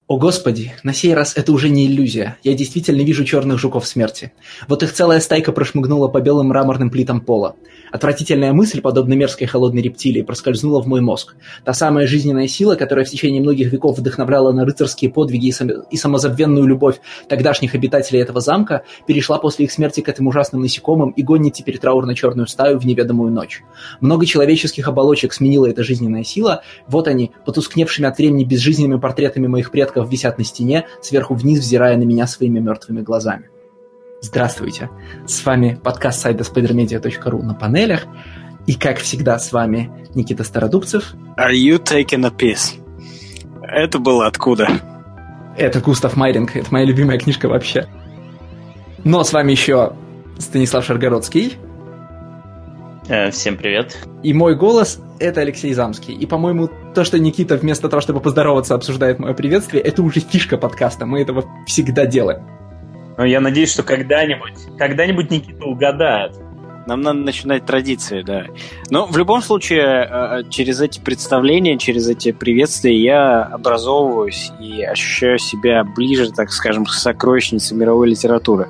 О господи, на сей раз это уже не иллюзия. Я действительно вижу черных жуков смерти. Вот их целая стайка прошмыгнула по белым мраморным плитам пола. Отвратительная мысль, подобно мерзкой холодной рептилии, проскользнула в мой мозг. Та самая жизненная сила, которая в течение многих веков вдохновляла на рыцарские подвиги и самозабвенную любовь тогдашних обитателей этого замка, перешла после их смерти к этим ужасным насекомым и гонит теперь траурно-черную стаю в неведомую ночь. Много человеческих оболочек сменила эта жизненная сила. Вот они, потускневшими от времени безжизненными портретами моих предков, висят на стене, сверху вниз взирая на меня своими мертвыми глазами. Здравствуйте! С вами подкаст сайта spidermedia.ru на панелях. И, как всегда, с вами Никита Стародубцев. Are you taking a piss? Это было откуда? Это Густав Майринг. Это моя любимая книжка вообще. Но с вами еще Станислав Шаргородский. Всем привет. И мой голос — это Алексей Замский. И, по-моему, то, что Никита вместо того, чтобы поздороваться, обсуждает мое приветствие, это уже фишка подкаста. Мы этого всегда делаем. Ну, я надеюсь, что когда-нибудь Никита угадает. Нам надо начинать традиции, да. Но в любом случае, через эти представления, через эти приветствия я образовываюсь и ощущаю себя ближе, так скажем, к сокровищнице мировой литературы.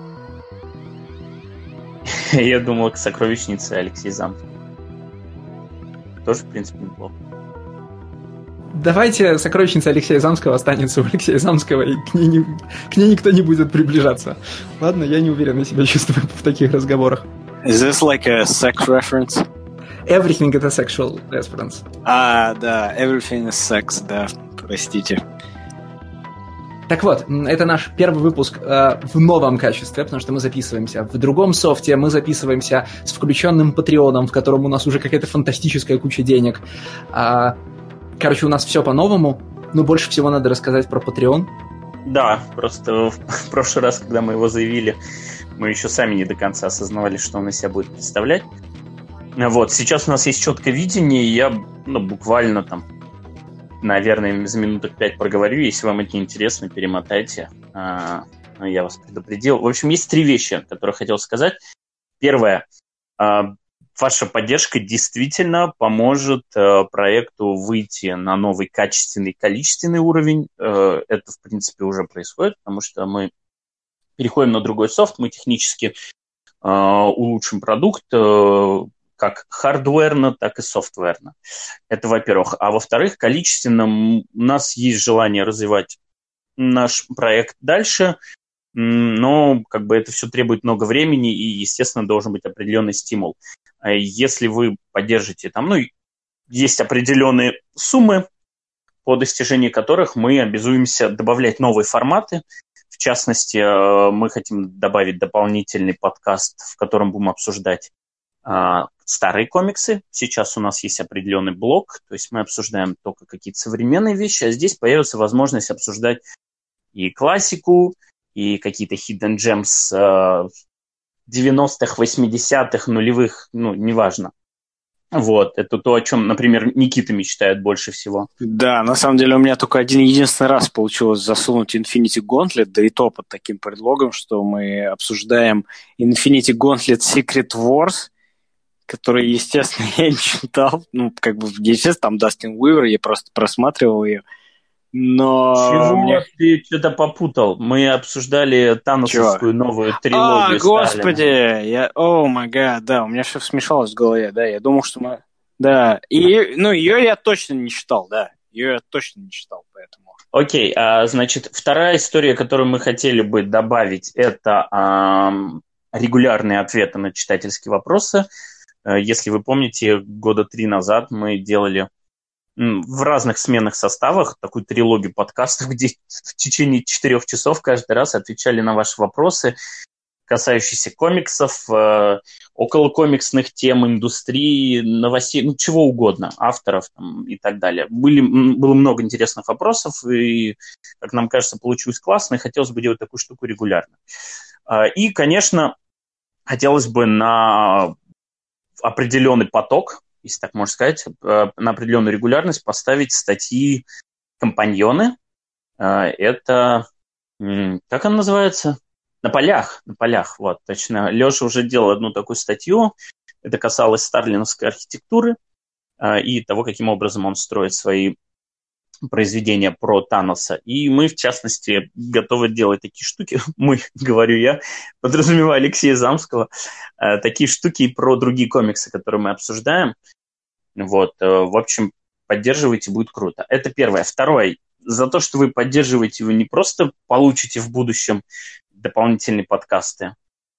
Я думал, к сокровищнице Алексея Замского. Тоже, в принципе, неплохо. Давайте сокровищница Алексея Замского останется у Алексея Замского, и к ней никто не будет приближаться. Ладно, я не уверенно себя чувствую в таких разговорах. Is this like a sex reference? Everything is a sexual reference. Да, everything is sex, да, простите. Так вот, это наш первый выпуск в новом качестве, потому что мы записываемся в другом софте, мы записываемся с включенным Патреоном, в котором у нас уже какая-то фантастическая куча денег. Короче, у нас все по-новому, но больше всего надо рассказать про Patreon. Да, просто в прошлый раз, когда мы его заявили, мы еще сами не до конца осознавали, что он из себя будет представлять. Вот, сейчас у нас есть четкое видение, и я буквально наверное, за минуток 5 проговорю. Если вам это неинтересно, перемотайте. Я вас предупредил. В общем, есть 3 вещи, которые хотел сказать. Первое. Ваша поддержка действительно поможет проекту выйти на новый качественный и количественный уровень. Это, в принципе, уже происходит, потому что мы переходим на другой софт, мы технически улучшим продукт, как хардверно, так и софтверно. Это во-первых. А во-вторых, количественно у нас есть желание развивать наш проект дальше, но это все требует много времени и, естественно, должен быть определенный стимул. Если вы поддержите есть определенные суммы, по достижении которых мы обязуемся добавлять новые форматы. В частности, мы хотим добавить дополнительный подкаст, в котором будем обсуждать старые комиксы. Сейчас у нас есть определенный блок, то есть мы обсуждаем только какие-то современные вещи, а здесь появится возможность обсуждать и классику, и какие-то hidden gems 90-х, 80-х, нулевых, неважно. Вот, это то, о чем, например, Никита мечтает больше всего. Да, на самом деле у меня только единственный раз получилось засунуть Infinity Gauntlet, да и то под таким предлогом, что мы обсуждаем Infinity Gauntlet Secret Wars, который, естественно, я не читал. Естественно, там Дастин Уивер, я просто просматривал ее. Но... Чего ты что-то попутал? Мы обсуждали таносовскую новую трилогию. Господи! О май гад, да, у меня все смешалось в голове, да, я думал, что мы... Да, ее я точно не читал, да, поэтому... Окей, значит, вторая история, которую мы хотели бы добавить, это регулярные ответы на читательские вопросы. Если вы помните, 3 года назад мы делали в разных сменных составах такую трилогию подкастов, где в течение 4 часов каждый раз отвечали на ваши вопросы, касающиеся комиксов, околокомиксных тем, индустрии, новостей, чего угодно, авторов и так далее. Было много интересных вопросов, и, как нам кажется, получилось классно, и хотелось бы делать такую штуку регулярно. И, конечно, хотелось бы на определенный поток, если так можно сказать, на определенную регулярность поставить статьи-компаньоны. Это, как она называется? На полях, вот, точно. Леша уже делал одну такую статью. Это касалось старлиновской архитектуры и того, каким образом он строит свои произведения про Таноса. И мы, в частности, готовы делать такие штуки. Мы, говорю я, подразумеваю Алексея Замского, такие штуки про другие комиксы, которые мы обсуждаем. Вот, в общем, поддерживайте, будет круто. Это первое. Второе. За то, что вы поддерживаете, вы не просто получите в будущем дополнительные подкасты,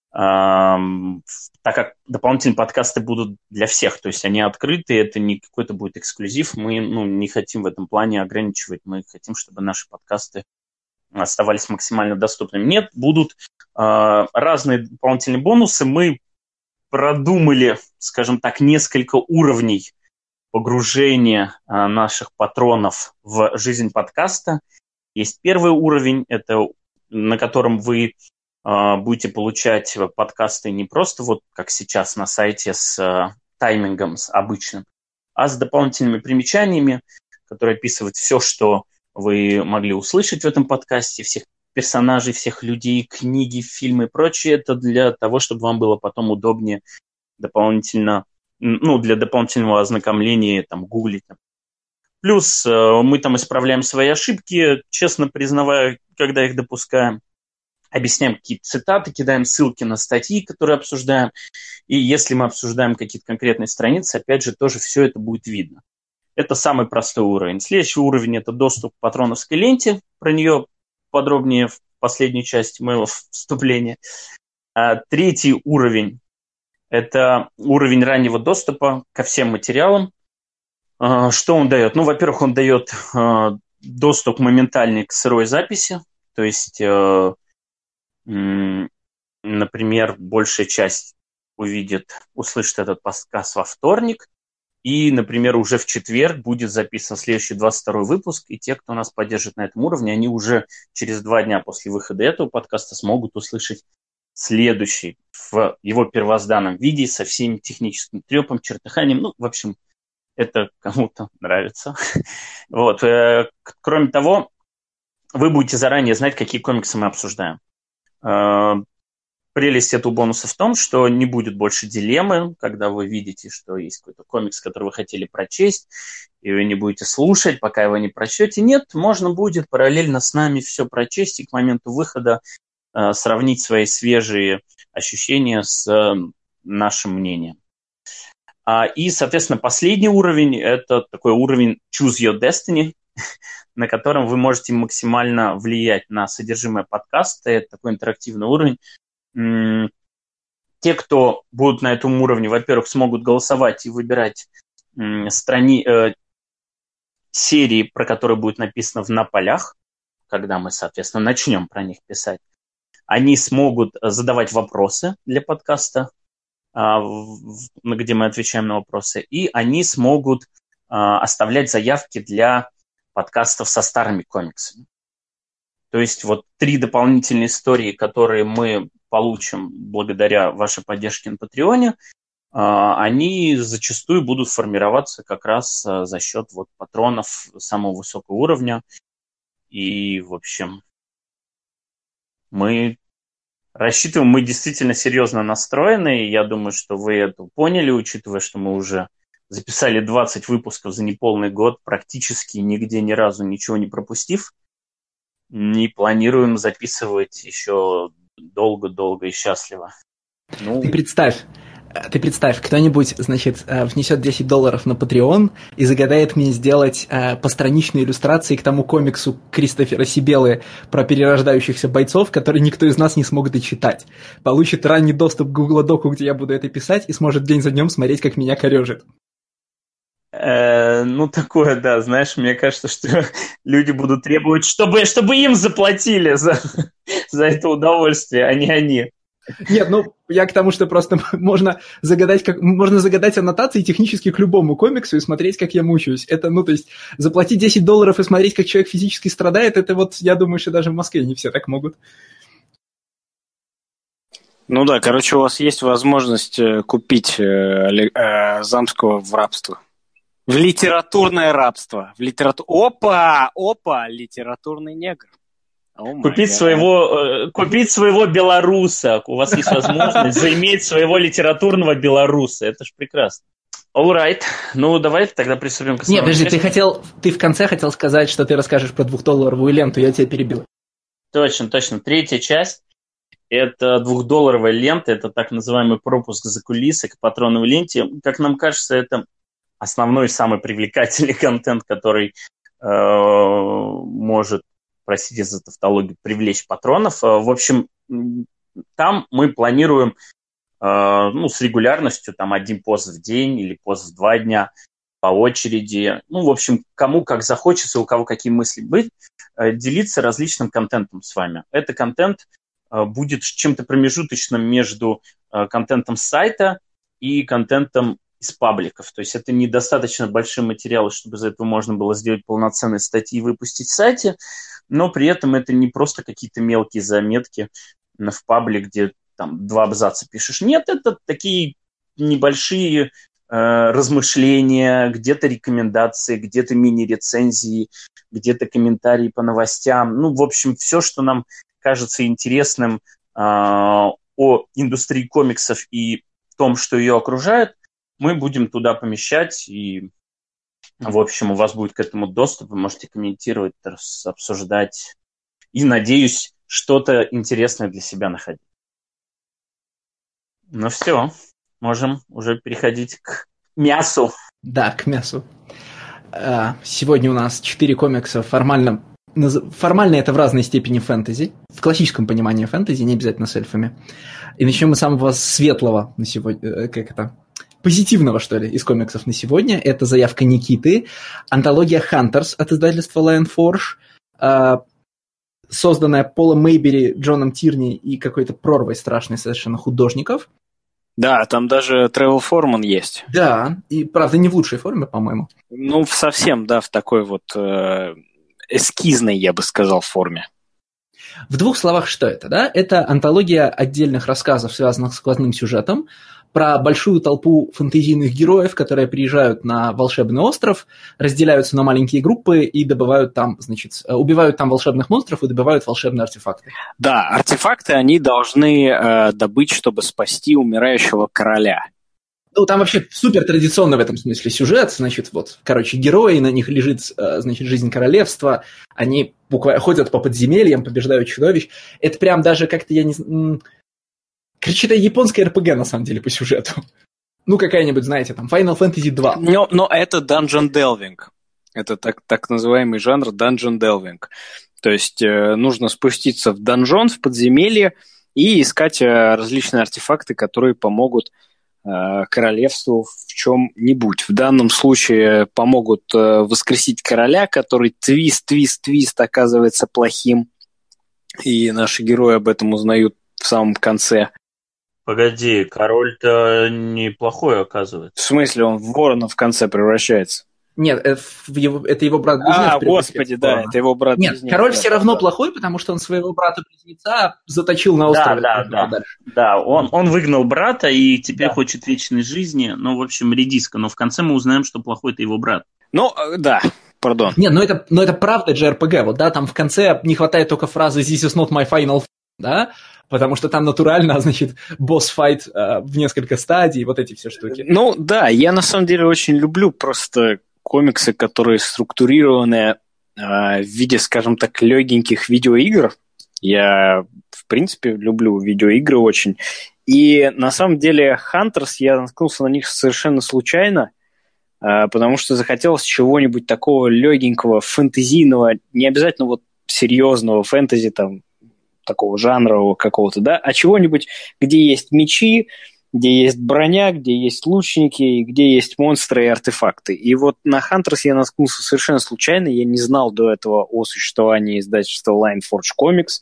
так как дополнительные подкасты будут для всех, то есть они открыты, это не какой-то будет эксклюзив, мы не хотим в этом плане ограничивать, мы хотим, чтобы наши подкасты оставались максимально доступными. Нет, будут разные дополнительные бонусы, мы продумали, скажем так, несколько уровней погружения наших патронов в жизнь подкаста. Есть первый уровень, это на котором вы будете получать подкасты не просто вот как сейчас на сайте с таймингом, с обычным, а с дополнительными примечаниями, которые описывают все, что вы могли услышать в этом подкасте, всех персонажей, всех людей, книги, фильмы и прочее. Это для того, чтобы вам было потом удобнее дополнительно, для дополнительного ознакомления, там, гуглить. Плюс мы там исправляем свои ошибки, честно признавая, когда их допускаем. Объясняем какие-то цитаты, кидаем ссылки на статьи, которые обсуждаем. И если мы обсуждаем какие-то конкретные страницы, опять же, тоже все это будет видно. Это самый простой уровень. Следующий уровень – это доступ к патроновской ленте. Про нее подробнее в последней части моего вступления. Третий уровень – это уровень раннего доступа ко всем материалам. Что он дает? Во-первых, он дает доступ моментальный к сырой записи. То есть, например, большая часть услышит этот подкаст во вторник, и, например, уже в четверг будет записан следующий 22-й выпуск, и те, кто нас поддержит на этом уровне, они уже через 2 дня после выхода этого подкаста смогут услышать следующий в его первозданном виде со всеми техническим трепом, чертыханием. В общем, это кому-то нравится. Вот. Кроме того, вы будете заранее знать, какие комиксы мы обсуждаем. Прелесть этого бонуса в том, что не будет больше дилеммы, когда вы видите, что есть какой-то комикс, который вы хотели прочесть, и вы не будете слушать, пока его не прочтете. Нет, можно будет параллельно с нами все прочесть и к моменту выхода сравнить свои свежие ощущения с нашим мнением. И, соответственно, последний уровень – это такой уровень Choose Your Destiny, на котором вы можете максимально влиять на содержимое подкаста. Это такой интерактивный уровень. Те, кто будут на этом уровне, во-первых, смогут голосовать и выбирать серии, про которые будет написано на полях, когда мы, соответственно, начнем про них писать. Они смогут задавать вопросы для подкаста, где мы отвечаем на вопросы, и они смогут оставлять заявки для подкастов со старыми комиксами. То есть 3 дополнительные истории, которые мы получим благодаря вашей поддержке на Патреоне, они зачастую будут формироваться как раз за счет патронов самого высокого уровня. И, в общем, мы рассчитываем, мы действительно серьезно настроены, и я думаю, что вы это поняли, учитывая, что мы уже записали 20 выпусков за неполный год, практически нигде ни разу ничего не пропустив. Не планируем записывать еще долго-долго и счастливо. Ты представь, кто-нибудь, внесет $10 на Patreon и загадает мне сделать постраничные иллюстрации к тому комиксу Кристофера Сибелы про перерождающихся бойцов, который никто из нас не смог дочитать. Получит ранний доступ к Google Доку, где я буду это писать, и сможет день за днем смотреть, как меня корежит. Такое, да, знаешь, мне кажется, что люди будут требовать, чтобы им заплатили за это удовольствие, а не они. Нет, я к тому, что просто можно загадать аннотации технически к любому комиксу и смотреть, как я мучаюсь. Это, то есть, заплатить $10 и смотреть, как человек физически страдает, это я думаю, что даже в Москве не все так могут. У вас есть возможность купить Замского в рабство. В литературное рабство. Опа! Литературный негр. Купить своего белоруса. У вас есть возможность заиметь своего литературного белоруса. Это ж прекрасно. Alright. Ну, давай тогда приступим к Нет, основному. подожди, ты в конце хотел сказать, что ты расскажешь про $2 ленту, я тебя перебил. Точно. Третья часть – это $2 лента, это так называемый пропуск за кулисы к патроновой ленте. Как нам кажется, это основной, самый привлекательный контент, который может, простите за тавтологию, привлечь патронов. В общем, там мы планируем с регулярностью, там, один пост в день или пост в 2 дня по очереди. Ну, в общем, кому как захочется, у кого какие мысли быть, делиться различным контентом с вами. Это контент будет чем-то промежуточным между контентом с сайта и контентом из пабликов. То есть это недостаточно большие материалы, чтобы из этого можно было сделать полноценные статьи и выпустить в сайте, но при этом это не просто какие-то мелкие заметки в паблик, где там 2 абзаца пишешь. Нет, это такие небольшие размышления, где-то рекомендации, где-то мини-рецензии, где-то комментарии по новостям. Ну, в общем, все, что нам кажется интересным о индустрии комиксов и том, что ее окружает, мы будем туда помещать, и, в общем, у вас будет к этому доступ, вы можете комментировать, обсуждать, и, надеюсь, что-то интересное для себя находить. Ну все, можем уже переходить к мясу. Да, к мясу. Сегодня у нас 4 комикса формально это в разной степени фэнтези, в классическом понимании фэнтези, не обязательно с эльфами. И начнем мы с самого светлого на сегодня, позитивного, что ли, из комиксов на сегодня. Это заявка Никиты, антология Hunters от издательства Lion Forge, созданная Полом Мейбери, Джоном Тирни и какой-то прорвой страшной совершенно художников. Да, там даже Тревел Форман есть. Да, и, правда, не в лучшей форме, по-моему. Ну, совсем, да, в такой вот эскизной, я бы сказал, форме. В 2 словах, что это, да? Это антология отдельных рассказов, связанных с сквозным сюжетом, про большую толпу фэнтезийных героев, которые приезжают на волшебный остров, разделяются на маленькие группы и добывают там, убивают там волшебных монстров и добывают волшебные артефакты. Да, артефакты они должны добыть, чтобы спасти умирающего короля. Ну, там вообще супер традиционно в этом смысле сюжет. Герои, на них лежит, жизнь королевства. Они буквально ходят по подземельям, побеждают чудовищ. Это прям даже как-то, я не знаю... Короче, это японская РПГ, на самом деле, по сюжету. Ну, какая-нибудь, знаете, там, Final Fantasy 2. Но это Dungeon Delving. Это так называемый жанр Dungeon Delving. То есть нужно спуститься в донжон, в подземелье и искать различные артефакты, которые помогут королевству в чем-нибудь. В данном случае помогут воскресить короля, который твист оказывается плохим. И наши герои об этом узнают в самом конце. Погоди, король-то неплохой, оказывается. В смысле, он в ворона в конце превращается? Нет, это его брат-близнец. Господи, да, это его брат-близнец. Нет, король все равно плохой, потому что он своего брата-близнеца заточил на острове. Да, он выгнал брата и теперь хочет вечной жизни. Ну, в общем, редиска. Но в конце мы узнаем, что плохой это его брат. Ну, да, пардон. Нет, но это правда JRPG. Вот, да, там в конце не хватает только фразы «This is not my final», да, потому что там натурально, босс-файт в несколько стадий, вот эти все штуки. Ну, да, я на самом деле очень люблю просто комиксы, которые структурированы в виде, скажем так, легеньких видеоигр. Я, в принципе, люблю видеоигры очень. И на самом деле Hunters, я наткнулся на них совершенно случайно, потому что захотелось чего-нибудь такого легенького, фэнтезийного, не обязательно вот серьезного фэнтези, там, такого жанрового какого-то, да, а чего-нибудь, где есть мечи, где есть броня, где есть лучники, где есть монстры и артефакты. И вот на Hunters я наткнулся совершенно случайно, я не знал до этого о существовании издательства Lion Forge Comics.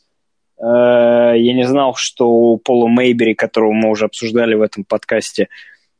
Я не знал, что у Пола Мейбери, которого мы уже обсуждали в этом подкасте,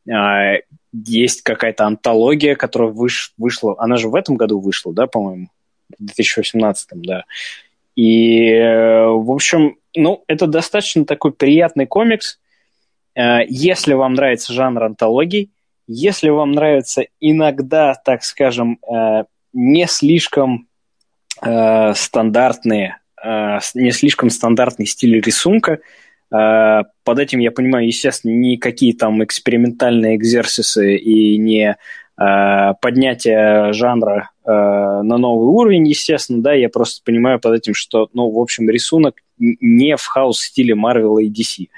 есть какая-то антология, которая вышла, она же в этом году вышла, да, по-моему, в 2018, да. И, в общем, это достаточно такой приятный комикс. Если вам нравится жанр антологий, если вам нравится иногда, так скажем, не слишком стандартный стиль рисунка, Под этим я понимаю, естественно, никакие там экспериментальные экзерсисы и не поднятие жанра на новый уровень, естественно, да, я просто понимаю под этим, что, ну, в общем, рисунок не в хаос-стиле Marvel и DC.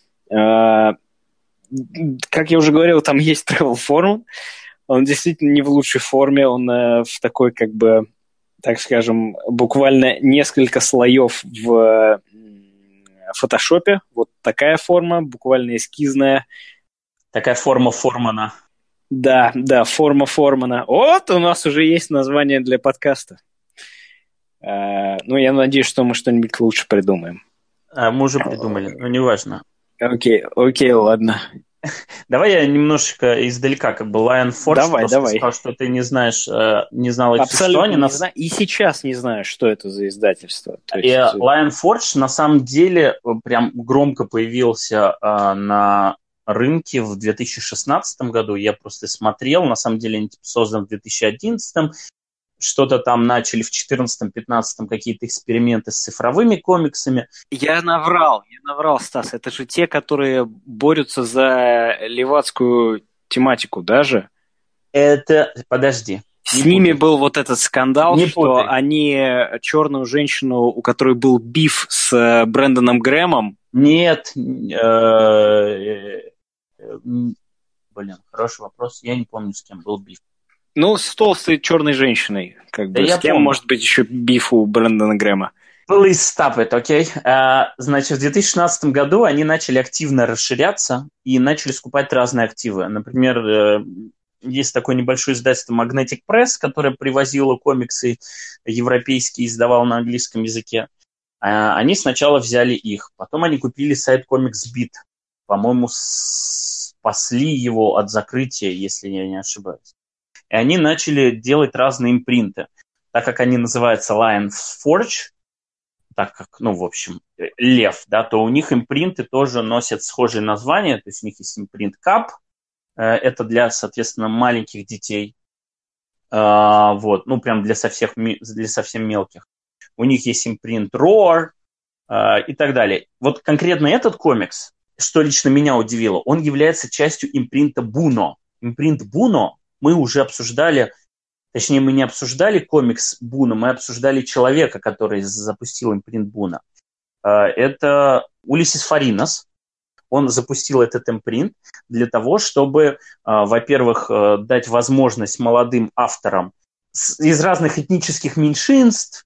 Как я уже говорил, там есть Travel Form, он действительно не в лучшей форме, он в такой, как бы, так скажем, буквально несколько слоев в фотошопе. Вот такая форма, буквально эскизная. Такая форма Формана. Да, форма Формана. Вот, у нас уже есть название для подкаста. Ну, я надеюсь, что мы что-нибудь лучше придумаем. Мы уже придумали, но неважно. Окей, ладно. Давай я немножечко издалека, как бы Lion Forge, давай. сказал, что ты не знаешь, не знал их существования. Не знаю, и сейчас не знаю, что это за издательство. Lion Forge на самом деле прям громко появился на рынке в 2016 году. Я просто смотрел, на самом деле они созданы в 2011. Что-то там начали в 2014-2015 какие-то эксперименты с цифровыми комиксами. Я наврал, Стас. Это же те, которые борются за левацкую тематику даже? Подожди. С ними был вот этот скандал, что они черную женщину, у которой был биф с Брэндоном Грэмом. Нет. Хороший вопрос. Я не помню, с кем был биф. Ну, с толстой черной женщиной. Как бы. С кем помню. Может быть еще биф у Брэндона Грэма? Please stop it, окей? Значит, в 2016 году они начали активно расширяться и начали скупать разные активы. Например, есть такое небольшое издательство Magnetic Press, которое привозило комиксы европейские, издавало на английском языке. Они сначала взяли их, потом они купили сайт ComicsBeat. По-моему, спасли его от закрытия, если я не ошибаюсь. И они начали делать разные импринты. Так как они называются Lion Forge, так как, ну, в общем, лев, да, то у них импринты тоже носят схожие названия. То есть у них есть импринт Cup, это для, соответственно, маленьких детей. Вот, ну, прям для совсем мелких. У них есть импринт Roar и так далее. Вот конкретно этот комикс, что лично меня удивило, он является частью импринта Buno. Импринт Buno мы уже обсуждали, точнее, мы не обсуждали комикс Буна, мы обсуждали человека, который запустил импринт Буна. Это Улисис Фаринас. Он запустил этот импринт для того, чтобы, во-первых, дать возможность молодым авторам из разных этнических меньшинств,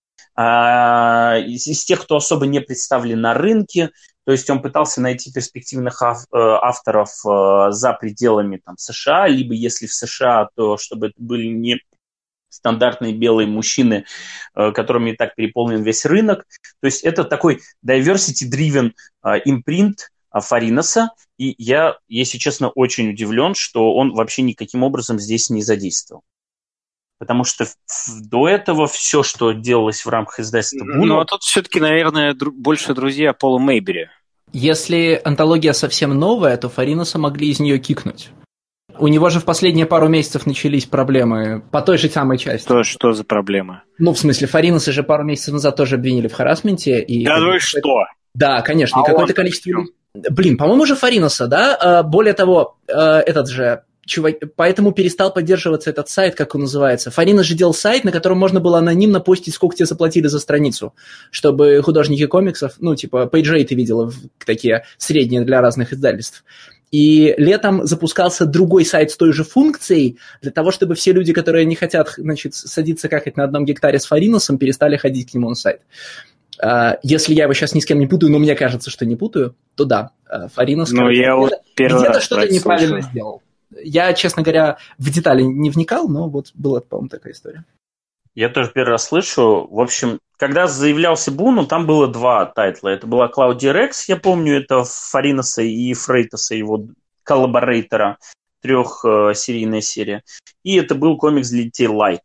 из тех, кто особо не представлен на рынке. То есть он пытался найти перспективных авторов за пределами там, США, либо если в США, то чтобы это были не стандартные белые мужчины, которыми и так переполнен весь рынок. То есть это такой diversity-driven импринт Фаринаса, и я, если честно, очень удивлен, что он вообще никаким образом здесь не задействовал. Потому что до этого все, что делалось в рамках издательства Буно... Ну, а тут все-таки, наверное, больше друзья Пола Мейбери. Если антология совсем новая, то Фаринаса могли из нее кикнуть. У него же в последние пару месяцев начались проблемы по той же самой части. Что за проблемы? Ну, в смысле, Фаринаса же пару месяцев назад тоже обвинили в харассменте. И да ну и что? Да, конечно. И какое-то количество... Блин, по-моему, же Фаринаса, да? Более того, этот же... Чувак, поэтому перестал поддерживаться этот сайт, как он называется. Фаринас же делал сайт, на котором можно было анонимно постить, сколько тебе заплатили за страницу, чтобы художники комиксов, ну, типа, пейджей ты видела, такие средние для разных издательств. И летом запускался другой сайт с той же функцией, для того, чтобы все люди, которые не хотят, значит, садиться какать на одном гектаре с Фаринасом, перестали ходить к нему на сайт. Если я его сейчас ни с кем не путаю, но мне кажется, что не путаю, то да, Фаринас... Ну, я вот где-то что-то неправильно сделал. Я, честно говоря, в детали не вникал, но вот была, по-моему, такая история. Я тоже первый раз слышу. В общем, когда заявлялся Буну, там было два тайтла. Это была Клаудия Рекс, я помню, это Фаринаса и Фрейтаса, его коллаборейтора, трехсерийная серия. И это был комикс для детей Light.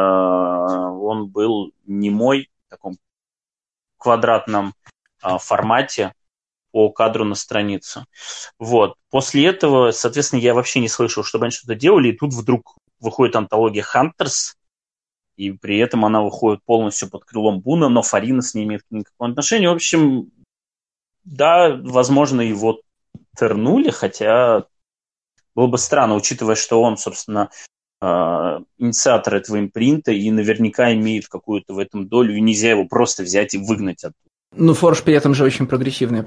Он был немой, в таком квадратном формате, по кадру на страницу. Вот. После этого, соответственно, я вообще не слышал, чтобы они что-то делали, и тут вдруг выходит антология Hunters, и при этом она выходит полностью под крылом Буна, но Фаринас не имеет никакого отношения. В общем, да, возможно, его тернули, хотя было бы странно, учитывая, что он, собственно, инициатор этого импринта и наверняка имеет какую-то в этом долю, и нельзя его просто взять и выгнать оттуда. Ну, Forge при этом же очень прогрессивная.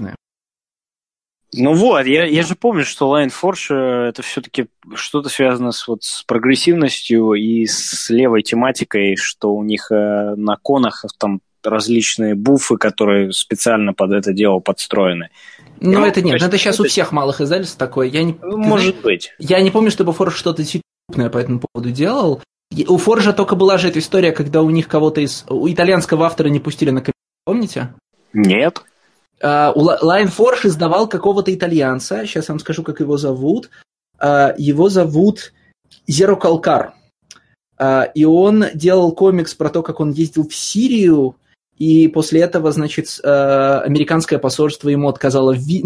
Ну вот, я же помню, что Line Forge это все-таки что-то связано с прогрессивностью и с левой тематикой, что у них на конах там различные буфы, которые специально под это дело подстроены. Ну, это нет, это сейчас у всех малых издательств такое. Может быть. Я не помню, чтобы Forge что-то крупное по этому поводу делал. У Forge только была же эта история, когда у них кого-то у итальянского автора не пустили на комикс, помните? Нет. Line Forge издавал какого-то итальянца, сейчас я вам скажу, как его зовут. Его зовут Зеро Калкар. И он делал комикс про то, как он ездил в Сирию, и после этого, значит, американское посольство ему отказало и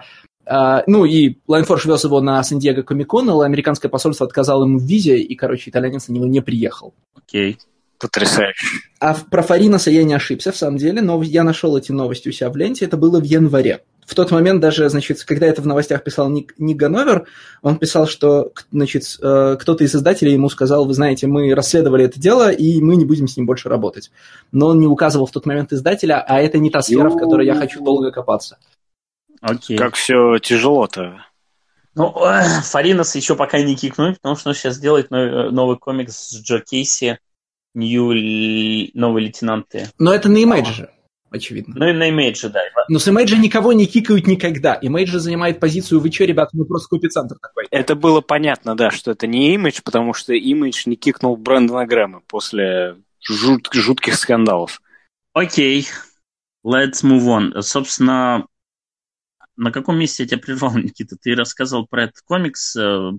Line Forge вез его на Сан-Диего Комик-кон, но американское посольство отказало ему в визе, и, итальянец на него не приехал. Окей. Потрясающе. А про Фариноса я не ошибся, в самом деле, но я нашел эти новости у себя в ленте, это было в январе. В тот момент даже, значит, когда это в новостях писал Ник Ганновер, он писал, что, значит, кто-то из издателей ему сказал, вы знаете, мы расследовали это дело, и мы не будем с ним больше работать. Но он не указывал в тот момент издателя, а это не та сфера, в которой я хочу долго копаться. Окей. Как все тяжело-то. Ну, Фаринос еще пока не кикнуть, потому что он сейчас делает новый комикс с Джо Кейси, новый лейтенант Т. Но это на Image же, очевидно. Ну и на Image, да. Но с Image никого не кикают никогда. Image занимает позицию, вы что, ребята, мы просто копицентр такой. Это было понятно, да, что это не Image, потому что Image не кикнул Брэндона Грэма после жутких скандалов. Окей, let's move on. Собственно, на каком месте я тебя прервал, Никита? Ты рассказывал про этот комикс.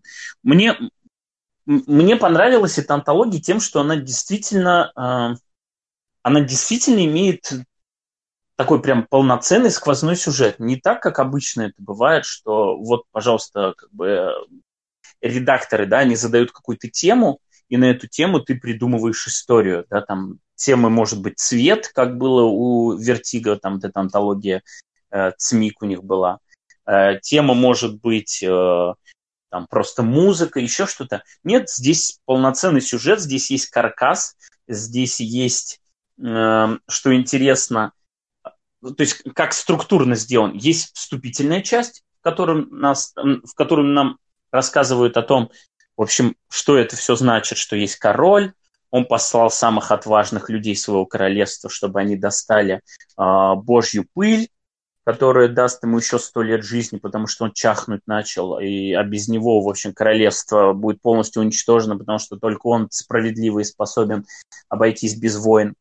Мне понравилась эта антология тем, что она действительно имеет такой прям полноценный сквозной сюжет. Не так, как обычно это бывает, что вот, пожалуйста, как бы редакторы, да, они задают какую-то тему, и на эту тему ты придумываешь историю, да, там темы может быть цвет, как было у Vertigo, там вот эта антология ЦМИК у них была. Тема может быть там просто музыка, еще что-то. Нет, здесь полноценный сюжет, здесь есть каркас, здесь есть, что интересно, то есть как структурно сделан. Есть вступительная часть, в которой нам рассказывают о том, в общем, что это все значит, что есть король. Он послал самых отважных людей своего королевства, чтобы они достали Божью пыль, которая даст ему еще 100 лет жизни, потому что он чахнуть начал, а без него, в общем, королевство будет полностью уничтожено, потому что только он справедливый и способен обойтись без войн.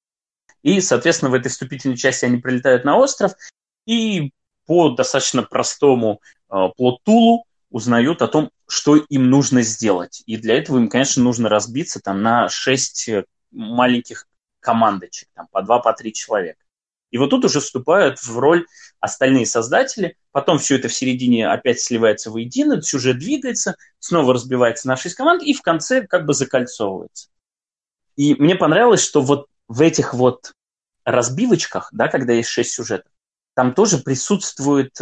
И, соответственно, в этой вступительной части они прилетают на остров и по достаточно простому плот-тулу узнают о том, что им нужно сделать. И для этого им, конечно, нужно разбиться там, на 6 маленьких командочек, там, по 2-3 человека. И вот тут уже вступают в роль остальные создатели, потом все это в середине опять сливается воедино, сюжет двигается, снова разбивается на 6 команд и в конце как бы закольцовывается. И мне понравилось, что вот в этих вот разбивочках, да, когда есть 6 сюжетов, там тоже присутствуют,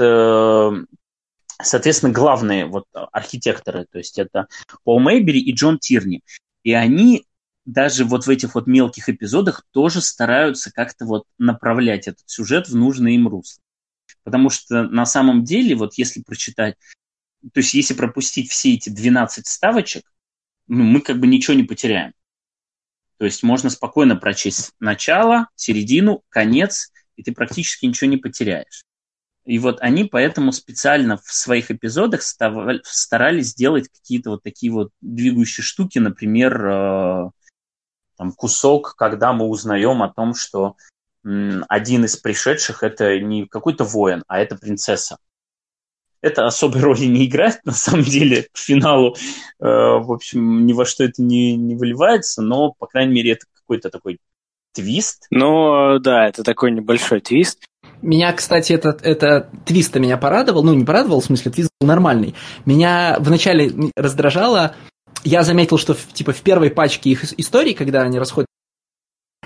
соответственно, главные вот архитекторы, то есть это Пол Мейбери и Джон Тирни. И они даже вот в этих вот мелких эпизодах тоже стараются как-то вот направлять этот сюжет в нужное им русло. Потому что на самом деле, вот если прочитать, то есть если пропустить все эти 12 ставочек, мы как бы ничего не потеряем. То есть можно спокойно прочесть начало, середину, конец, и ты практически ничего не потеряешь. И вот они поэтому специально в своих эпизодах старались сделать какие-то вот такие вот двигающие штуки, например, там, кусок, когда мы узнаем о том, что один из пришедших это не какой-то воин, а это принцесса. Это особой роли не играет, на самом деле, к финалу, в общем, ни во что это не выливается, но, по крайней мере, это какой-то такой твист. Ну, да, это такой небольшой твист. Меня, кстати, это твист-то меня порадовал, ну, не порадовал, в смысле, твист был нормальный. Меня вначале раздражало. Я заметил, что типа в первой пачке их историй, когда они расходятся,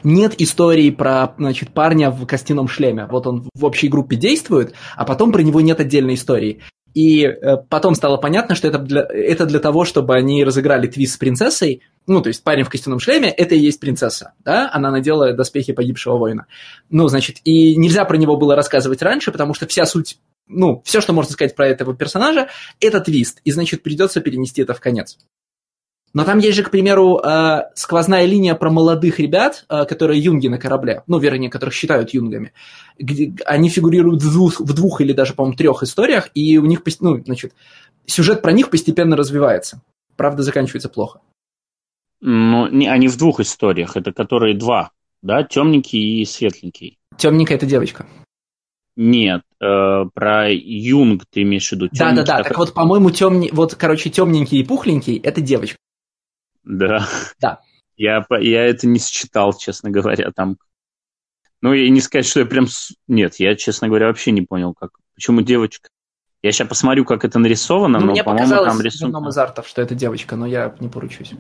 Нет истории про, значит, парня в костяном шлеме. Вот он в общей группе действует, а потом про него нет отдельной истории. И потом стало понятно, что это для того, чтобы они разыграли твист с принцессой. Ну, то есть парень в костяном шлеме – это и есть принцесса, да? Она надела доспехи погибшего воина. Ну, значит, и нельзя про него было рассказывать раньше, потому что вся суть, ну, все, что можно сказать про этого персонажа – это твист. И, значит, придется перенести это в конец. Но там есть же, к примеру, сквозная линия про молодых ребят, которые юнги на корабле, ну, вернее, которых считают юнгами. Они фигурируют в двух или даже, по-моему, 3 историях, и у них, ну, значит, сюжет про них постепенно развивается. Правда, заканчивается плохо. Ну, они в 2 историях, это которые 2, да, темненький и светленький. Темненькая – это девочка. Нет, про юнг ты имеешь в виду. Да. Так вот, по-моему, темненький и пухленький – это девочка. Да. Да. Я это не считал, честно говоря, там. Ну, и не сказать, что я прям... Нет, я, честно говоря, вообще не понял, почему девочка. Я сейчас посмотрю, как это нарисовано, но, мне по-моему, показалось там рисунок... в одном из артов, что это девочка, но я не поручусь.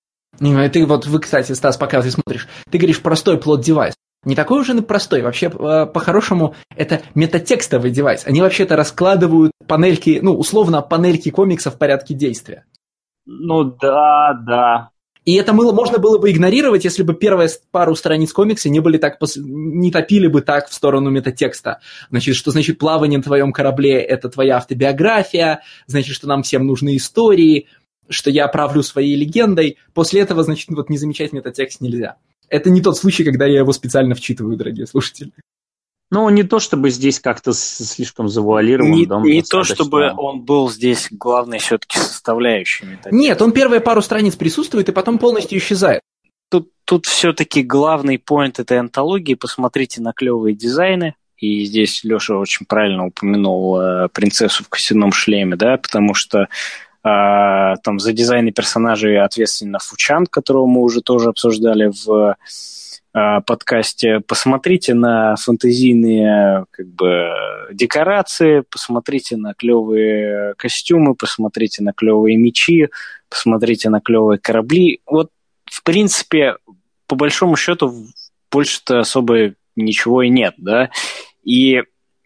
Вы, кстати, Стас, пока ты смотришь, ты говоришь простой плот-девайс. Не такой уже простой. Вообще, по-хорошему, это метатекстовый девайс. Они вообще-то раскладывают панельки, ну, условно, панельки комикса в порядке действия. Ну, да. И это можно было бы игнорировать, если бы первые пару страниц комикса не топили бы так в сторону метатекста. Значит, что значит плавание на твоем корабле – это твоя автобиография, значит, что нам всем нужны истории, что я правлю своей легендой. После этого, значит, вот не замечать метатекст нельзя. Это не тот случай, когда я его специально вчитываю, дорогие слушатели. Ну, не то, чтобы здесь как-то слишком завуалирован. Не то, чтобы он был здесь главной все-таки составляющей. Нет, он первые пару страниц присутствует и потом полностью исчезает. Тут все-таки главный поинт этой антологии. Посмотрите на клевые дизайны. И здесь Леша очень правильно упомянул принцессу в костяном шлеме, да, потому что там за дизайны персонажей ответственна Фучан, которого мы уже тоже обсуждали в подкасте. Посмотрите на фэнтезийные декорации, посмотрите на клевые костюмы, посмотрите на клевые мечи, посмотрите на клевые корабли. Вот, в принципе, по большому счету, больше-то особо ничего и нет, да. И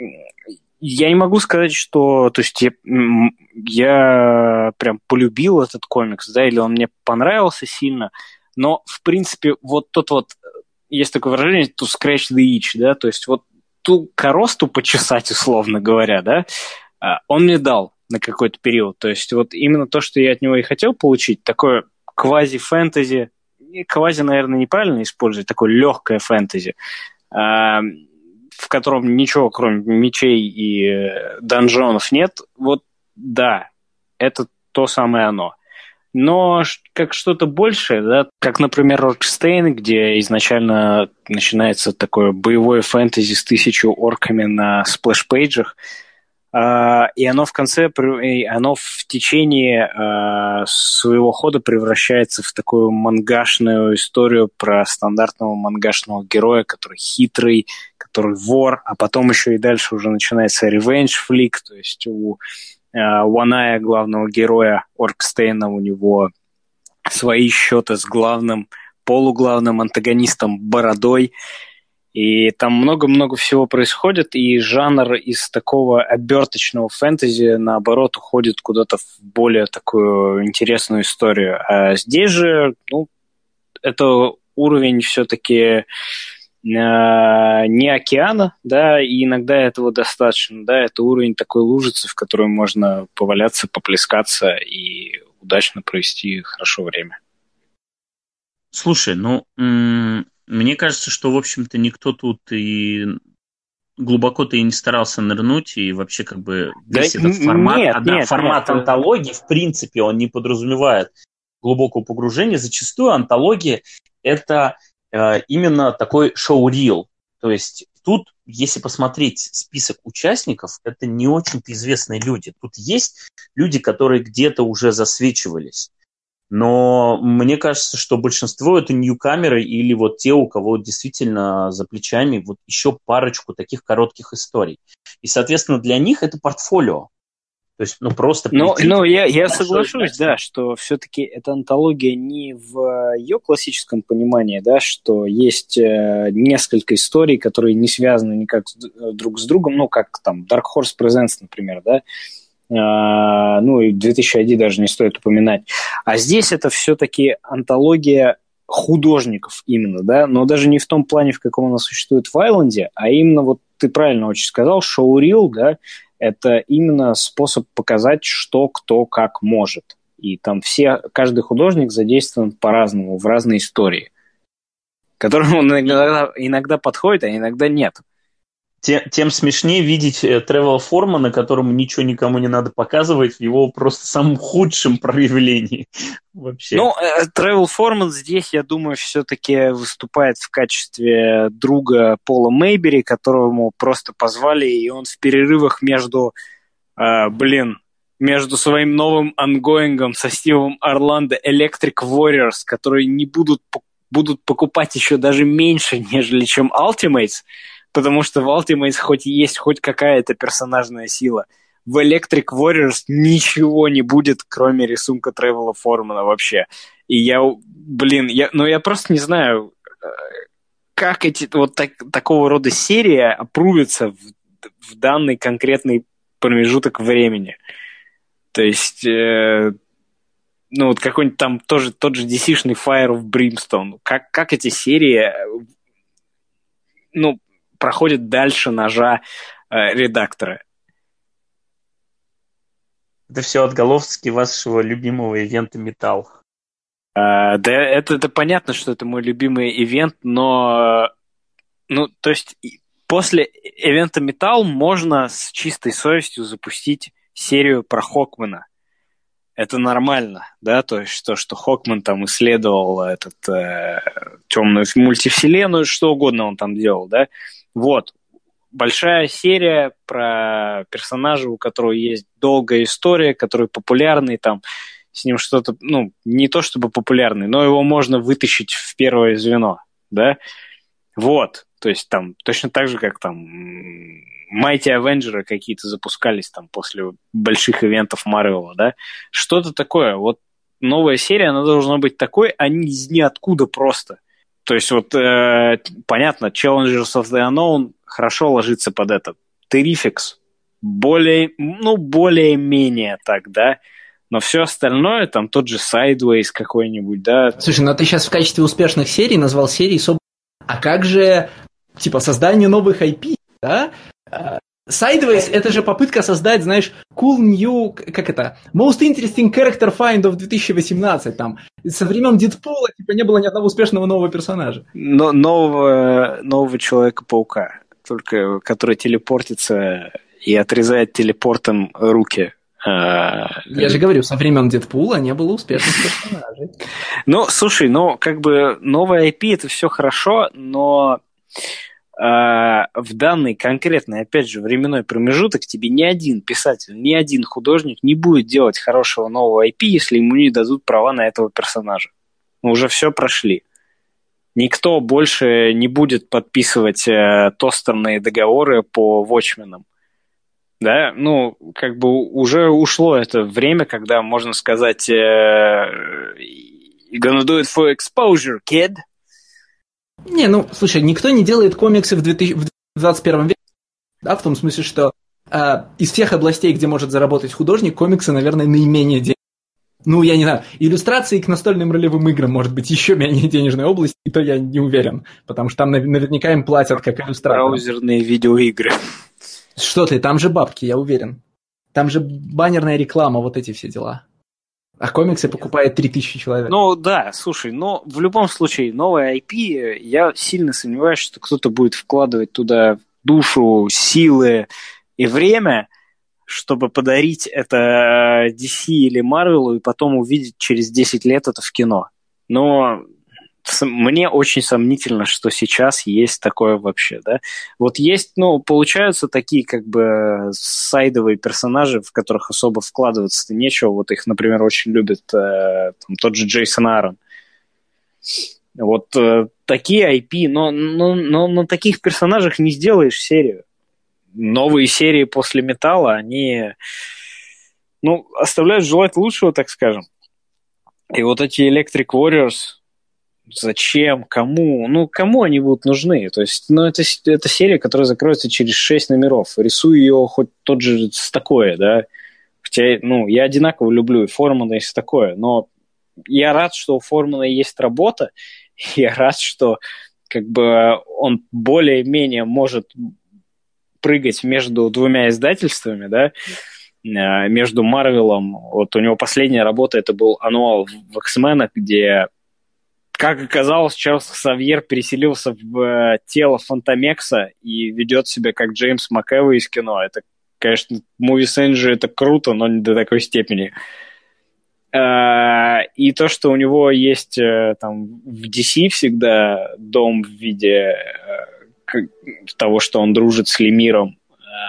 я не могу сказать, что... То есть я прям полюбил этот комикс, да, или он мне понравился сильно, но, в принципе, вот тот вот есть такое выражение to scratch the itch, да, то есть вот ту коросту почесать, условно говоря, да, он мне дал на какой-то период. То есть вот именно то, что я от него и хотел получить, такое квази-фэнтези, квази, наверное, неправильно использовать, такое легкое фэнтези, в котором ничего, кроме мечей и донжонов нет, вот да, это то самое оно. Но как что-то большее, да, как, например, Оркстейн, где изначально начинается такое боевое фэнтези с 1000 орками на сплэш-пейджах, и оно в конце, оно в течение своего хода превращается в такую мангашную историю про стандартного мангашного героя, который хитрый, который вор, а потом еще и дальше уже начинается ревенж-флик, то есть у Ваная, главного героя Оркстейна, у него свои счеты с главным, полуглавным антагонистом Бородой. И там много-много всего происходит, и жанр из такого оберточного фэнтези, наоборот, уходит куда-то в более такую интересную историю. А здесь же, это уровень все-таки не океана, да, и иногда этого достаточно, да, это уровень такой лужицы, в которой можно поваляться, поплескаться и удачно провести хорошо время. Слушай, мне кажется, что, в общем-то, никто тут и глубоко-то и не старался нырнуть, и вообще весь этот формат, формат антологии, в принципе, он не подразумевает глубокого погружения. Зачастую антология – это именно такой шоу-рил. То есть тут, если посмотреть список участников, это не очень-то известные люди. Тут есть люди, которые где-то уже засвечивались. Но мне кажется, что большинство это ньюкамеры или вот те, у кого действительно за плечами вот еще парочку таких коротких историй. И, соответственно, для них это портфолио. То есть, просто... Я соглашусь, да, что все-таки эта антология не в ее классическом понимании, да, что есть несколько историй, которые не связаны никак друг с другом, как там Dark Horse Presents, например, да, и 2001 даже не стоит упоминать. А здесь это все-таки антология художников именно, да, но даже не в том плане, в каком она существует в Айленде, а именно, вот ты правильно очень сказал, шоурил, да, это именно способ показать, что кто как может. И там каждый художник задействован по-разному, в разной истории, к которым он иногда подходит, а иногда нет. Тем смешнее видеть Тревела Формана, которому ничего никому не надо показывать, в его просто самом худшем проявлении вообще. Тревел Форман здесь, я думаю, все-таки выступает в качестве друга Пола Мейбери, которому просто позвали, и он в перерывах между своим новым ангоингом со Стивом Орландо Electric Warriors, которые не будут покупать еще даже меньше, нежели чем Ultimates, потому что в Ultimates есть хоть какая-то персонажная сила. В Electric Warriors ничего не будет, кроме рисунка Тревела Формана вообще. И я просто не знаю, как эти такого рода серии опрувятся в данный конкретный промежуток времени. То есть, какой-нибудь там тот же DC-шный Fire of Brimstone. Как эти серии, проходят дальше ножа редактора. Это все отголоски вашего любимого ивента «Металл». Да, это понятно, что это мой любимый ивент, но то есть после ивента «Металл» можно с чистой совестью запустить серию про Хокмана. Это нормально, да, то есть что Хокман там исследовал темную мультивселенную, что угодно он там делал, да. Вот. Большая серия про персонажа, у которого есть долгая история, который популярный, там, с ним что-то, не то чтобы популярный, но его можно вытащить в первое звено, да. Вот. То есть там точно так же, как там Mighty Avenger какие-то запускались там после больших ивентов Марвела, да. Что-то такое. Вот новая серия, она должна быть такой, а не из ниоткуда просто. То есть понятно, Challengers of the Unknown хорошо ложится под это. Terrifics более-менее так, да. Но все остальное, там тот же Sideways какой-нибудь, да. Слушай, ты сейчас в качестве успешных серий назвал серии А как же, создание новых IP, да? Sideways — это же попытка создать, знаешь, cool new, most interesting character find of 2018, там, со времен Дедпула, не было ни одного успешного нового персонажа. Но нового Человека-паука, только который телепортится и отрезает телепортом руки. Я же говорю, со времен Дедпула не было успешных персонажей. Слушай, новая IP — это все хорошо, но в данный конкретный, опять же, временной промежуток тебе ни один писатель, ни один художник не будет делать хорошего нового IP, если ему не дадут права на этого персонажа. Уже все прошли. Никто больше не будет подписывать тостерные договоры по Watchmen'ам. Да, уже ушло это время, когда можно сказать you're gonna do it for exposure, kid. Не, слушай, никто не делает комиксы в 21 веке, да, в том смысле, что из всех областей, где может заработать художник, комиксы, наверное, наименее денежные. Я не знаю, иллюстрации к настольным ролевым играм, может быть, еще менее денежная область, и то я не уверен, потому что там наверняка им платят как иллюстраторам. Браузерные видеоигры. Что ты, там же бабки, я уверен. Там же баннерная реклама, вот эти все дела. А комиксы покупает 3000 человек. Да, слушай, в любом случае, новая IP, я сильно сомневаюсь, что кто-то будет вкладывать туда душу, силы и время, чтобы подарить это DC или Marvel и потом увидеть через 10 лет это в кино. Но мне очень сомнительно, что сейчас есть такое вообще, да. Вот есть, получаются такие сайдовые персонажи, в которых особо вкладываться-то нечего. Вот их, например, очень любит тот же Джейсон Аарон. Вот такие IP, но на таких персонажах не сделаешь серию. Новые серии после Металла, они оставляют желать лучшего, так скажем. И вот эти Electric Warriors, зачем, кому? Кому они будут нужны? То есть, это серия, которая закроется через 6 номеров. Рисуй ее хоть тот же с такое, да. Хотя, я одинаково люблю и Формана, и все такое, но я рад, что у Формана есть работа, я рад, что он более-менее может прыгать между двумя издательствами, да, между Марвелом. Вот у него последняя работа, это был аннуал в X-Men, где, как оказалось, Чарльз Ксавьер переселился в тело Фантомекса и ведет себя как Джеймс МcAvoy из кино. Это, конечно, Movie Century, это круто, но не до такой степени. И то, что у него есть там в DC всегда дом в виде того, что он дружит с Лемиром.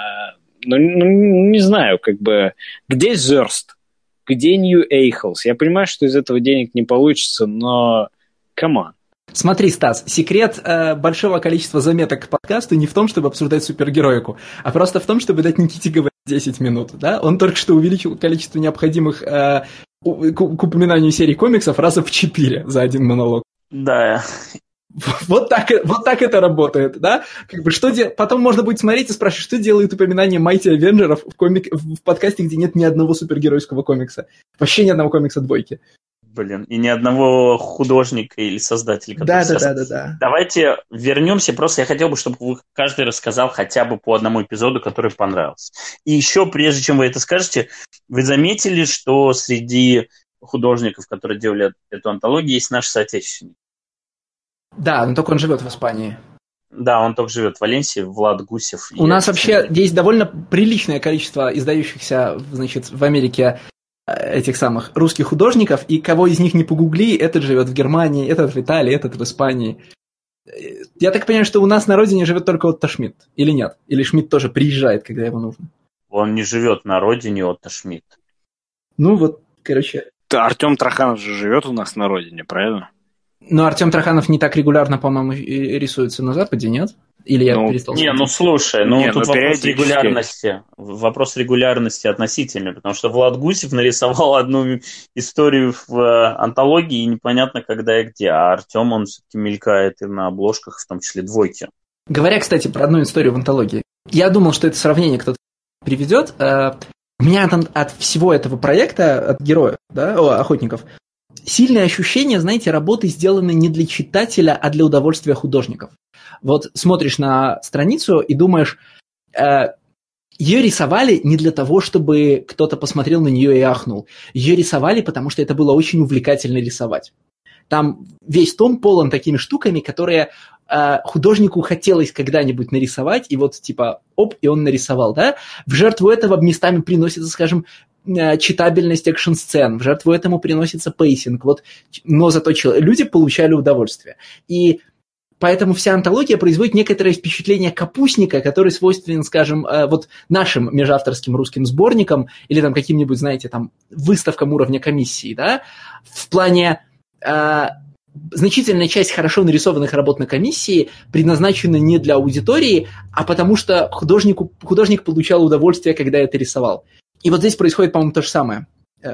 Не знаю, где Зёрст, где Нью Эйхолс? Я понимаю, что из этого денег не получится, но камон. Смотри, Стас, секрет большого количества заметок к подкасту не в том, чтобы обсуждать супергероику, а просто в том, чтобы дать Никите говорить 10 минут. Да? Он только что увеличил количество необходимых к упоминанию серий комиксов раза в 4 за один монолог. Да. Вот так это работает, да? Потом можно будет смотреть и спрашивать, что делает упоминание Mighty Avengers в подкасте, где нет ни одного супергеройского комикса. Вообще ни одного комикса двойки. И ни одного художника или создателя. Да. Давайте вернемся. Просто я хотел бы, чтобы каждый рассказал хотя бы по одному эпизоду, который понравился. И еще, прежде чем вы это скажете, вы заметили, что среди художников, которые делали эту антологию, есть наш соотечественник? Да, но только он живет в Испании. Да, он только живет в Валенсии, Влад Гусев. У нас вообще есть довольно приличное количество издающихся, в Америке этих самых русских художников, и кого из них не погугли, этот живет в Германии, этот в Италии, этот в Испании. Я так понимаю, что у нас на родине живет только Отто Шмидт, или нет? Или Шмидт тоже приезжает, когда ему нужно? Он не живет на родине, Отто Шмидт. Артем Траханов же живет у нас на родине, правильно? Но Артем Траханов не так регулярно, по-моему, рисуется на Западе, нет? Или я перестал? Слушай, тут вопрос регулярности относительный, потому что Влад Гусев нарисовал одну историю в антологии, и непонятно когда и где, а Артем, он все-таки мелькает и на обложках, в том числе двойки. Говоря, кстати, про одну историю в антологии, я думал, что это сравнение кто-то приведет. У меня от всего этого проекта, от героев, охотников, сильное ощущение, знаете, работы сделаны не для читателя, а для удовольствия художников. Вот смотришь на страницу и думаешь, ее рисовали не для того, чтобы кто-то посмотрел на нее и ахнул. Ее рисовали, потому что это было очень увлекательно рисовать. Там весь том полон такими штуками, которые художнику хотелось когда-нибудь нарисовать, и и он нарисовал, да? В жертву этого местами приносится, скажем, читабельность экшн-сцен, в жертву этому приносится пейсинг, но зато люди получали удовольствие. И поэтому вся антология производит некоторое впечатление капустника, который свойственен, скажем, нашим межавторским русским сборникам или там каким-нибудь, знаете, там выставкам уровня комиссии, да, в плане значительная часть хорошо нарисованных работ на комиссии предназначена не для аудитории, а потому что художник получал удовольствие, когда это рисовал. И здесь происходит, по-моему, то же самое.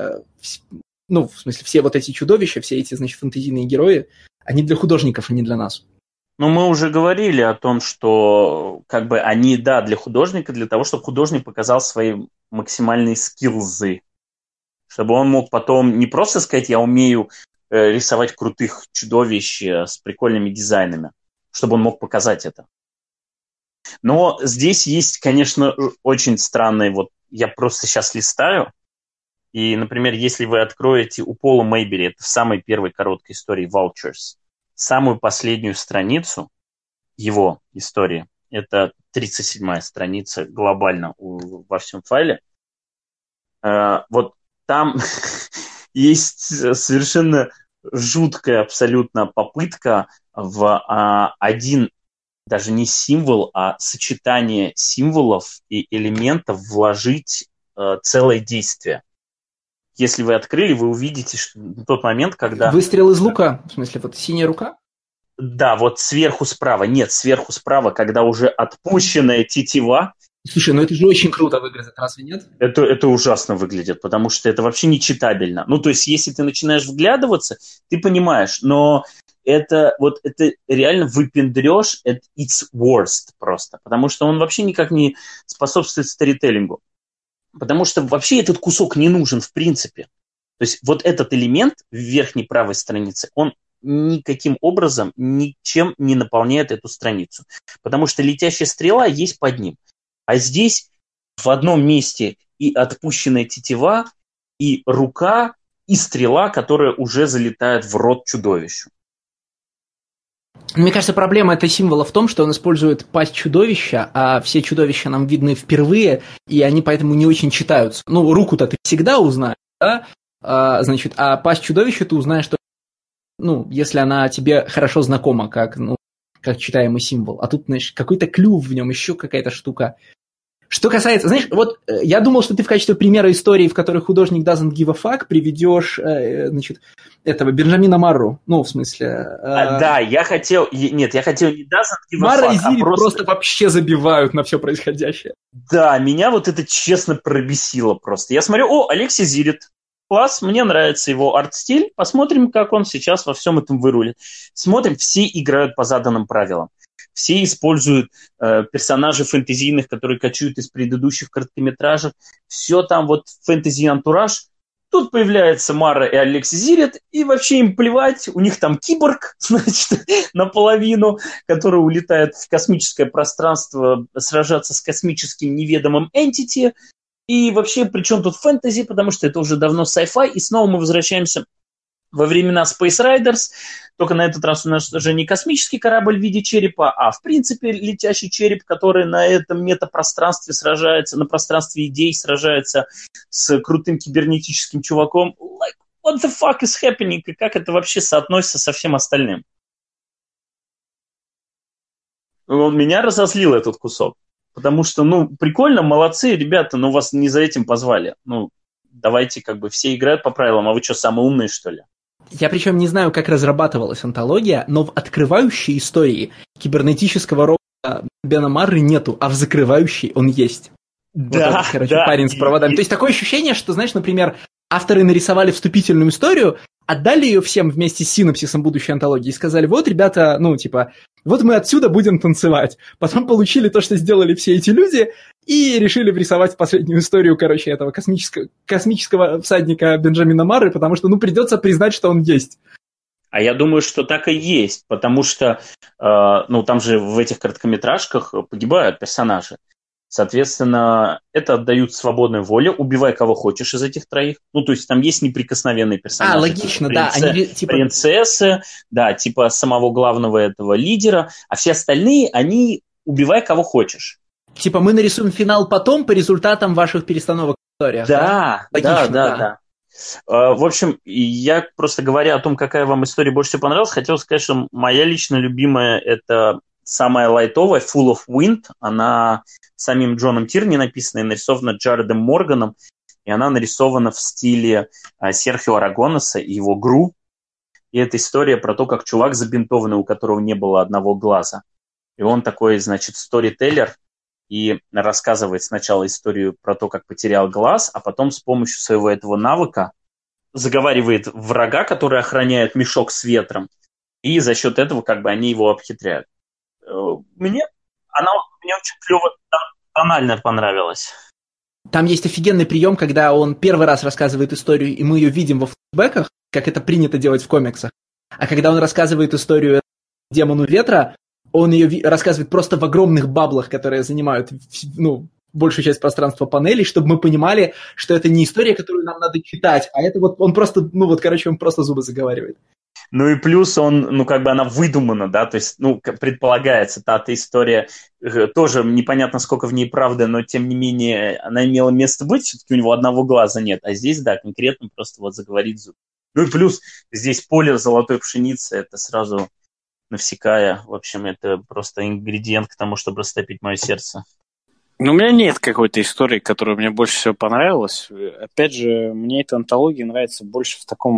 В смысле, все эти чудовища, все эти, фэнтезийные герои, они для художников, а не для нас. Мы уже говорили о том, что они, для художника, для того, чтобы художник показал свои максимальные скиллзы. Чтобы он мог потом не просто сказать, я умею рисовать крутых чудовищ с прикольными дизайнами, чтобы он мог показать это. Но здесь есть, конечно, очень странные, я просто сейчас листаю, и, например, если вы откроете у Пола Мейбери, это в самой первой короткой истории Vultures, самую последнюю страницу его истории, это 37-я страница глобально во всем файле, там есть совершенно жуткая абсолютно попытка в один, даже не символ, а сочетание символов и элементов вложить целое действие. Если вы открыли, вы увидите, что в тот момент, когда... Выстрел из лука? В смысле, синяя рука? Да, сверху справа. Нет, сверху справа, когда уже отпущенная тетива, Слушай, ну это же очень круто выглядит, разве нет? Это ужасно выглядит, потому что это вообще не читабельно. Ну, то есть, если ты начинаешь вглядываться, ты понимаешь, но это реально выпендрёж at its worst просто, потому что он вообще никак не способствует сторителлингу. Потому что вообще этот кусок не нужен в принципе. То есть вот этот элемент в верхней правой странице, он никаким образом ничем не наполняет эту страницу. Потому что летящая стрела есть под ним. А здесь в одном месте и отпущенная тетива, и рука, и стрела, которая уже залетает в рот чудовищу. Мне кажется, проблема этого символа в том, что он использует пасть чудовища, а все чудовища нам видны впервые, и они поэтому не очень читаются. Ну, руку-то ты всегда узнаешь, да? Значит, а пасть чудовища ты узнаешь, что, ну, если она тебе хорошо знакома, как читаемый символ. А тут, знаешь, какой-то клюв в нем, еще какая-то штука. Что касается, знаешь, вот я думал, что ты в качестве примера истории, в которой художник doesn't give a fuck, приведешь, значит, этого Бенджамина Марру. Ну, в смысле... Да, я хотел не doesn't give a Марра fuck, и Зирит просто вообще забивают на все происходящее. Да, меня вот это честно пробесило просто. Я смотрю, Алексей Зирит. Класс, мне нравится его арт-стиль. Посмотрим, как он сейчас во всем этом вырулит. Смотрим, все играют по заданным правилам. Все используют персонажей фэнтезийных, которые кочуют из предыдущих короткометражек. Все там вот фэнтези-антураж. Тут появляется Мара и Алексей Зирит, и вообще им плевать. У них там киборг, значит, наполовину, который улетает в космическое пространство сражаться с космическим неведомым entity. И вообще, при чем тут фэнтези, потому что это уже давно sci-fi, и снова мы возвращаемся во времена Space Riders, только на этот раз у нас уже не космический корабль в виде черепа, а в принципе летящий череп, который на этом метапространстве сражается, на пространстве идей сражается с крутым кибернетическим чуваком. Like, what the fuck is happening? И как это вообще соотносится со всем остальным? Меня разозлил этот кусок. Потому что, прикольно, молодцы, ребята, но вас не за этим позвали. Давайте, все играют по правилам, а вы что, самые умные, что ли? Я причем не знаю, как разрабатывалась антология, но в открывающей истории кибернетического робота Бена Марры нету, а в закрывающей он есть. Да, вот этот, парень с проводами. То есть такое ощущение, что, знаешь, например, авторы нарисовали вступительную историю, отдали ее всем вместе с синопсисом будущей антологии и сказали, вот, ребята, вот мы отсюда будем танцевать. Потом получили то, что сделали все эти люди, и решили врисовать последнюю историю, этого космического всадника Бенджамина Марры, потому что, придется признать, что он есть. А я думаю, что так и есть, потому что, там же в этих короткометражках погибают персонажи. Соответственно, это отдают свободной воле, убивай кого хочешь из этих троих. То есть там есть неприкосновенные персонажи. Логично, да. Принцессы, да, типа самого главного этого лидера. А все остальные, они убивай кого хочешь. Типа мы нарисуем финал потом по результатам ваших перестановок в историях. Да, логично, да. В общем, я просто говоря о том, какая вам история больше всего понравилась, хотел сказать, что моя лично любимая это самая лайтовая, Full of Wind. Она самим Джоном Тирни написана и нарисована Джаредом Морганом. И она нарисована в стиле Серхио Арагонеса и его Гру. И это история про то, как чувак забинтованный, у которого не было одного глаза. И он такой, значит, сторителлер. И рассказывает сначала историю про то, как потерял глаз, а потом с помощью своего этого навыка заговаривает врага, который охраняет мешок с ветром. И за счет этого они его обхитряют. Мне очень клево, тонально понравилась. Там есть офигенный прием, когда он первый раз рассказывает историю, и мы ее видим во флешбэках, как это принято делать в комиксах. А когда он рассказывает историю демону ветра, он ее рассказывает просто в огромных баблах, которые занимают большую часть пространства панелей, чтобы мы понимали, что это не история, которую нам надо читать, а это он просто, он просто зубы заговаривает. И плюс она выдумана, да, то есть, предполагается, та история, тоже непонятно, сколько в ней правды, но, тем не менее, она имела место быть, все-таки у него одного глаза нет, а здесь, да, конкретно просто заговорит зуб. И плюс здесь поле золотой пшеницы, это сразу навсекая, в общем, это просто ингредиент к тому, чтобы растопить мое сердце. У меня нет какой-то истории, которая мне больше всего понравилась. Опять же, мне эта антология нравится больше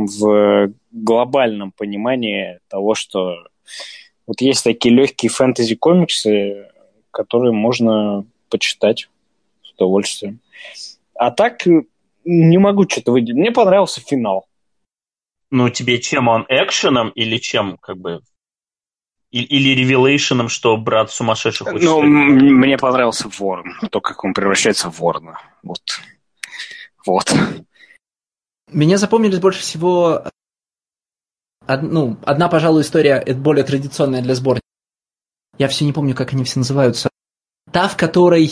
в глобальном понимании того, что вот есть такие легкие фэнтези-комиксы, которые можно почитать. удовольствием. А так не могу что-то выделить. Мне понравился финал. Ну, тебе чем он? Экшеном или чем, как бы? Или ревелейшеном, что брат сумасшедший хочет? Ну, мне понравился Ворон. То, как он превращается в Ворона. Вот. Меня запомнились больше всего одна, пожалуй, история, это более традиционная для сборника. Я все не помню, как они все называются. Та, в которой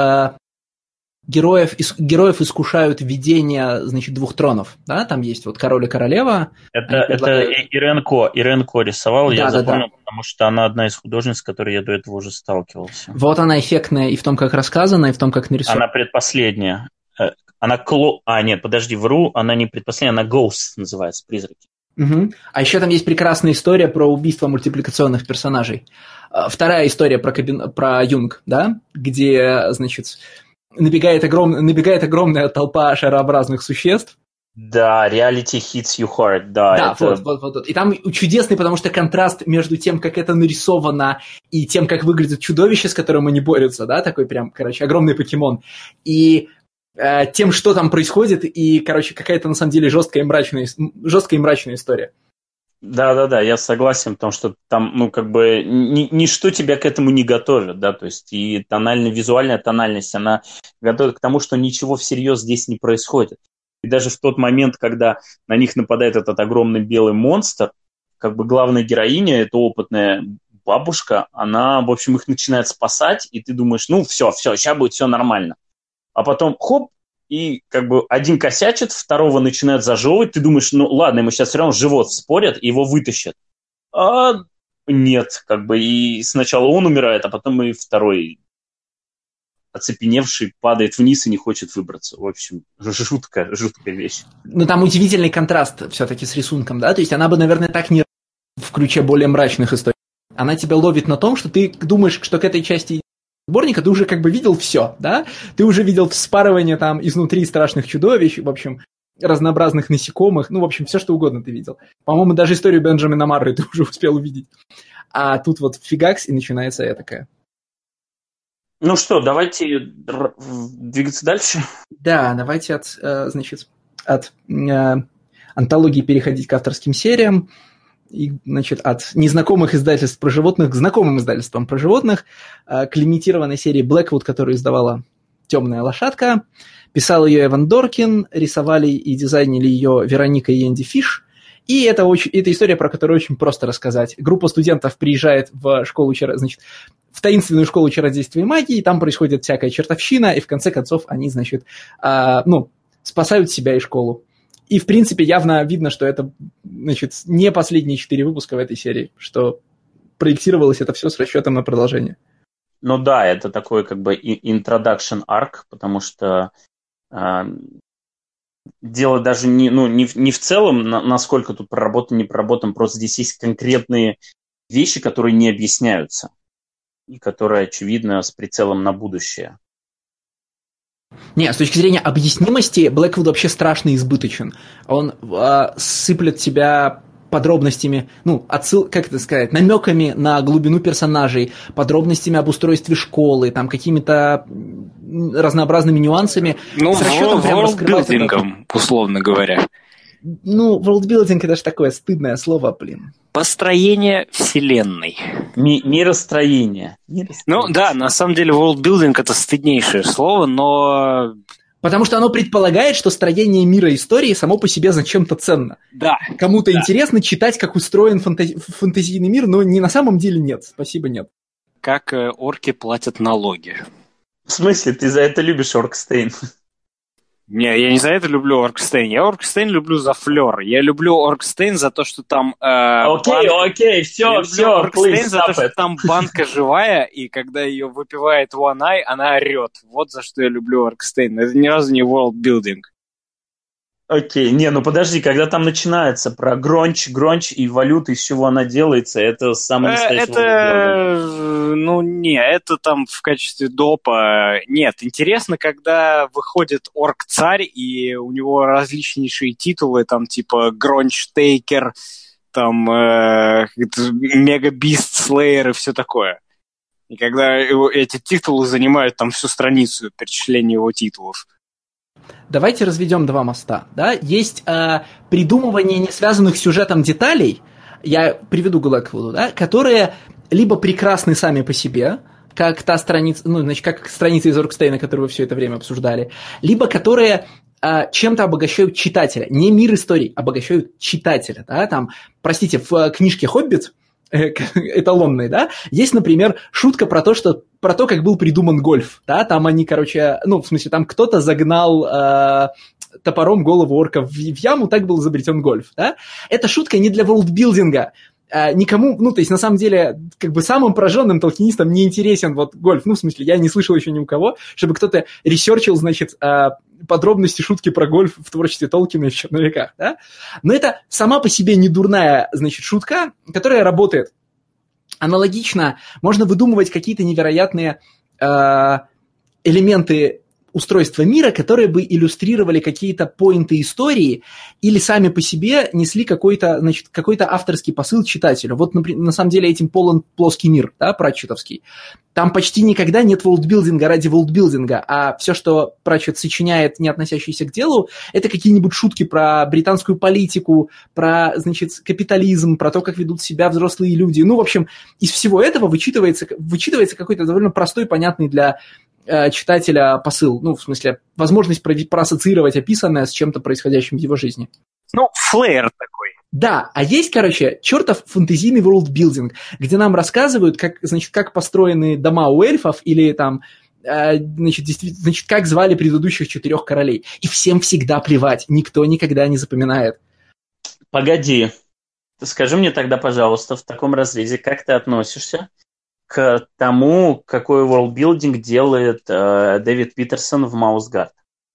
героев искушают видения, значит, двух тронов. Да? Там есть вот король и королева. Это Ирен Ко рисовал, я запомнил, да. потому что она одна из художниц, с которой я до этого уже сталкивался. Вот она эффектная и в том, как рассказана, и в том, как нарисована. Она предпоследняя. Нет, подожди, вру, она не предпоследняя, она Ghost называется, призраки. Угу. А еще там есть прекрасная история про убийство мультипликационных персонажей. Вторая история про Юнг, да, где, значит, набегает огромная толпа шарообразных существ. Да, reality hits you hard, да. Да, это... вот. И там чудесный, потому что контраст между тем, как это нарисовано, и тем, как выглядит чудовище, с которым они борются, да, такой прям, огромный покемон. И тем, что там происходит, и, какая-то на самом деле жесткая и мрачная история. Да, я согласен, потому что там, ничто тебя к этому не готовит, да, то есть и визуальная тональность, она готовит к тому, что ничего всерьез здесь не происходит. И даже в тот момент, когда на них нападает этот огромный белый монстр, главная героиня, эта опытная бабушка, она, в общем, их начинает спасать, и ты думаешь, все, сейчас будет все нормально. А потом, хоп, и один косячит, второго начинают зажевывать, ты думаешь, ладно, ему сейчас все равно живот вспорят, и его вытащат. А нет, и сначала он умирает, а потом и второй оцепеневший падает вниз и не хочет выбраться. В общем, жуткая вещь. Но там удивительный контраст все-таки с рисунком, да, то есть она бы, наверное, так не в ключе более мрачных историй. Она тебя ловит на том, что ты думаешь, что к этой части сборника ты уже видел все, да? Ты уже видел вспарывание там изнутри страшных чудовищ, в общем, разнообразных насекомых, в общем, все что угодно ты видел. По-моему, даже историю Бенджамина Марры ты уже успел увидеть. А тут вот фигакс, и начинается этакое. Ну что, давайте двигаться дальше. Да, давайте от антологии переходить к авторским сериям. И, от незнакомых издательств про животных к знакомым издательствам про животных, к лимитированной серии Blackwood, которую издавала «Темная лошадка». Писал ее Эван Доркин, рисовали и дизайнили ее Вероника и Энди Фиш. И это история, про которую очень просто рассказать. Группа студентов приезжает в в таинственную школу чародейства и магии, и там происходит всякая чертовщина, и в конце концов они, спасают себя и школу. И, в принципе, явно видно, что это, не последние 4 выпуска в этой серии, что проектировалось это все с расчетом на продолжение. Ну да, это такой introduction arc, потому что дело даже не в целом, насколько тут проработан, не проработан, просто здесь есть конкретные вещи, которые не объясняются, и которые, очевидно, с прицелом на будущее. Не, с точки зрения объяснимости, Blackwood вообще страшно избыточен. Он сыплет тебя подробностями, намеками на глубину персонажей, подробностями об устройстве школы, там какими-то разнообразными нюансами. С расчетом прям ворлдбилдингом, условно говоря. Ворлдбилдинг — это же такое стыдное слово, блин. Построение вселенной. Миростроение. Да, на самом деле ворлдбилдинг — это стыднейшее слово, но... Потому что оно предполагает, что строение мира и истории само по себе зачем-то ценно. Да. Кому-то интересно читать, как устроен фэнтезийный мир, но на самом деле нет. Спасибо, нет. Как орки платят налоги. В смысле? Ты за это любишь Оркстейн? Не, я не за это люблю Оркстейн. Я Оркстейн люблю за флёр. Я люблю Оркстейн за то, что там... Окей, все, Оркстейн за то, что там банка живая, и когда ее выпивает One Eye, она орет. Вот за что я люблю Оркстейн. Это ни разу не worldbuilding. Окей, подожди, когда там начинается про гронч и валюты, из чего она делается, это самый настоящий worldbuilding. Это там в качестве допа. Нет, интересно, когда выходит орк-царь, и у него различнейшие титулы, там типа Гронч-тейкер, там Мега-бист-слеер и все такое. И когда эти титулы занимают там всю страницу перечисления его титулов. Давайте разведем два моста. Да? Есть придумывание не связанных с сюжетом деталей, я приведу Глэквуду, да, которые либо прекрасны сами по себе, как та страница, ну, значит, как страница из Оркстейна, которую вы все это время обсуждали, либо которые чем-то обогащают читателя. Не мир историй, обогащают читателя. Да? Там, простите, в книжке «Хоббит» эталонной, да, есть, например, шутка про то, как был придуман гольф, да, там они, короче, ну, в смысле, там кто-то загнал топором голову орка в яму, так был изобретен гольф, да. Эта шутка не для ворлдбилдинга, никому, ну, то есть, на самом деле, как бы самым пораженным толкинистам не интересен вот гольф, ну, в смысле, я не слышал еще ни у кого, чтобы кто-то ресерчил, значит, подробности шутки про гольф в творчестве Толкина и в «Черновиках», да? Но это сама по себе не дурная, значит, шутка, которая работает. Аналогично можно выдумывать какие-то невероятные элементы устройства мира, которые бы иллюстрировали какие-то поинты истории или сами по себе несли какой-то авторский посыл читателю. Вот, например, на самом деле этим полон «Плоский мир», да, пратчеттовский. Там почти никогда нет волдбилдинга ради волдбилдинга, а все, что Пратчетт сочиняет, не относящиеся к делу, это какие-нибудь шутки про британскую политику, про, значит, капитализм, про то, как ведут себя взрослые люди. Ну, в общем, из всего этого вычитывается какой-то довольно простой, понятный для читателя посыл, ну, в смысле, возможность проассоциировать описанное с чем-то происходящим в его жизни. Ну, флэйр такой. Да, а есть, короче, чертов фэнтезийный ворлдбилдинг, где нам рассказывают, как построены дома у эльфов или там, значит, как звали предыдущих 4 королей. И всем всегда плевать, никто никогда не запоминает. Погоди, скажи мне тогда, пожалуйста, в таком разрезе, как ты относишься к тому, какой ворлдбилдинг делает Дэвид Питерсон в Маусгард?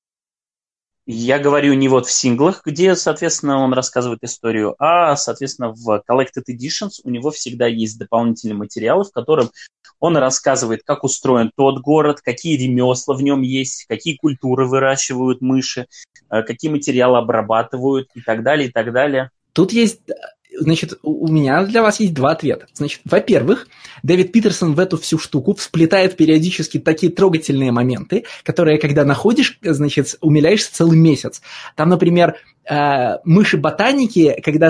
Я говорю не вот в синглах, где, соответственно, он рассказывает историю, а, соответственно, в Collected Editions у него всегда есть дополнительные материалы, в которых он рассказывает, как устроен тот город, какие ремесла в нем есть, какие культуры выращивают мыши, какие материалы обрабатывают и так далее, и так далее. Тут есть... Значит, у меня для вас есть 2 ответа. Значит, во-первых, Дэвид Питерсон в эту всю штуку всплетает периодически такие трогательные моменты, которые, когда находишь, значит, умиляешься целый месяц. Там, например, мыши-ботаники, когда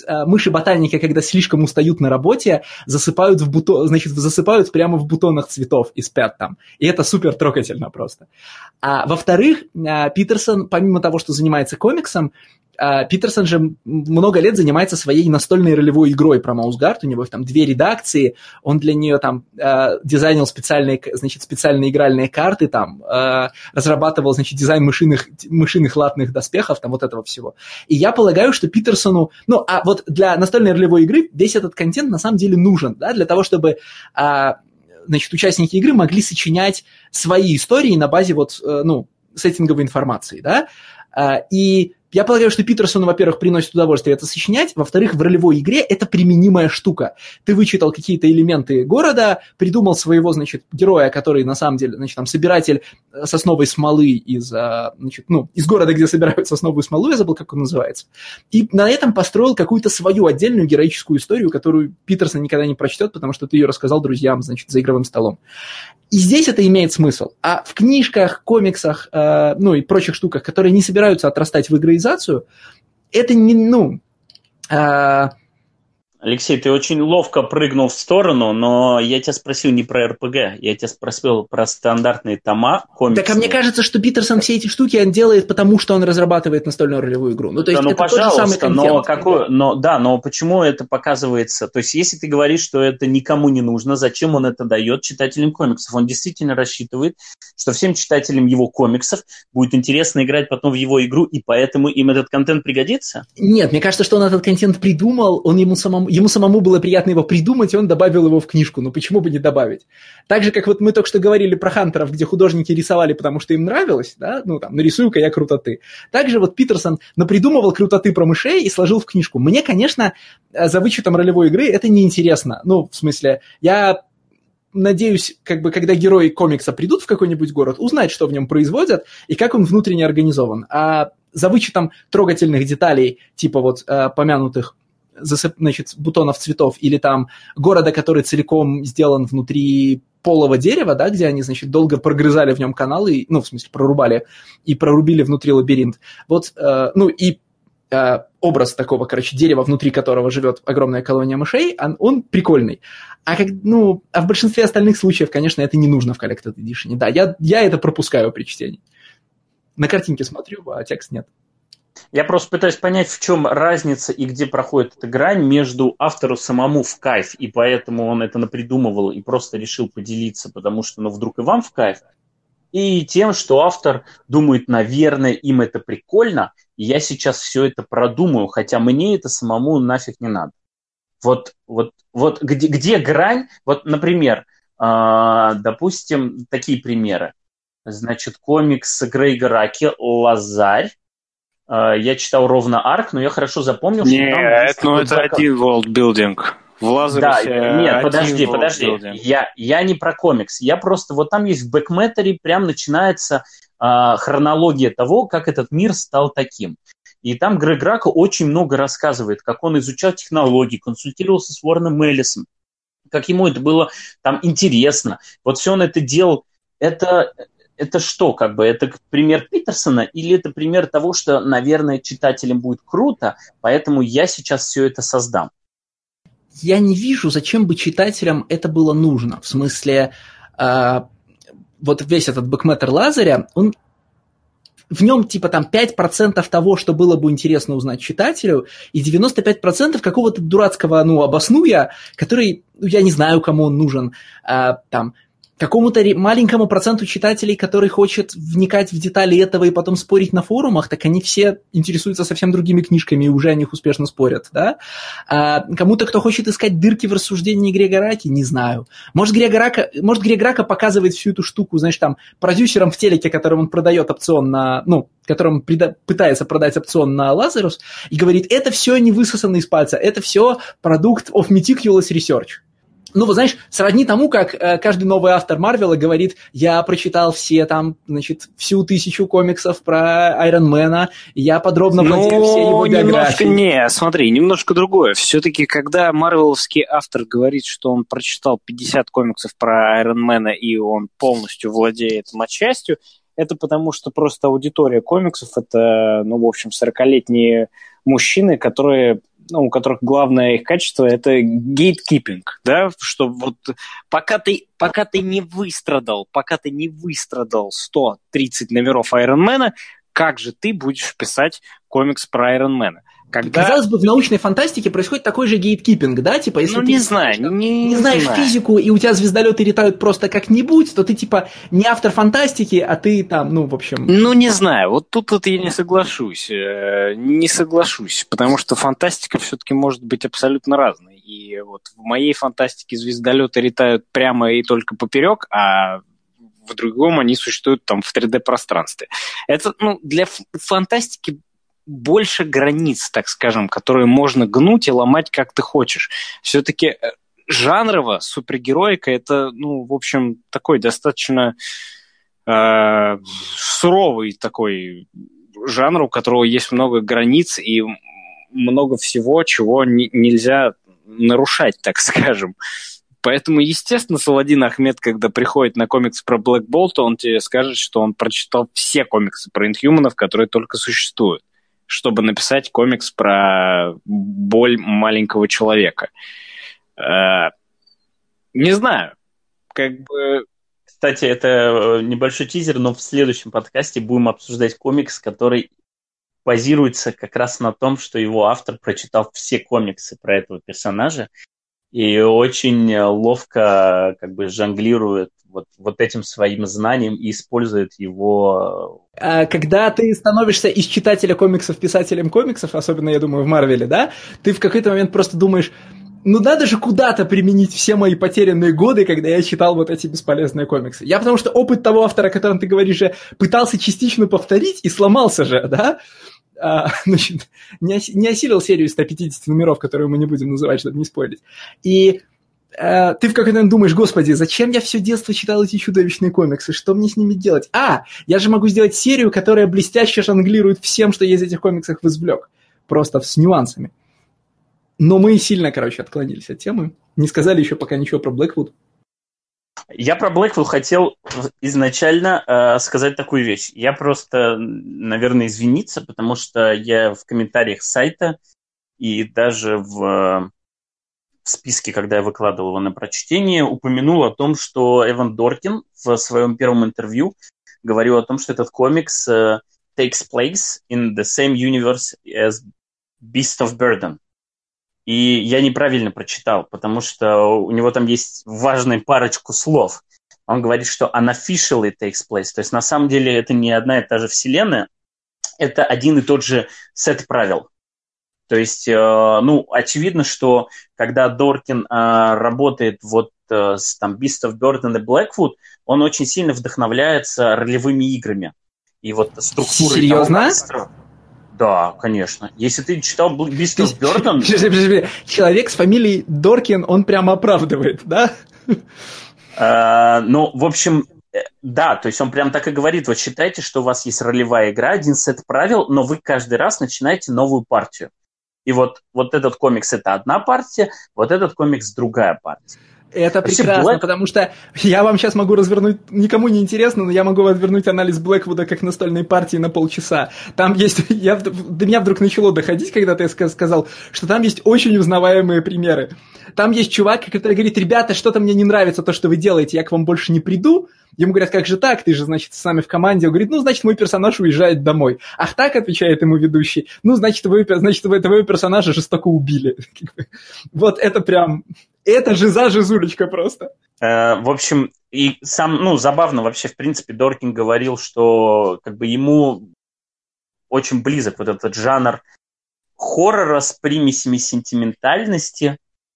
слишком устают на работе, засыпают прямо в бутонах цветов и спят там. И это супер трогательно просто. А во-вторых, Питерсон, помимо того, что занимается комиксом, Питерсон же много лет занимается своей настольной ролевой игрой про Маусгард. У него там 2 редакции, он для нее там дизайнил специальные игральные карты, там разрабатывал, значит, дизайн мышиных латных доспехов, там вот этого всего. И я полагаю, что Питерсону... Ну, а вот для настольной ролевой игры весь этот контент на самом деле нужен, да, для того, чтобы... значит, участники игры могли сочинять свои истории на базе вот, сеттинговой информации, да, и я полагаю, что Питерсону, во-первых, приносит удовольствие это сочинять, во-вторых, в ролевой игре это применимая штука. Ты вычитал какие-то элементы города, придумал своего, значит, героя, который на самом деле, значит, там, собиратель сосновой смолы из города, где собирают сосновую смолу, я забыл, как он называется, и на этом построил какую-то свою отдельную героическую историю, которую Питерсон никогда не прочтет, потому что ты ее рассказал друзьям, значит, за игровым столом. И здесь это имеет смысл. А в книжках, комиксах, и прочих штуках, которые не собираются отрастать в игроизацию, это не, Алексей, ты очень ловко прыгнул в сторону, но я тебя спросил не про РПГ, я тебя спросил про стандартные тома комиксные. Так, а мне кажется, что Питерсон все эти штуки он делает, потому что он разрабатывает настольную ролевую игру. Ну, то есть, это тот же самый контент. Но почему это показывается? То есть, если ты говоришь, что это никому не нужно, зачем он это дает читателям комиксов? Он действительно рассчитывает, что всем читателям его комиксов будет интересно играть потом в его игру, и поэтому им этот контент пригодится? Нет, мне кажется, что он этот контент придумал, ему самому было приятно его придумать, и он добавил его в книжку. Ну, почему бы не добавить? Так же, как вот мы только что говорили про Хантеров, где художники рисовали, потому что им нравилось, да, нарисую-ка я крутоты. Также вот Питерсон напридумывал крутоты про мышей и сложил в книжку. Мне, конечно, за вычетом ролевой игры это неинтересно. Ну, в смысле, я надеюсь, когда герои комикса придут в какой-нибудь город, узнать, что в нем производят и как он внутренне организован. А за вычетом трогательных деталей, типа вот помянутых, значит, бутонов цветов или там города, который целиком сделан внутри полого дерева, да, где они, значит, долго прогрызали в нем каналы, ну, в смысле, прорубали, и прорубили внутри лабиринт. Вот, образ такого, короче, дерева, внутри которого живет огромная колония мышей, он прикольный. А в большинстве остальных случаев, конечно, это не нужно в Collected Edition. Да, я это пропускаю при чтении. На картинке смотрю, а текст нет. Я просто пытаюсь понять, в чем разница и где проходит эта грань между автору самому в кайф, и поэтому он это напридумывал и просто решил поделиться, потому что, вдруг и вам в кайф, и тем, что автор думает, наверное, им это прикольно, и я сейчас все это продумаю, хотя мне это самому нафиг не надо. Вот где грань? Вот, например, допустим, такие примеры. Значит, комикс Грейга Раки «Лазарь». Я читал ровно арк, но я хорошо запомнил, что там... это один worldbuilding. В Лазарусе... Да, нет, подожди. Я не про комикс. Я просто... Вот там есть в бэкмэттере прям начинается хронология того, как этот мир стал таким. И там Грег Рака очень много рассказывает, как он изучал технологии, консультировался с Уорреном Эллисом, как ему это было там интересно. Вот все он это делал. Это что, это пример Питерсона или это пример того, что, наверное, читателям будет круто, поэтому я сейчас все это создам? Я не вижу, зачем бы читателям это было нужно. В смысле, вот весь этот бэкметтер Лазаря, в нем типа там 5% того, что было бы интересно узнать читателю, и 95% какого-то дурацкого, обоснуя, который, я не знаю, кому он нужен, какому-то маленькому проценту читателей, который хочет вникать в детали этого и потом спорить на форумах, так они все интересуются совсем другими книжками и уже о них успешно спорят, да? А кому-то, кто хочет искать дырки в рассуждении Грега Раки, не знаю. Может, Грег Рака показывает всю эту штуку, знаешь, там, продюсерам в телеке, которым он продает опцион на... которым пытается продать опцион на Lazarus, и говорит, это все не высосано из пальца, это все продукт of meticulous research. Вы знаешь, сродни тому, как каждый новый автор Марвела говорит, я прочитал всю 1000 комиксов про Айронмена, я подробно владею всей его биографией. Немножко другое. Все-таки, когда марвеловский автор говорит, что он прочитал 50 комиксов про Айронмена и он полностью владеет матчастью, это потому, что просто аудитория комиксов – это, 40-летние мужчины, у которых главное их качество – это гейткипинг, да, что вот пока ты не выстрадал 130 номеров Айронмена, как же ты будешь писать комикс про Айронмена? Казалось бы, в научной фантастике происходит такой же гейткипинг, да? Типа, если ты не знаешь физику, и у тебя звездолеты летают просто как-нибудь, то ты, типа, не автор фантастики, а ты там, в общем... не знаю. Вот тут я не соглашусь. Потому что фантастика все-таки может быть абсолютно разной. И вот в моей фантастике звездолеты летают прямо и только поперек, а в другом они существуют там в 3D-пространстве. Это, для фантастики больше границ, так скажем, которые можно гнуть и ломать, как ты хочешь. Все-таки жанрово супергероика – это, в общем, такой достаточно суровый такой жанр, у которого есть много границ и много всего, чего нельзя нарушать, так скажем. Поэтому, естественно, Саладин Ахмед, когда приходит на комикс про Black Bolt, он тебе скажет, что он прочитал все комиксы про инхьюманов, которые только существуют, чтобы написать комикс про боль маленького человека. Не знаю. Кстати, это небольшой тизер, но в следующем подкасте будем обсуждать комикс, который базируется как раз на том, что его автор прочитал все комиксы про этого персонажа и очень ловко жонглирует вот этим своим знанием и использует его... Когда ты становишься из читателя комиксов писателем комиксов, особенно, я думаю, в Марвеле, да, ты в какой-то момент просто думаешь, надо же куда-то применить все мои потерянные годы, когда я читал вот эти бесполезные комиксы. Я потому что опыт того автора, о котором ты говоришь, же пытался частично повторить и сломался же, да? Не осилил серию 150 номеров, которую мы не будем называть, чтобы не спойлерить. И ты в какой-то момент думаешь, господи, зачем я все детство читал эти чудовищные комиксы, что мне с ними делать? Я же могу сделать серию, которая блестяще жонглирует всем, что я из этих комиксов извлек. Просто с нюансами. Но мы сильно, отклонились от темы. Не сказали еще пока ничего про Блэквуд. Я про Blackwell хотел изначально сказать такую вещь. Я просто, наверное, извиниться, потому что я в комментариях сайта и даже в списке, когда я выкладывал его на прочтение, упомянул о том, что Эван Доркин в своем первом интервью говорил о том, что этот комикс takes place in the same universe as Beast of Burden. И я неправильно прочитал, потому что у него там есть важная парочку слов. Он говорит, что unofficially takes place. То есть на самом деле это не одна и та же вселенная, это один и тот же сет правил. То есть, очевидно, что когда Доркин работает с там, Beast of Burden и Blackwood, он очень сильно вдохновляется ролевыми играми. И вот структурой... Серьезно? Да, конечно. Если ты читал Beast of Burden... Человек с фамилией Доркин, он прямо оправдывает, да? В общем, да, то есть он прям так и говорит, вот считайте, что у вас есть ролевая игра, один сет правил, но вы каждый раз начинаете новую партию. И вот этот комикс – это одна партия, вот этот комикс – другая партия. Это прекрасно, потому что я вам сейчас могу развернуть, никому не интересно, но я могу развернуть анализ Блэквуда как настольной партии на полчаса. Там есть, до меня вдруг начало доходить, когда ты сказал, что там есть очень узнаваемые примеры. Там есть чувак, который говорит: ребята, что-то мне не нравится то, что вы делаете, я к вам больше не приду. Ему говорят: как же так, ты же, значит, с нами в команде. Он говорит: значит, мой персонаж уезжает домой. Ах так, отвечает ему ведущий, значит, твоего персонажа жестоко убили. Вот это прям... Это жизулечка просто. В общем, и сам, забавно вообще, в принципе, Доркин говорил, что как бы ему очень близок вот этот жанр хоррора с примесями сентиментальности,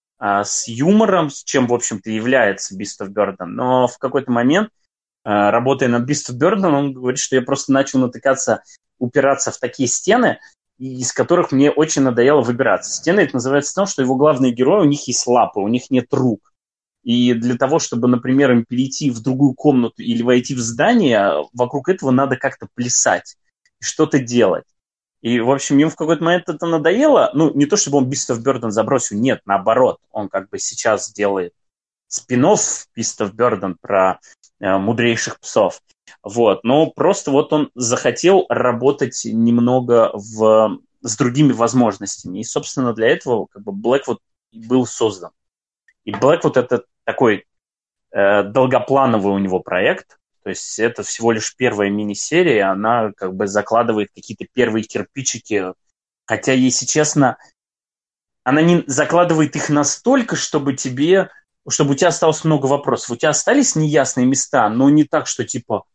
с юмором, с чем, в общем-то, является Beast of Burden. Но в какой-то момент, работая над Beast of Burden, он говорит, что я просто начал упираться в такие стены, из которых мне очень надоело выбираться. Стены это называется тем, что его главные герои, у них есть лапы, у них нет рук. И для того, чтобы, например, им перейти в другую комнату или войти в здание, вокруг этого надо как-то плясать и что-то делать. И, в общем, ему в какой-то момент это надоело. Не то, чтобы он Beast of Burden забросил, нет, наоборот. Он как бы сейчас делает спин-офф Beast of Burden про мудрейших псов. Но просто он захотел работать немного с другими возможностями. И, собственно, для этого как бы Blackwood был создан. И Blackwood это такой долгоплановый у него проект. То есть это всего лишь первая мини-серия, и она как бы закладывает какие-то первые кирпичики. Хотя, если честно, она не закладывает их настолько, чтобы у тебя осталось много вопросов. У тебя остались неясные места, но не так, что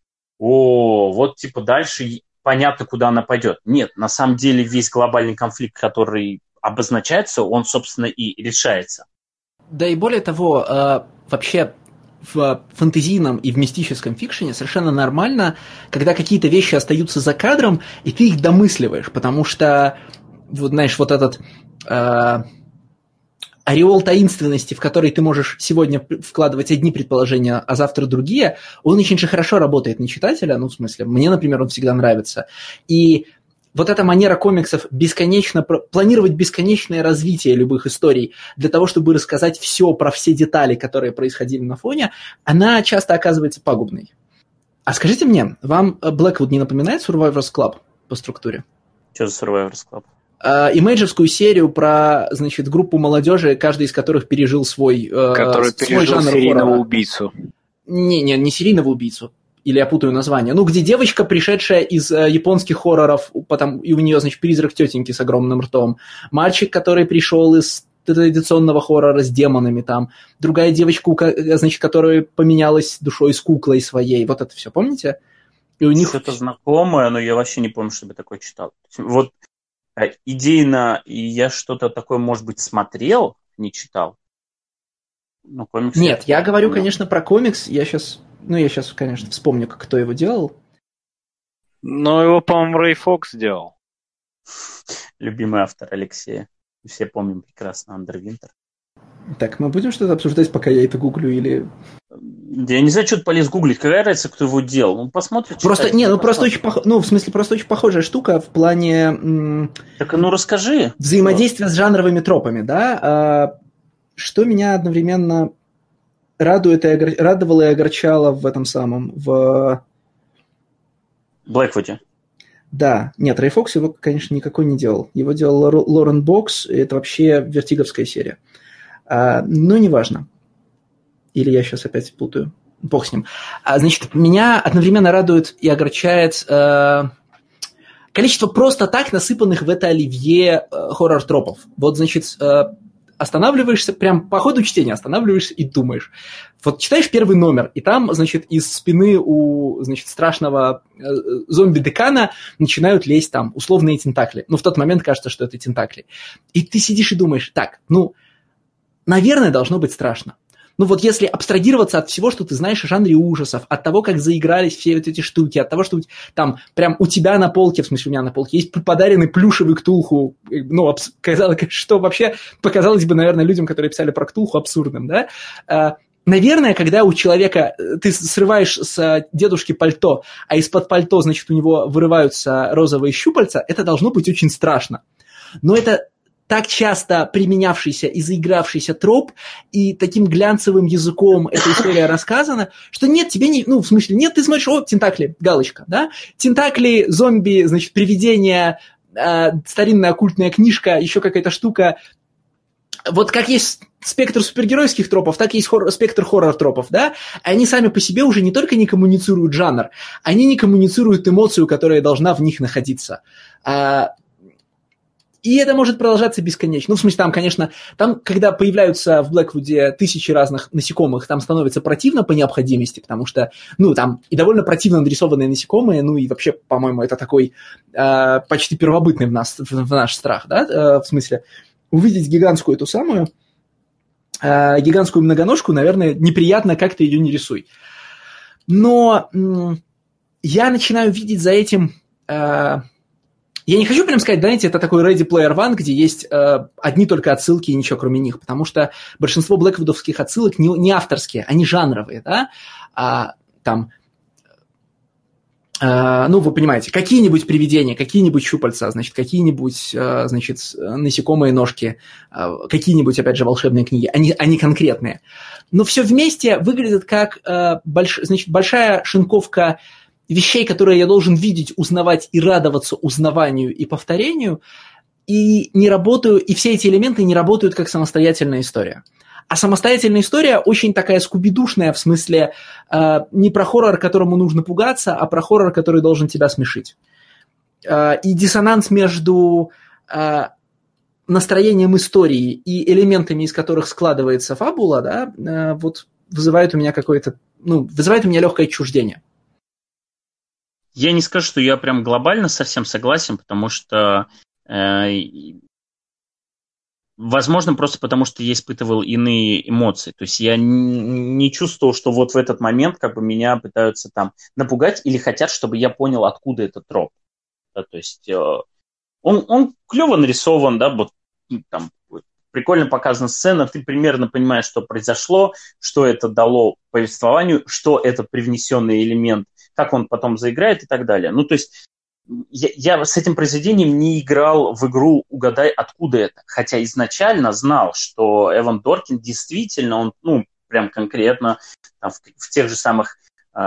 дальше понятно, куда она пойдет. Нет, на самом деле весь глобальный конфликт, который обозначается, он, собственно, и решается. Да и более того, вообще в фэнтезийном и в мистическом фикшене совершенно нормально, когда какие-то вещи остаются за кадром, и ты их домысливаешь, потому что, этот... ореол таинственности, в который ты можешь сегодня вкладывать одни предположения, а завтра другие, он очень же хорошо работает на читателя, в смысле, мне, например, он всегда нравится. И вот эта манера комиксов планировать бесконечное развитие любых историй для того, чтобы рассказать все про все детали, которые происходили на фоне, она часто оказывается пагубной. А скажите мне, вам Blackwood не напоминает Survivor's Club по структуре? Что за Survivor's Club? Имейджевскую серию про, группу молодежи, каждый из которых пережил свой жанр серийного хоррора. Убийцу. Не серийного убийцу. Или я путаю название. Где девочка, пришедшая из японских хорроров, и у нее, призрак тетеньки с огромным ртом. Мальчик, который пришел из традиционного хоррора с демонами там. Другая девочка, которая поменялась душой с куклой своей. Вот это все, помните? И у них... Что-то знакомое, но я вообще не помню, чтобы такое читал. Идейно я что-то такое, может быть, смотрел, не читал. Нет, я говорю, конечно, про комикс. Я сейчас, конечно, вспомню, кто его делал. Его, по-моему, Рэй Фокс делал. Любимый автор Алексея. Все помним прекрасно Андер Винтер. Так, мы будем что-то обсуждать, пока я это гуглю, или... Я не знаю, что ты полез гуглить. Какая разница, кто его делал? Посмотри. Просто очень похожая штука в плане... Так, расскажи. Взаимодействия с жанровыми тропами, да? Что меня одновременно радовало и огорчало в этом самом, в... Блэквуде. Да, нет, Рэй Фокс его, конечно, никакой не делал. Его делал Лорен Бокс, и это вообще вертиговская серия. Но неважно. Или я сейчас опять путаю. Бог с ним. Значит, меня одновременно радует и огорчает количество просто так насыпанных в это оливье хоррор-тропов. Вот, значит, останавливаешься, прям по ходу чтения останавливаешься и думаешь. Вот читаешь первый номер, и там, значит, из спины у, значит, страшного зомби-декана начинают лезть там условные тентакли. Ну, в тот момент кажется, что это тентакли. И ты сидишь и думаешь, так, ну, наверное, должно быть страшно. Ну вот если абстрагироваться от всего, что ты знаешь о жанре ужасов, от того, как заигрались все вот эти штуки, от того, что там прям у тебя на полке, в смысле у меня на полке, есть подаренный плюшевый Ктулху, ну, что вообще показалось бы, наверное, людям, которые писали про Ктулху, абсурдным, да? Наверное, когда у человека ты срываешь с дедушки пальто, а из-под пальто, значит, у него вырываются розовые щупальца, это должно быть очень страшно. Но это так часто применявшийся и заигравшийся троп, и таким глянцевым языком эта история рассказана, что нет, тебе не... Ну, в смысле, нет, ты смотришь, о, тентакли, галочка, да? Тентакли, зомби, значит, привидения, старинная оккультная книжка, еще какая-то штука. Вот как есть спектр супергеройских тропов, так есть спектр хоррор-тропов, да? Они сами по себе уже не только не коммуницируют жанр, они не коммуницируют эмоцию, которая должна в них находиться. И это может продолжаться бесконечно. Ну, в смысле, там, конечно, там, когда появляются в Блэквуде тысячи разных насекомых, там становится противно по необходимости, потому что, ну, там и довольно противно нарисованные насекомые, ну, и вообще, по-моему, это такой почти первобытный в наш страх, да, в смысле, увидеть гигантскую эту самую, гигантскую многоножку, наверное, неприятно, как ты ее не рисуй. Но я начинаю видеть за этим... Я не хочу прям сказать, знаете, это такой Ready Player One, где есть одни только отсылки и ничего кроме них, потому что большинство блэквудовских отсылок не авторские, они жанровые, да, ну, вы понимаете, какие-нибудь привидения, какие-нибудь щупальца, значит, какие-нибудь, значит, насекомые ножки, какие-нибудь, опять же, волшебные книги, они конкретные. Но все вместе выглядит как, значит, большая шинковка вещей, которые я должен видеть, узнавать и радоваться узнаванию и повторению, и не работаю, и все эти элементы не работают как самостоятельная история. А самостоятельная история очень такая скубидушная, в смысле не про хоррор, которому нужно пугаться, а про хоррор, который должен тебя смешить. И диссонанс между настроением истории и элементами, из которых складывается фабула, да, вот вызывает у меня вызывает у меня легкое отчуждение. Я не скажу, что я прям глобально совсем согласен, потому что, возможно, просто потому что я испытывал иные эмоции. То есть я не чувствовал, что вот в этот момент как бы меня пытаются там напугать или хотят, чтобы я понял, откуда этот троп. Да, то есть он клево нарисован, да, вот там прикольно показана сцена, ты примерно понимаешь, что произошло, что это дало повествованию, что это привнесенный элемент, как он потом заиграет и так далее. Ну, то есть я с этим произведением не играл в игру «Угадай, откуда это», хотя изначально знал, что Эван Доркин действительно, он, ну, прям конкретно там, в тех же самых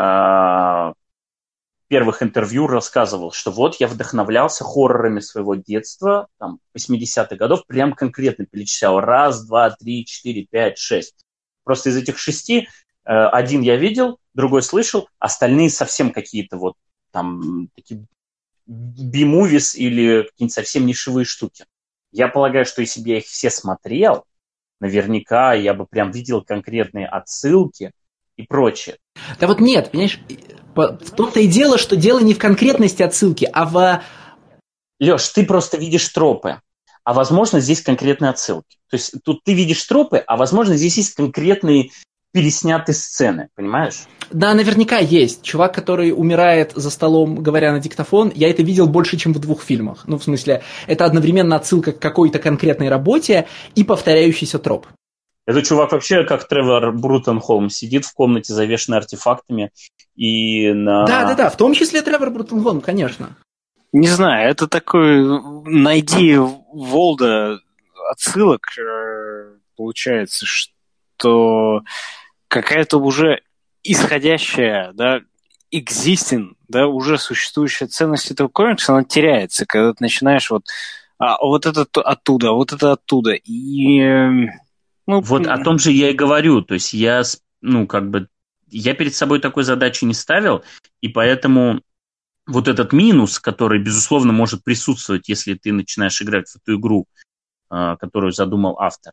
первых интервью рассказывал, что вот я вдохновлялся хоррорами своего детства, там, 80-х годов, прям конкретно перечислял 1, 2, 3, 4, 5, 6. Просто из этих 6 один я видел, другой слышал, остальные совсем какие-то вот там такие би-мувис или какие-нибудь совсем нишевые штуки. Я полагаю, что если бы я их все смотрел, наверняка я бы прям видел конкретные отсылки и прочее. Да вот нет, понимаешь, в том-то и дело, что дело не в конкретности отсылки, а в... Леш, ты просто видишь тропы, а возможно здесь конкретные отсылки. То есть тут ты видишь тропы, а возможно здесь есть конкретные переснятые сцены, понимаешь? Да, наверняка есть. Чувак, который умирает за столом, говоря на диктофон, я это видел больше, чем в 2 фильмах. Ну, в смысле, это одновременно отсылка к какой-то конкретной работе и повторяющийся троп. Этот чувак вообще как Тревор Брутенхолм сидит в комнате, завешенной артефактами и на... Да, в том числе Тревор Брутенхолм, конечно. Не знаю, это такой... Найди Волда отсылок, получается, что какая-то уже исходящая, да, existing, да, уже существующая ценность этого комикса, она теряется, когда ты начинаешь вот это оттуда, вот это оттуда. И, ну, вот о том же я и говорю. То есть я перед собой такой задачи не ставил, и поэтому вот этот минус, который, безусловно, может присутствовать, если ты начинаешь играть в эту игру, которую задумал автор,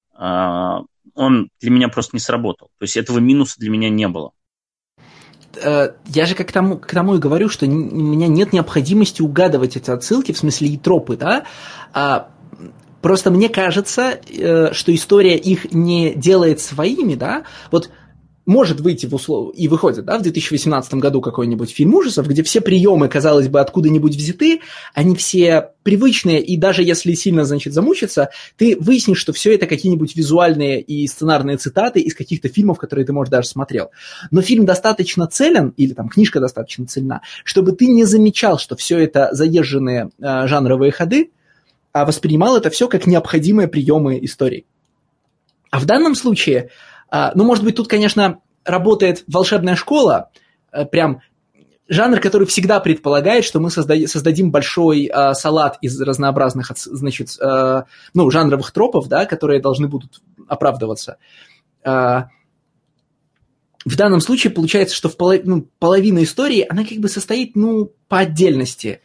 он для меня просто не сработал. То есть этого минуса для меня не было. Я же к тому и говорю, что у меня нет необходимости угадывать эти отсылки, в смысле и тропы, да. Просто мне кажется, что история их не делает своими, да. Вот может выйти и выходит, да, в 2018 году какой-нибудь фильм ужасов, где все приемы, казалось бы, откуда-нибудь взяты, они все привычные, и даже если сильно, значит, замучиться, ты выяснишь, что все это какие-нибудь визуальные и сценарные цитаты из каких-то фильмов, которые ты, может, даже смотрел. Но фильм достаточно целен, или там книжка достаточно цельна, чтобы ты не замечал, что все это заезженные жанровые ходы, а воспринимал это все как необходимые приемы истории. А в данном случае... Ну, может быть, тут, конечно, работает волшебная школа, прям жанр, который всегда предполагает, что мы создадим большой салат из разнообразных, значит, жанровых тропов, да, которые должны будут оправдываться. В данном случае получается, что половина истории, она как бы состоит, по отдельности.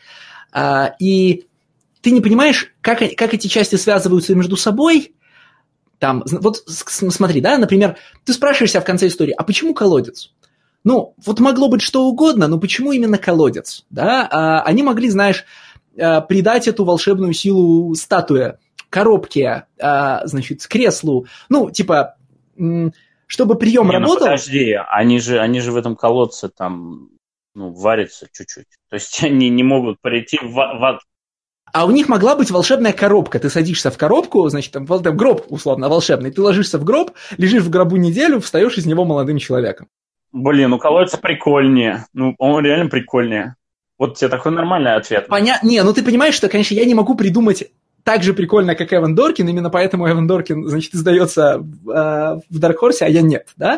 И ты не понимаешь, как эти части связываются между собой. Там, вот смотри, да, например, ты спрашиваешь себя в конце истории, а почему колодец? Ну, вот могло быть что угодно, но почему именно колодец? Да? Они могли, знаешь, придать эту волшебную силу статуе, коробке, значит, креслу. Ну, типа, чтобы прием работал... Подожди, они же в этом колодце там, варятся чуть-чуть. То есть они не могут прийти в... А у них могла быть волшебная коробка. Ты садишься в коробку, значит, там гроб, условно, волшебный. Ты ложишься в гроб, лежишь в гробу неделю, встаешь из него молодым человеком. Блин, колодец прикольнее. Он реально прикольнее. Вот тебе такой нормальный ответ. Не, ты понимаешь, что, конечно, я не могу придумать так же прикольно, как Эван Доркин, именно поэтому Эван Доркин, значит, издается в Dark Horse, а я нет, да?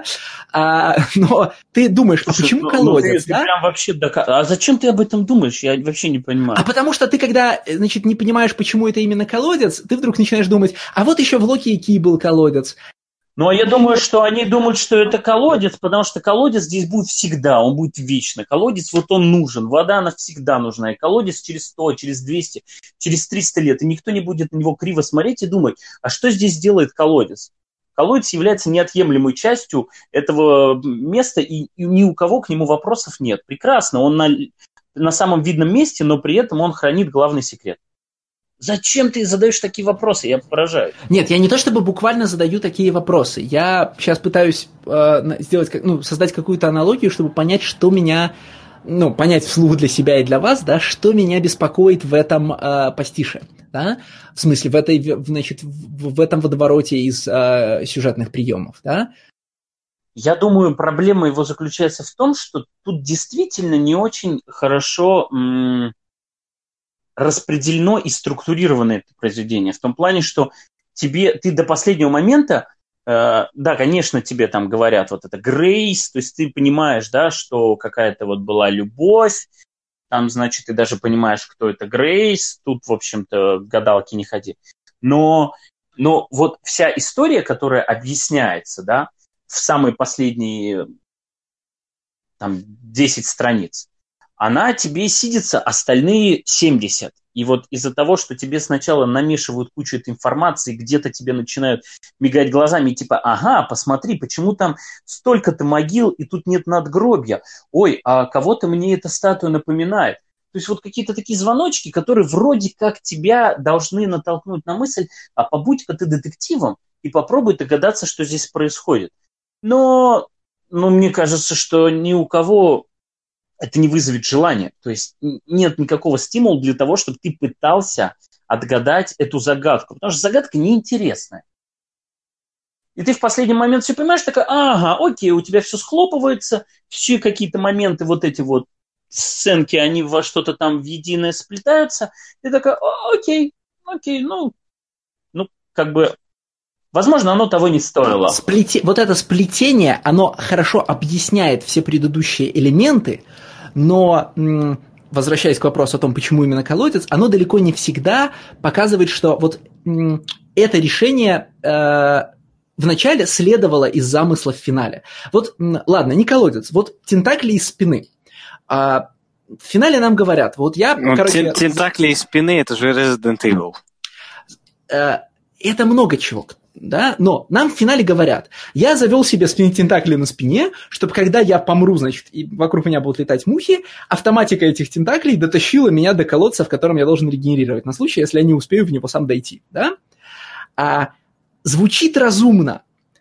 Но ты думаешь, а почему колодец, да? Ты прям вообще А зачем ты об этом думаешь? Я вообще не понимаю. А потому что ты, когда, значит, не понимаешь, почему это именно колодец, ты вдруг начинаешь думать, а вот еще в Локи и Ки был колодец. Ну, а я думаю, что они думают, что это колодец, потому что колодец здесь будет всегда, он будет вечно. Колодец, вот он нужен, вода, она всегда нужна. И колодец через 100, через 200, через 300 лет, и никто не будет на него криво смотреть и думать, а что здесь делает колодец? Колодец является неотъемлемой частью этого места, и ни у кого к нему вопросов нет. Прекрасно, он на самом видном месте, но при этом он хранит главный секрет. Зачем ты задаешь такие вопросы? Я поражаюсь. Нет, я не то чтобы буквально задаю такие вопросы. Я сейчас пытаюсь создать какую-то аналогию, чтобы понять, что меня... понять вслух для себя и для вас, да, что меня беспокоит в этом пастише, да, в смысле, в этом водовороте из сюжетных приемов, да. Я думаю, проблема его заключается в том, что тут действительно не очень хорошо распределено и структурировано это произведение. В том плане, что ты до последнего момента, да, конечно, тебе там говорят вот это грейс, то есть ты понимаешь, да, что какая-то вот была любовь, там, значит, ты даже понимаешь, кто это Грейс, тут, в общем-то, гадалки не ходи. Но вот вся история, которая объясняется, да, в самые последние там 10 страниц, она тебе сидится остальные 70. И вот из-за того, что тебе сначала намешивают кучу этой информации, где-то тебе начинают мигать глазами, типа, ага, посмотри, почему там столько-то могил, и тут нет надгробья. Ой, а кого-то мне эта статуя напоминает. То есть вот какие-то такие звоночки, которые вроде как тебя должны натолкнуть на мысль, а побудь-ка ты детективом и попробуй догадаться, что здесь происходит. Но мне кажется, что ни у кого это не вызовет желания. То есть нет никакого стимула для того, чтобы ты пытался отгадать эту загадку. Потому что загадка неинтересная. И ты в последний момент все понимаешь, такая, ага, окей, у тебя все схлопывается, все какие-то моменты, вот эти вот сценки, они во что-то там в единое сплетаются. И такая, окей, как бы Возможно, оно того не стоило. Вот это сплетение, оно хорошо объясняет все предыдущие элементы, но, возвращаясь к вопросу о том, почему именно колодец, оно далеко не всегда показывает, что вот это решение вначале следовало из замысла в финале. Вот, ладно, не колодец, вот тентакли из спины. В финале нам говорят, вот я, тентакли из спины – это же Resident Evil. Это много чего, да, но нам в финале говорят, я завел себе тентакли на спине, чтобы когда я помру, значит, и вокруг меня будут летать мухи, автоматика этих тентаклей дотащила меня до колодца, в котором я должен регенерировать, на случай, если я не успею в него сам дойти, да. Звучит разумно,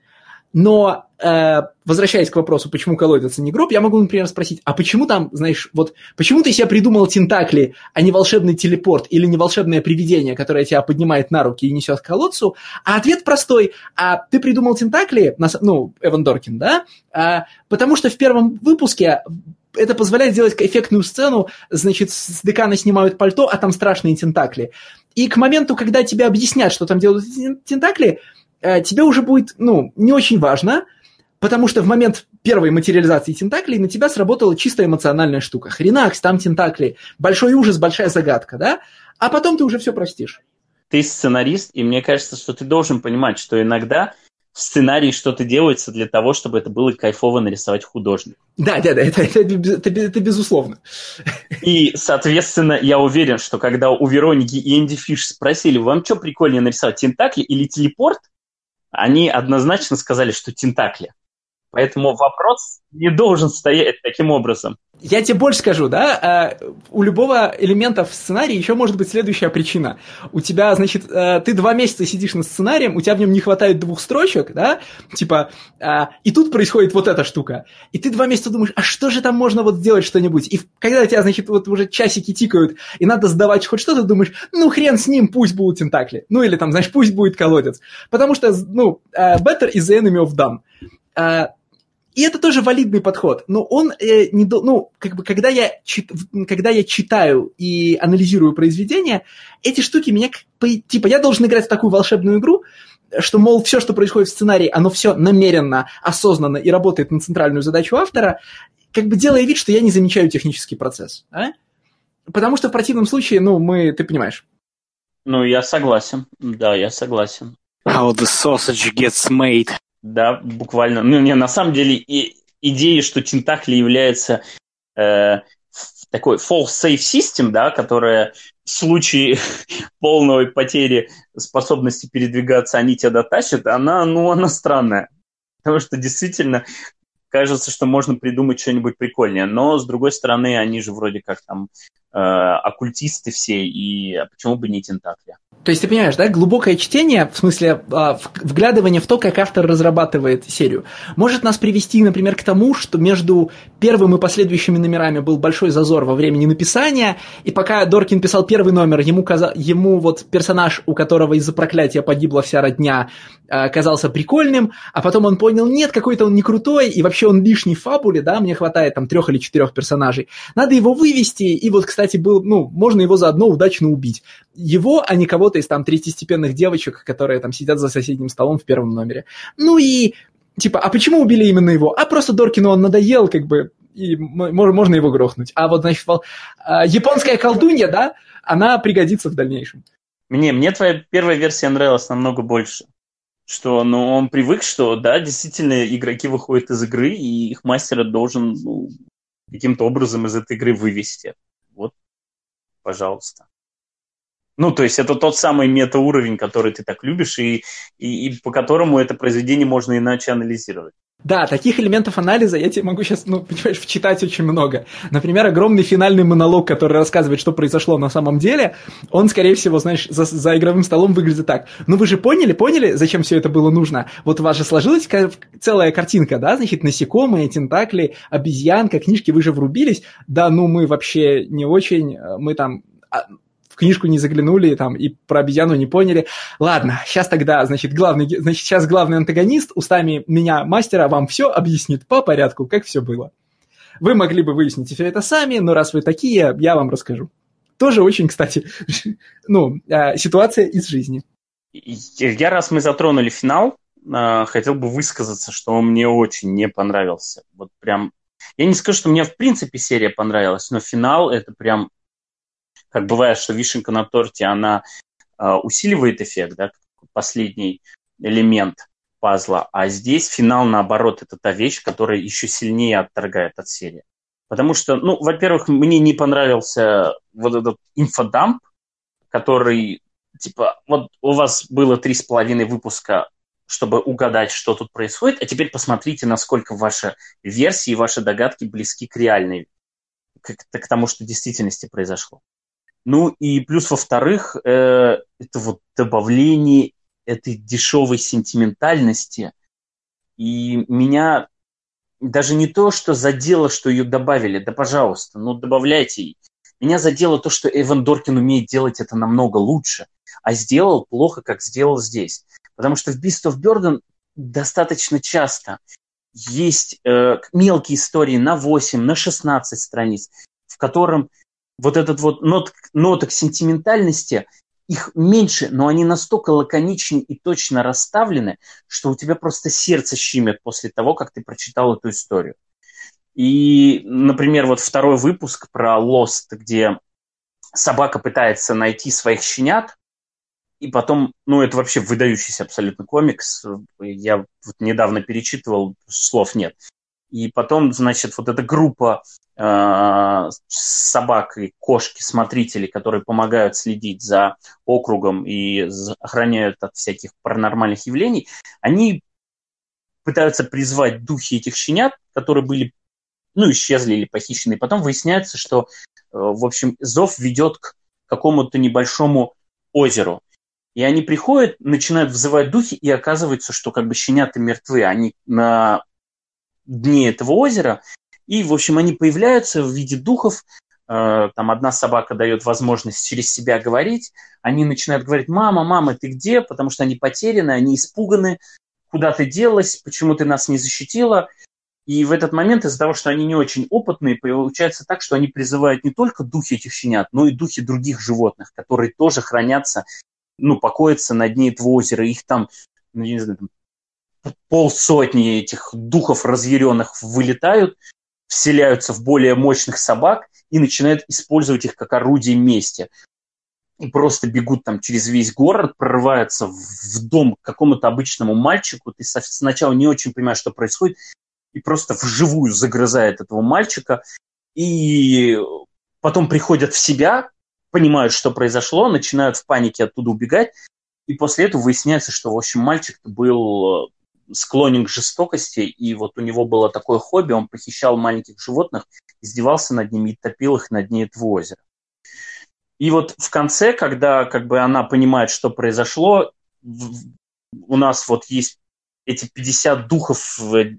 но, возвращаясь к вопросу, почему колодец, а не гроб, я могу, например, спросить, а почему там, знаешь, вот, почему ты себе придумал тентакли, а не волшебный телепорт или не волшебное привидение, которое тебя поднимает на руки и несет к колодцу? А ответ простой, а ты придумал тентакли, Эван Доркин, да, потому что в первом выпуске это позволяет сделать эффектную сцену, значит, с декана снимают пальто, а там страшные тентакли. И к моменту, когда тебе объяснят, что там делают тентакли, тебе уже будет, не очень важно, потому что в момент первой материализации тентаклей на тебя сработала чисто эмоциональная штука. Хренакс, там тентакли, большой ужас, большая загадка, да? А потом ты уже все простишь. Ты сценарист, и мне кажется, что ты должен понимать, что иногда в сценарии что-то делается для того, чтобы это было кайфово нарисовать художник. Да, это безусловно. И, соответственно, я уверен, что когда у Вероники и Энди Фиш спросили, вам что прикольнее нарисовать, тентакли или телепорт, они однозначно сказали, что тентакли. Поэтому вопрос не должен стоять таким образом. Я тебе больше скажу, да, у любого элемента в сценарии еще может быть следующая причина. У тебя, значит, ты 2 месяца сидишь над сценарием, у тебя в нем не хватает 2 строчек, да, типа, и тут происходит вот эта штука. И ты 2 месяца думаешь, а что же там можно вот сделать что-нибудь? И когда у тебя, значит, вот уже часики тикают, и надо сдавать хоть что-то, думаешь, хрен с ним, пусть будут тентакли. Или там, знаешь, пусть будет колодец. Потому что, better is the enemy of done. И это тоже валидный подход, но он когда я читаю и анализирую произведение, эти штуки меня я должен играть в такую волшебную игру, что, мол, все, что происходит в сценарии, оно все намеренно, осознанно и работает на центральную задачу автора, делая вид, что я не замечаю технический процесс, Потому что в противном случае, ты понимаешь. Я согласен, да, я согласен. How the sausage gets made. Да, буквально. На самом деле, идея, что тентакли является такой false safe system, да, которая в случае полной потери способности передвигаться, они тебя дотащат, она странная. Потому что действительно кажется, что можно придумать что-нибудь прикольнее. Но, с другой стороны, они же вроде как там оккультисты все, и почему бы не тентакли? То есть ты понимаешь, да, глубокое чтение, в смысле вглядывание в то, как автор разрабатывает серию, может нас привести, например, к тому, что между первым и последующими номерами был большой зазор во времени написания, и пока Доркин писал первый номер, ему вот персонаж, у которого из-за проклятия погибла вся родня, казался прикольным, а потом он понял, нет, какой-то он не крутой, и вообще он лишний в фабуле, да, мне хватает там 3 или 4 персонажей, надо его вывести, и вот, кстати, можно его заодно удачно убить. Его, а не кого-то из там третьестепенных девочек, которые там сидят за соседним столом в первом номере. А почему убили именно его? А просто Доркину он надоел, и можно его грохнуть. А вот, значит, японская колдунья, да, она пригодится в дальнейшем. Мне твоя первая версия нравилась намного больше. Что, он привык, что, да, действительно, игроки выходят из игры, и их мастер должен, каким-то образом из этой игры вывести. Вот, пожалуйста. То есть это тот самый метауровень, который ты так любишь, и по которому это произведение можно иначе анализировать. Да, таких элементов анализа я тебе могу сейчас, понимаешь, вчитать очень много. Например, огромный финальный монолог, который рассказывает, что произошло на самом деле, он, скорее всего, знаешь, за игровым столом выглядит так. Вы же поняли, зачем все это было нужно? Вот у вас же сложилась целая картинка, да, значит, насекомые, тентакли, обезьянка, книжки, вы же врубились. Да, мы вообще не очень, мы там... в книжку не заглянули там, и про обезьяну не поняли. Ладно, сейчас тогда, сейчас главный антагонист устами меня, мастера, вам все объяснит по порядку, как все было. Вы могли бы выяснить все это сами, но раз вы такие, я вам расскажу. Тоже очень, кстати, ситуация из жизни. Раз мы затронули финал, хотел бы высказаться, что он мне очень не понравился. Вот прям... Я не скажу, что мне в принципе серия понравилась, но финал это прям... Как бывает, что вишенка на торте, она усиливает эффект, да, последний элемент пазла, а здесь финал, наоборот, это та вещь, которая еще сильнее отторгает от серии. Потому что, ну, во-первых, мне не понравился вот этот инфодамп, который, типа, вот у вас было 3,5 выпуска, чтобы угадать, что тут происходит, а теперь посмотрите, насколько ваши версии, ваши догадки близки к реальной, к тому, что в действительности произошло. Ну и плюс, во-вторых, это вот добавление этой дешевой сентиментальности. И меня даже не то, что задело, что ее добавили, да пожалуйста, ну добавляйте. Меня задело то, что Эван Доркин умеет делать это намного лучше, а сделал плохо, как сделал здесь. Потому что в Beast of Burden достаточно часто есть мелкие истории на 8, на 16 страниц, в котором вот этот вот ноток сентиментальности, их меньше, но они настолько лаконичны и точно расставлены, что у тебя просто сердце щемит после того, как ты прочитал эту историю. И, например, вот второй выпуск про Lost, где собака пытается найти своих щенят, и потом, ну, это вообще выдающийся абсолютно комикс. Я вот недавно перечитывал, слов нет. И потом, значит, вот эта группа собак и кошки, смотрителей, которые помогают следить за округом и охраняют от всяких паранормальных явлений, они пытаются призвать духи этих щенят, которые были, ну, исчезли или похищены. И потом выясняется, что, в общем, зов ведет к какому-то небольшому озеру. И они приходят, начинают вызывать духи, и оказывается, что как бы щенята мертвы. Они на дне этого озера. И, в общем, они появляются в виде духов. Там одна собака дает возможность через себя говорить. Они начинают говорить: мама, ты где? Потому что они потеряны, они испуганы. Куда ты делась? Почему ты нас не защитила? И в этот момент из-за того, что они не очень опытные, получается так, что они призывают не только духи этих щенят, но и духи других животных, которые тоже хранятся, ну, покоятся на дне этого озера. Их там, ну, не знаю, 50 этих духов разъяренных вылетают, вселяются в более мощных собак и начинают использовать их как орудие мести. И просто бегут там через весь город, прорываются в дом к какому-то обычному мальчику. Ты сначала не очень понимаешь, что происходит, и просто вживую загрызает этого мальчика. И потом приходят в себя, понимают, что произошло, начинают в панике оттуда убегать. И после этого выясняется, что, в общем, мальчик был склонен к жестокости, и вот у него было такое хобби, он похищал маленьких животных, издевался над ними и топил их на дне этого озера. И вот в конце, когда как бы она понимает, что произошло, у нас вот есть эти 50 духов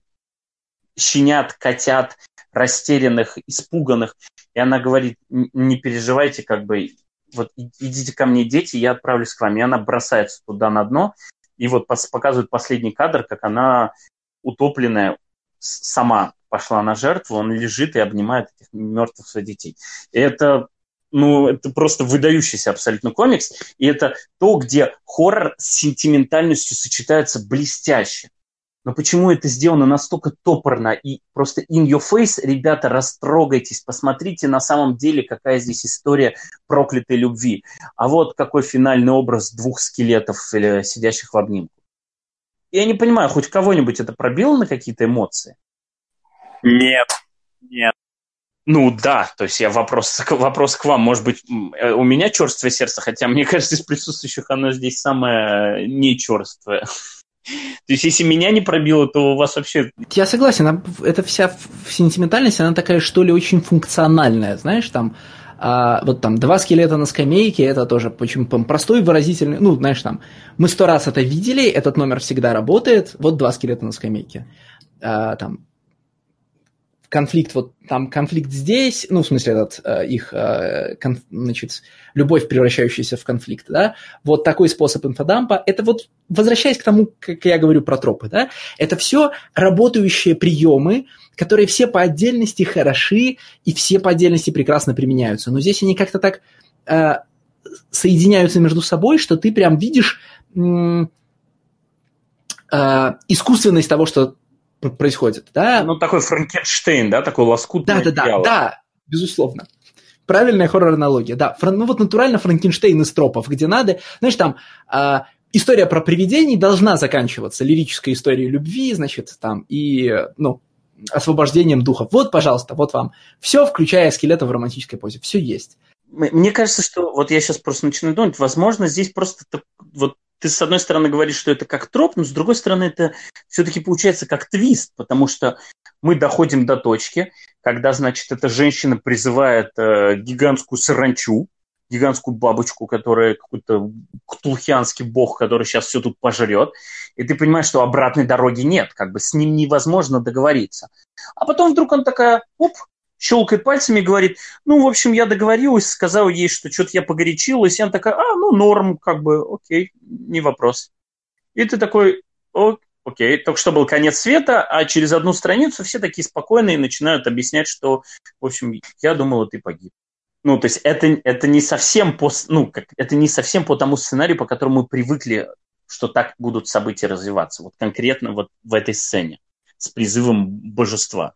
щенят, котят, растерянных, испуганных, и она говорит: не переживайте, как бы, вот идите ко мне, дети, я отправлюсь к вам. И она бросается туда на дно, и вот показывают последний кадр, как она, утопленная, сама пошла на жертву, он лежит и обнимает этих мертвых своих детей. И это, ну, это просто выдающийся абсолютно комикс, и это то, где хоррор с сентиментальностью сочетается блестяще. Но почему это сделано настолько топорно и просто in your face? Ребята, растрогайтесь, посмотрите на самом деле, какая здесь история проклятой любви. А вот какой финальный образ 2 скелетов, сидящих в обнимку. Я не понимаю, хоть кого-нибудь это пробило на какие-то эмоции? Нет. Ну да, то есть вопрос к вам. Может быть, у меня черствое сердце, хотя мне кажется, из присутствующих оно здесь самое не черствое. То есть, если меня не пробило, то у вас вообще... Я согласен, эта вся сентиментальность, она такая, что ли, очень функциональная, знаешь, там, вот там 2 скелета на скамейке, это тоже очень простой, выразительный, ну, знаешь, там, мы 100 раз это видели, этот номер всегда работает, вот 2 скелета на скамейке. Там, конфликт, вот там конфликт здесь, ну, в смысле, их, значит, любовь, превращающаяся в конфликт, да, вот такой способ инфодампа, это вот, возвращаясь к тому, как я говорю про тропы, да, это все работающие приемы, которые все по отдельности хороши и все по отдельности прекрасно применяются, но здесь они как-то так соединяются между собой, что ты прям видишь искусственность того, что происходит. Да? Ну, такой Франкенштейн, да, такой лоскутное дело. Да, безусловно. Правильная хоррор-аналогия, да. Ну вот натурально Франкенштейн из тропов, где надо, знаешь, там история про привидений должна заканчиваться лирической историей любви, значит, там, и, освобождением духов. Вот, пожалуйста, вот вам. Все, включая скелета в романтической позе. Все есть. Мне кажется, что вот я сейчас просто начинаю думать, возможно, здесь просто вот ты с одной стороны говоришь, что это как троп, но с другой стороны это все-таки получается как твист, потому что мы доходим до точки, когда, значит, эта женщина призывает гигантскую саранчу, гигантскую бабочку, которая какой-то ктулхианский бог, который сейчас все тут пожрет, и ты понимаешь, что обратной дороги нет, как бы с ним невозможно договориться. А потом вдруг он такая, щелкает пальцами и говорит, в общем, я договорилась, сказала ей, что что-то я погорячилась, и она такая, норм, как бы, окей, не вопрос. И ты такой, окей, только что был конец света, а через одну страницу все такие спокойные начинают объяснять, что, в общем, я думала, ты погиб. То есть это не совсем это не совсем по тому сценарию, по которому мы привыкли, что так будут события развиваться. Вот конкретно вот в этой сцене с призывом божества.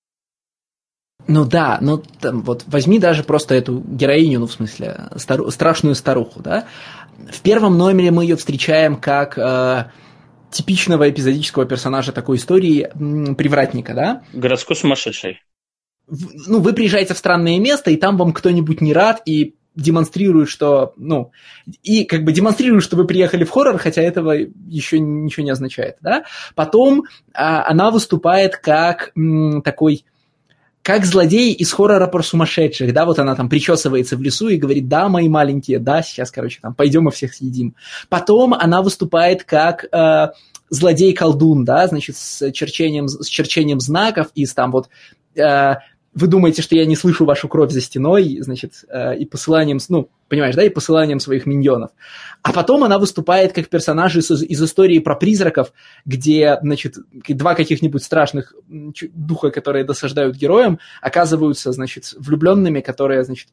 Там, вот возьми даже просто эту героиню, в смысле, страшную старуху, да. В первом номере мы ее встречаем как типичного эпизодического персонажа такой истории, привратника, да. Городской сумасшедший. Вы приезжаете в странное место, и там вам кто-нибудь не рад, и демонстрирует, что, демонстрирует, что вы приехали в хоррор, хотя этого еще ничего не означает, да. Потом она выступает как такой... Как злодей из хоррора про сумасшедших, да, вот она там причесывается в лесу и говорит, да, мои маленькие, да, сейчас, там, пойдем и всех съедим. Потом она выступает как злодей-колдун, да, значит, с черчением знаков, и там вот вы думаете, что я не слышу вашу кровь за стеной, значит, и посыланием, понимаешь, да, и посыланием своих миньонов. А потом она выступает как персонаж из истории про призраков, где, значит, два каких-нибудь страшных духа, которые досаждают героям, оказываются, значит, влюбленными, которые, значит,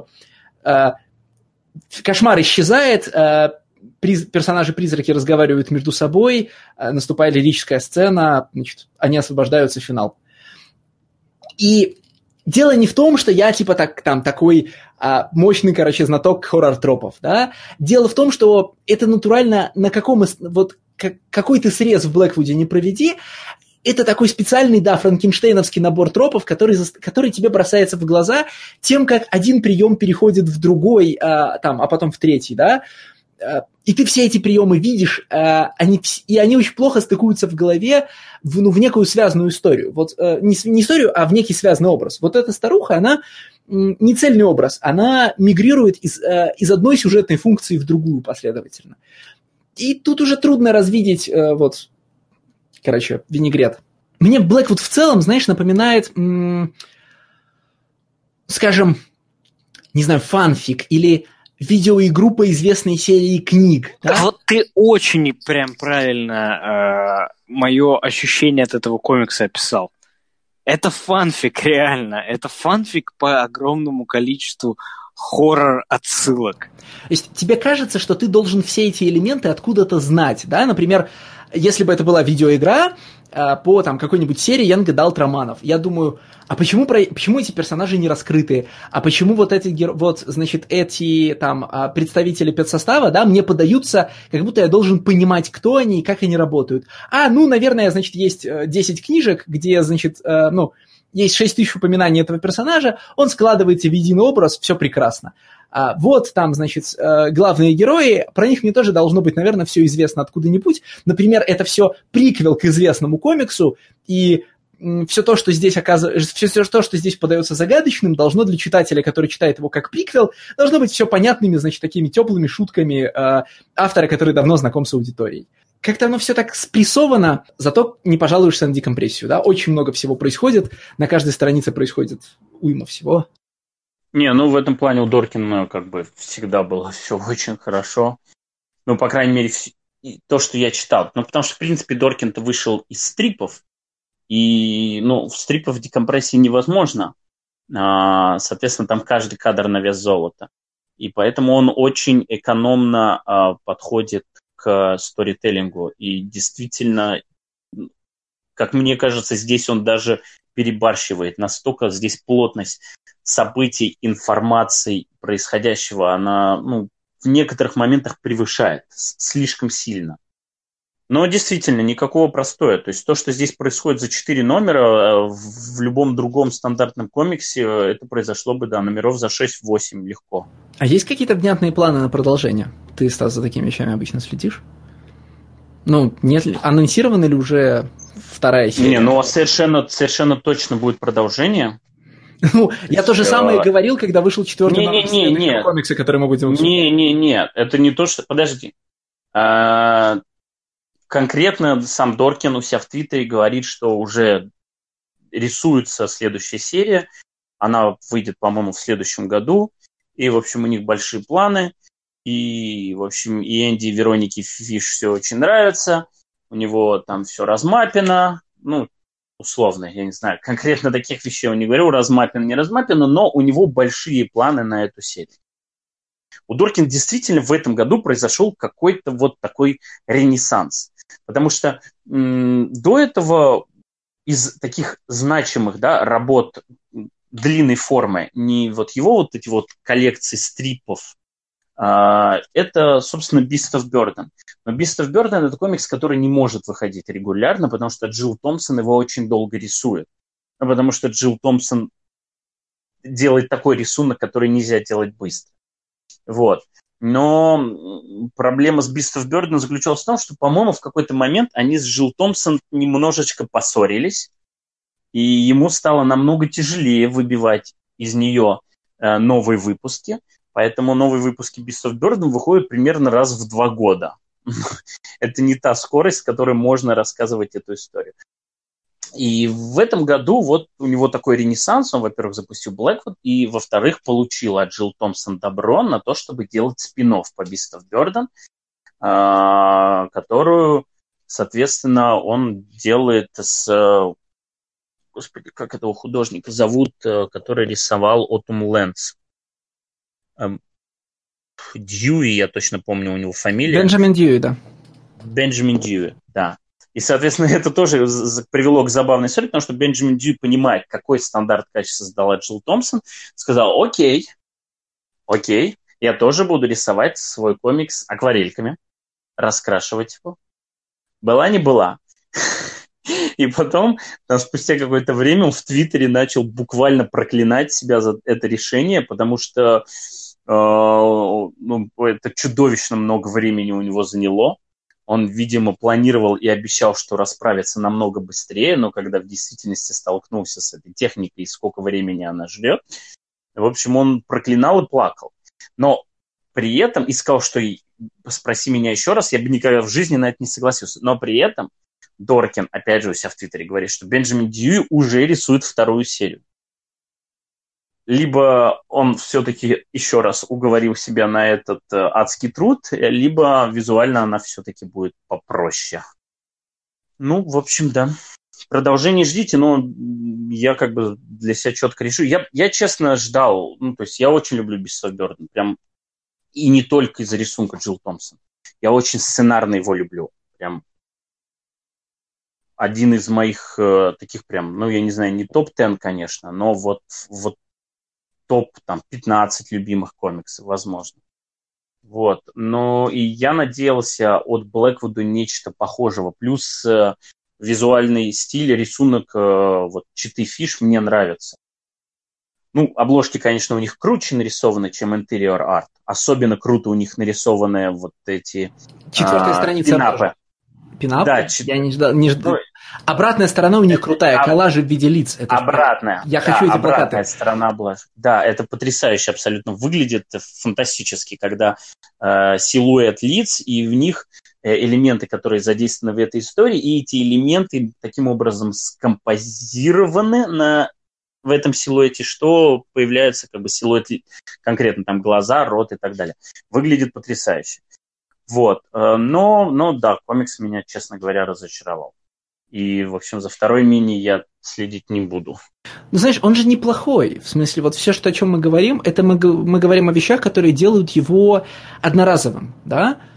кошмар исчезает, персонажи-призраки разговаривают между собой, наступает лирическая сцена, значит, они освобождаются, финал. И дело не в том, что я, такой мощный, знаток хоррор-тропов, да. Дело в том, что это натурально какой ты срез в Блэквуде не проведи, это такой специальный, франкенштейновский набор тропов, который тебе бросается в глаза тем, как один прием переходит в другой, а потом в третий, да. И ты все эти приемы видишь, они очень плохо стыкуются в голове в некую связанную историю. Вот не историю, а в некий связанный образ. Вот эта старуха, она не цельный образ, она мигрирует из одной сюжетной функции в другую последовательно. И тут уже трудно развидеть, винегрет. Мне Блэквуд в целом, знаешь, напоминает, скажем, не знаю, фанфик или видеоигру по известной серии книг. Да? Вот ты очень прям правильно мое ощущение от этого комикса описал. Это фанфик, реально. Это фанфик по огромному количеству хоррор-отсылок. То есть тебе кажется, что ты должен все эти элементы откуда-то знать, да? Например, если бы это была видеоигра по какой-нибудь серии Young Adult романов, я думаю, а почему эти персонажи не раскрыты? А почему эти представители педсостава, да, мне подаются, как будто я должен понимать, кто они и как они работают? Наверное, значит, есть 10 книжек, где, значит, есть 6 тысяч упоминаний этого персонажа, он складывается в единый образ, все прекрасно. Главные герои, про них мне тоже должно быть, наверное, все известно откуда-нибудь. Например, это все приквел к известному комиксу, и все то, что здесь подается загадочным, должно для читателя, который читает его как приквел, должно быть все понятными, значит, такими теплыми шутками автора, который давно знаком с аудиторией. Как-то оно все так спрессовано, зато не пожалуешься на декомпрессию, да, очень много всего происходит, на каждой странице происходит уйма всего. В этом плане у Доркина всегда было все очень хорошо. По крайней мере, то, что я читал. Потому что, в принципе, Доркин-то вышел из стрипов, и, в стрипах декомпрессии невозможно. Соответственно, там каждый кадр на вес золота. И поэтому он очень экономно подходит к сторителлингу. И действительно, как мне кажется, здесь он даже перебарщивает. Настолько здесь плотность событий, информации происходящего, она в некоторых моментах превышает слишком сильно. Но действительно, никакого простоя. То есть то, что здесь происходит за 4 номера, в любом другом стандартном комиксе, это произошло бы, номеров за 6-8 легко. А есть какие-то внятные планы на продолжение? Ты, Стас, за такими вещами обычно следишь? Нет ли? Анонсирована ли уже вторая серия? Совершенно точно будет продолжение. Я то же самое говорил, когда вышел 4-й номер следующего комикса, который мы будем обсуждать. Нет, это не то, что... Подожди. Конкретно сам Доркин у себя в Твиттере говорит, что уже рисуется следующая серия. Она выйдет, по-моему, в следующем году. И, в общем, у них большие планы. И, в общем, и Энди, и Веронике Фиш все очень нравится. У него там все размапено. Условно, я не знаю, конкретно таких вещей он не говорил, размапено, не размапено, но у него большие планы на эту серию. У Доркина действительно в этом году произошел какой-то вот такой ренессанс. Потому что до этого из таких значимых работ длинной формы, не вот его вот эти вот коллекции стрипов, это, собственно, Beast of Burden. Но Beast of Burden – это комикс, который не может выходить регулярно, потому что Джилл Томпсон его очень долго рисует. Потому что Джилл Томпсон делает такой рисунок, который нельзя делать быстро. Вот. Но проблема с Beast of Burden заключалась в том, что, по-моему, в какой-то момент они с Джилл Томпсон немножечко поссорились, и ему стало намного тяжелее выбивать из нее новые выпуски. Поэтому новые выпуски Beast of Burden выходят примерно раз в 2 года. Это не та скорость, с которой можно рассказывать эту историю. И в этом году вот у него такой ренессанс. Он, во-первых, запустил Blackwood, и, во-вторых, получил от Джилл Томпсон добро на то, чтобы делать спин-офф по Beast of Burden, которую, соответственно, он делает с... Господи, как этого художника зовут, который рисовал Autumn Lands? Дьюи, я точно помню у него фамилия. Бенджамин Дьюи, да. Бенджамин Дьюи, да. И, соответственно, это тоже привело к забавной истории, потому что Бенджамин Дьюи понимает, какой стандарт качества сдала Джилл Томпсон, сказал: окей, я тоже буду рисовать свой комикс акварельками, раскрашивать его. Была не была. И потом, спустя какое-то время, он в Твиттере начал буквально проклинать себя за это решение, потому что это чудовищно много времени у него заняло. Он, видимо, планировал и обещал, что расправится намного быстрее, но когда в действительности столкнулся с этой техникой и сколько времени она ждет, в общем, он проклинал и плакал. Но при этом, и сказал, что спроси меня еще раз, я бы никогда в жизни на это не согласился, но при этом Доркин, опять же, у себя в Твиттере говорит, что Бенджамин Дьюи уже рисует 2-ю серию. Либо он все-таки еще раз уговорил себя на этот адский труд, либо визуально она все-таки будет попроще. В общем, да. Продолжение ждите, но я как бы для себя четко решу. Я честно ждал, то есть я очень люблю Beast of Burden, прям, и не только из-за рисунка Джилл Томпсон. Я очень сценарно его люблю, прям. Один из моих таких прям, я не знаю, не топ-10, конечно, но вот топ-15 любимых комиксов, возможно. Вот. Но и я надеялся от Блэквуда нечто похожего. Плюс визуальный стиль, рисунок Читы Фиш мне нравится. Обложки, конечно, у них круче нарисованы, чем Interior Art. Особенно круто у них нарисованы вот эти 4-я страница. пинапы. Пинап? Да, я не ждал. Обратная сторона у них крутая, коллажи в виде лиц. Это обратная. Я хочу эти обратная плакаты. Сторона была. Да, это потрясающе абсолютно. Выглядит фантастически, когда силуэт лиц, и в них элементы, которые задействованы в этой истории, и эти элементы таким образом скомпозированы в этом силуэте, что появляется как бы силуэт, конкретно там глаза, рот и так далее. Выглядит потрясающе. Вот. Но да, комикс меня, честно говоря, разочаровал. И, в общем, за 2-й мини я следить не буду. Знаешь, он же неплохой. В смысле, вот все, о чем мы говорим, это мы говорим о вещах, которые делают его одноразовым, да?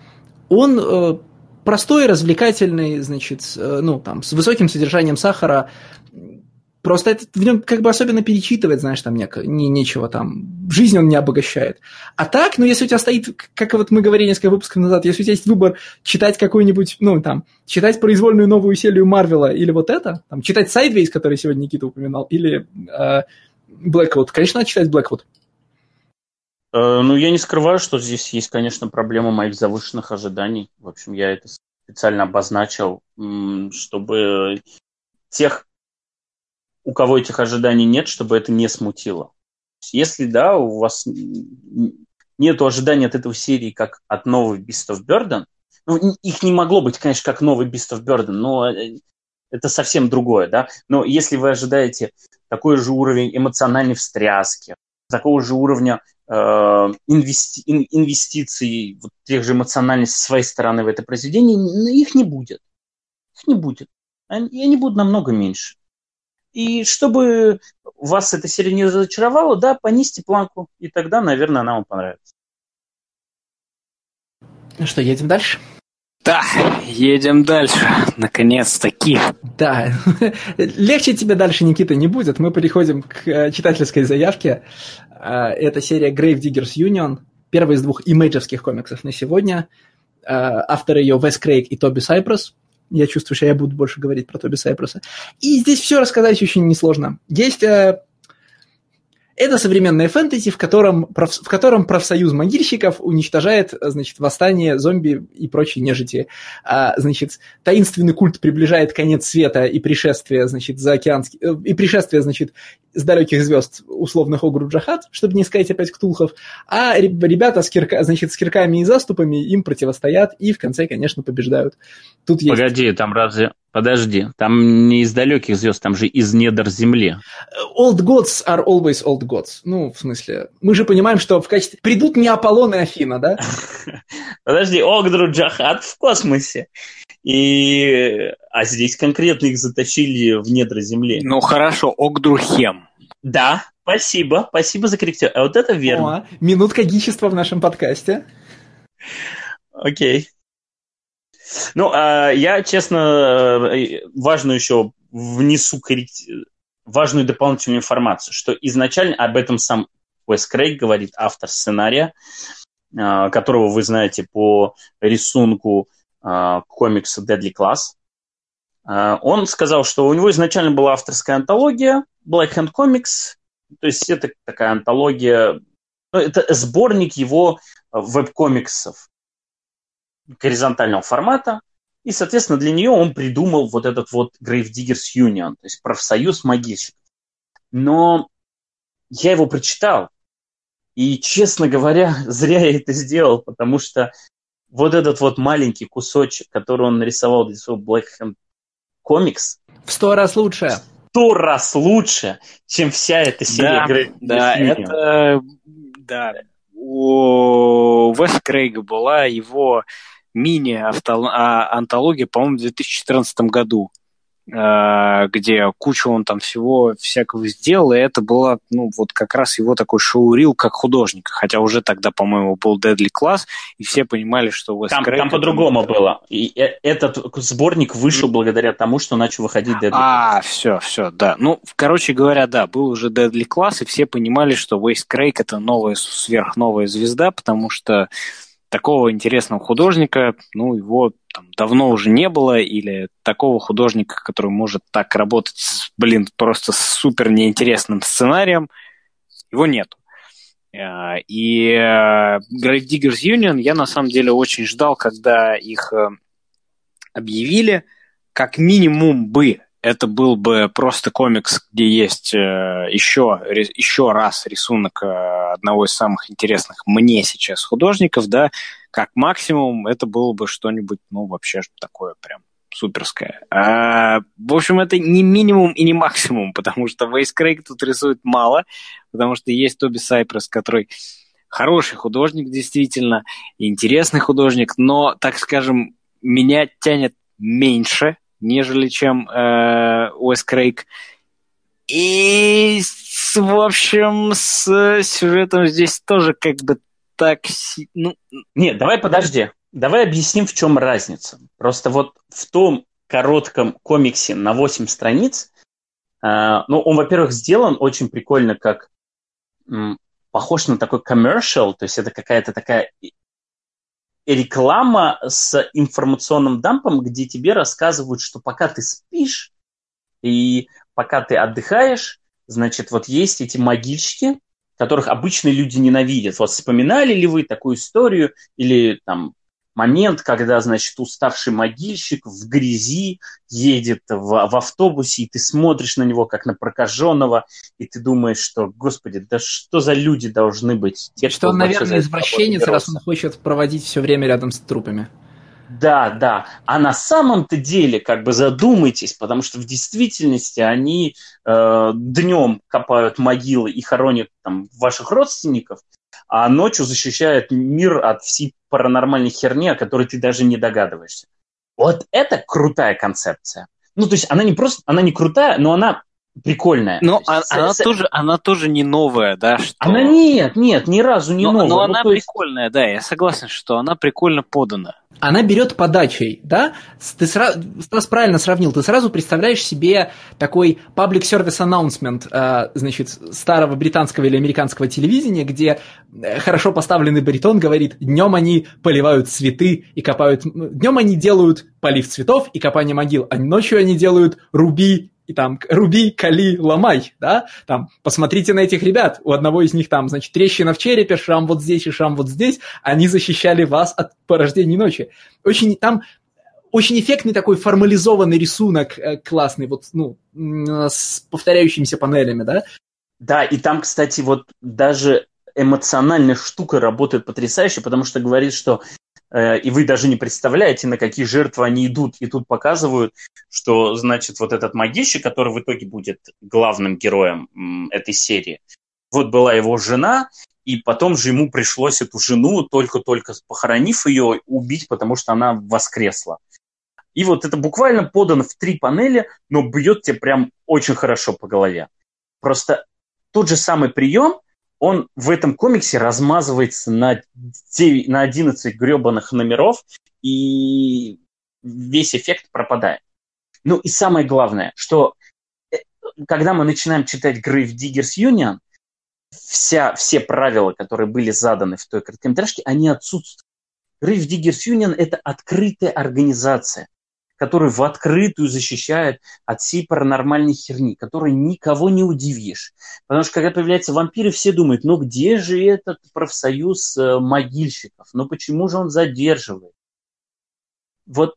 Он простой, развлекательный, значит, с высоким содержанием сахара. Просто это в нем как бы особенно перечитывать, знаешь, там нечего там. Жизнь он не обогащает. А так, если у тебя стоит, как вот мы говорили несколько выпусков назад, если у тебя есть выбор читать какой-нибудь, читать произвольную новую серию Марвела или вот это, читать Sideways, который сегодня Никита упоминал, или Blackwood. Конечно, надо читать Blackwood. Я не скрываю, что здесь есть, конечно, проблема моих завышенных ожиданий. В общем, я это специально обозначил, чтобы тех, у кого этих ожиданий нет, чтобы это не смутило. Если, у вас нет ожиданий от этого серии, как от новой Beast of Burden, их не могло быть, конечно, как новый Beast of Burden, но это совсем другое, да. Но если вы ожидаете такой же уровень эмоциональной встряски, такого же уровня инвестиций, тех же эмоциональных со своей стороны в это произведение, их не будет. Их не будет. И они будут намного меньше. И чтобы вас эта серия не разочаровала, понизьте планку, и тогда, наверное, она вам понравится. Ну что, едем дальше? Да, едем дальше, наконец-таки. Да, легче тебе дальше, Никита, не будет. Мы переходим к читательской заявке. Это серия Grave Diggers Union, первая из 2 имейджевских комиксов на сегодня. Авторы ее Вес Крейг и Тоби Сайпресс. Я чувствую, что я буду больше говорить про Тоби Сайпресса. И здесь все рассказать очень несложно. Есть... Это современное фэнтези, в котором профсоюз могильщиков уничтожает, значит, восстание зомби и прочие нежити. Значит, таинственный культ приближает конец света и пришествие, значит, с далеких звезд условных Огру Джахат, чтобы не сказать опять Ктулхов, а ребята с кирками и заступами им противостоят и в конце, конечно, побеждают. Тут есть... Подожди, там не из далеких звезд, там же из недр земли. Old gods are always old gods. В смысле, мы же понимаем, что в качестве... Придут не Аполлон и Афина, да? Подожди, Огру Джахат в космосе. А здесь конкретно их заточили в недра земли. Хорошо, Огдрухем. Да, спасибо за корректировку. А вот это верно. Минутка гичества в нашем подкасте. Окей. Я, честно, важную еще внесу важную дополнительную информацию, что изначально об этом сам Уэс Крейг говорит, автор сценария, которого вы знаете по рисунку комикса Deadly Class. Он сказал, что у него изначально была авторская антология Black Hand Comics, то есть это такая антология, это сборник его веб-комиксов горизонтального формата, и, соответственно, для нее он придумал вот этот вот Grave Diggers Union, то есть профсоюз могильщиков. Но я его прочитал, и, честно говоря, зря я это сделал, потому что вот этот вот маленький кусочек, который он нарисовал для своего Black Hand Comics, в 100 раз лучше. 100 раз лучше, чем вся эта серия Grave Diggers Union. У Веса Крейга была его мини-антология, по-моему, в 2014 году, где кучу он там всего всякого сделал, и это было, как раз его такой шоурил как художника, хотя уже тогда, по-моему, был Deadly Class, и все понимали, что Вес Крейг... Там по-другому было. И этот сборник вышел благодаря тому, что начал выходить Deadly Class. Все, да. Короче говоря, да, был уже Deadly Class, и все понимали, что Вес Крейг — это сверхновая звезда, потому что такого интересного художника, его там давно уже не было, или такого художника, который может так работать, просто с супер неинтересным сценарием, его нету. И Grave Diggers Union я на самом деле очень ждал, когда их объявили. Как минимум это был бы просто комикс, где есть еще раз рисунок одного из самых интересных мне сейчас художников, да, как максимум это было бы что-нибудь, вообще такое прям суперское. В общем, это не минимум и не максимум, потому что Вес Крейг тут рисует мало, потому что есть Тоби Сайпресс, который хороший художник, действительно, интересный художник, но, так скажем, меня тянет меньше, нежели чем Уэс Крейг. И, в общем, с сюжетом здесь тоже как бы так... Нет, давай подожди. Давай объясним, в чем разница. Просто вот в том коротком комиксе на 8 страниц, он, во-первых, сделан очень прикольно, как похож на такой commercial, то есть это какая-то такая реклама с информационным дампом, где тебе рассказывают, что пока ты спишь и пока ты отдыхаешь, значит, вот есть эти могильщики, которых обычные люди ненавидят. Вот вспоминали ли вы такую историю или там момент, когда, значит, уставший могильщик в грязи едет в автобусе, и ты смотришь на него, как на прокаженного, и ты думаешь, что, господи, да что за люди должны быть? Те, что он, наверное, извращенец, раз он хочет проводить все время рядом с трупами. Да. А на самом-то деле, как бы задумайтесь, потому что в действительности они днем копают могилы и хоронят там ваших родственников, а ночью защищают мир от всей паранормальной херни, о которой ты даже не догадываешься. Вот это крутая концепция. Ну, то есть она не крутая, но она прикольная. Но она тоже не новая, да? Что... Она нет, ни разу не новая. Но она прикольная, да, я согласен, что она прикольно подана. Она берет подачей, да? Стас правильно сравнил. Ты сразу представляешь себе такой public service announcement, значит, старого британского или американского телевидения, где хорошо поставленный баритон говорит: днем они поливают цветы и копают... Днем они делают полив цветов и копание могил, а ночью они делают руби, кали, ломай, да, там, посмотрите на этих ребят, у одного из них там, значит, трещина в черепе, шрам вот здесь и шрам вот здесь, они защищали вас от порождения ночи. Очень эффектный такой формализованный рисунок, классный, вот, с повторяющимися панелями, да. Да, и там, кстати, вот даже эмоциональная штука работает потрясающе, потому что говорит, что и вы даже не представляете, на какие жертвы они идут. И тут показывают, что, значит, вот этот могильщик, который в итоге будет главным героем этой серии, вот была его жена, и потом же ему пришлось эту жену, только-только похоронив ее, убить, потому что она воскресла. И вот это буквально подано в 3 панели, но бьет тебе прям очень хорошо по голове. Просто тот же самый прием, он в этом комиксе размазывается на 11 гребаных номеров, и весь эффект пропадает. Ну и самое главное, что когда мы начинаем читать Grave Diggers Union, все правила, которые были заданы в той короткометражке, они отсутствуют. Grave Diggers Union – это открытая организация, который в открытую защищает от всей паранормальной херни, которой никого не удивишь. Потому что, когда появляются вампиры, все думают, где же этот профсоюз могильщиков? Почему же он задерживает? Вот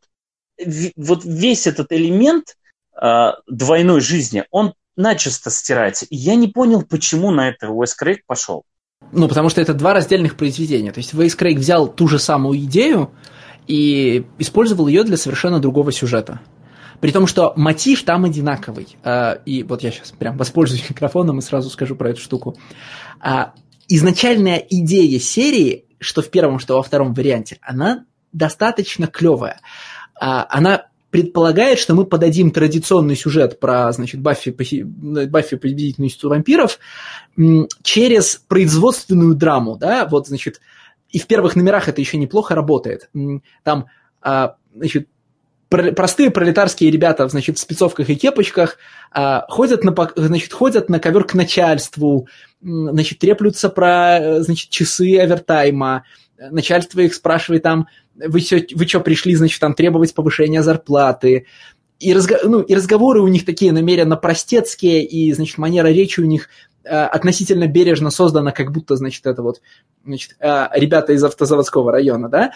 весь этот элемент двойной жизни, он начисто стирается. И я не понял, почему на это Уэс Крейг пошел. Потому что это 2 раздельных произведения. То есть Уэс Крейг взял ту же самую идею и использовал ее для совершенно другого сюжета. При том, что мотив там одинаковый. И вот я сейчас прям воспользуюсь микрофоном и сразу скажу про эту штуку. Изначальная идея серии, что в первом, что во втором варианте, она достаточно клевая. Она предполагает, что мы подадим традиционный сюжет про, значит, Баффи победительницу вампиров через производственную драму, да, вот, значит. И в первых номерах это еще неплохо работает. Там, значит, простые пролетарские ребята, значит, в спецовках и кепочках ходят на ковер к начальству, значит, треплются про, значит, часы овертайма. Начальство их спрашивает там, вы что пришли, значит, там требовать повышения зарплаты. И разговоры у них такие намеренно простецкие, и, значит, манера речи у них относительно бережно создана, как будто, значит, это вот, значит, ребята из автозаводского района, да,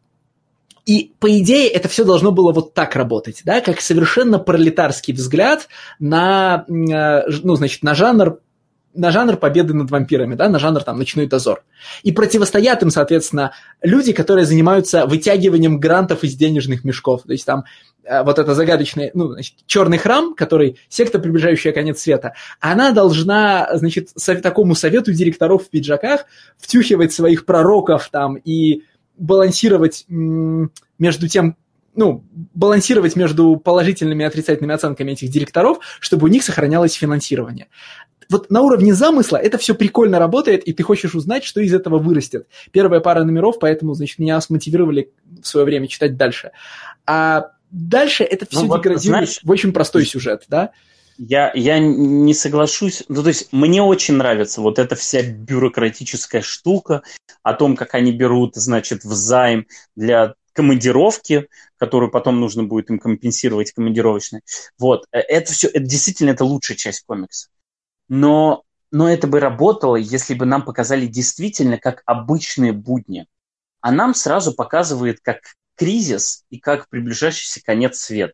и, по идее, это все должно было вот так работать, да, как совершенно пролетарский взгляд на, значит, на жанр победы над вампирами, да, на жанр там «Ночной дозор». И противостоят им, соответственно, люди, которые занимаются вытягиванием грантов из денежных мешков. То есть там вот это загадочный, значит, черный храм, который секта, приближающая конец света, она должна, значит, такому совету директоров в пиджаках втюхивать своих пророков там и балансировать между тем, балансировать между положительными и отрицательными оценками этих директоров, чтобы у них сохранялось финансирование. Вот на уровне замысла это все прикольно работает, и ты хочешь узнать, что из этого вырастет. Первая пара номеров, поэтому, значит, меня смотивировали в свое время читать дальше. А дальше это все деградирует в очень простой сюжет, да? Я не соглашусь. Ну, то есть мне очень нравится вот эта вся бюрократическая штука о том, как они берут, значит, взайм для командировки, которую потом нужно будет им компенсировать командировочной. Вот. Это все, это действительно это лучшая часть комикса. Но это бы работало, если бы нам показали действительно как обычные будни. А нам сразу показывает как кризис и как приближающийся конец света.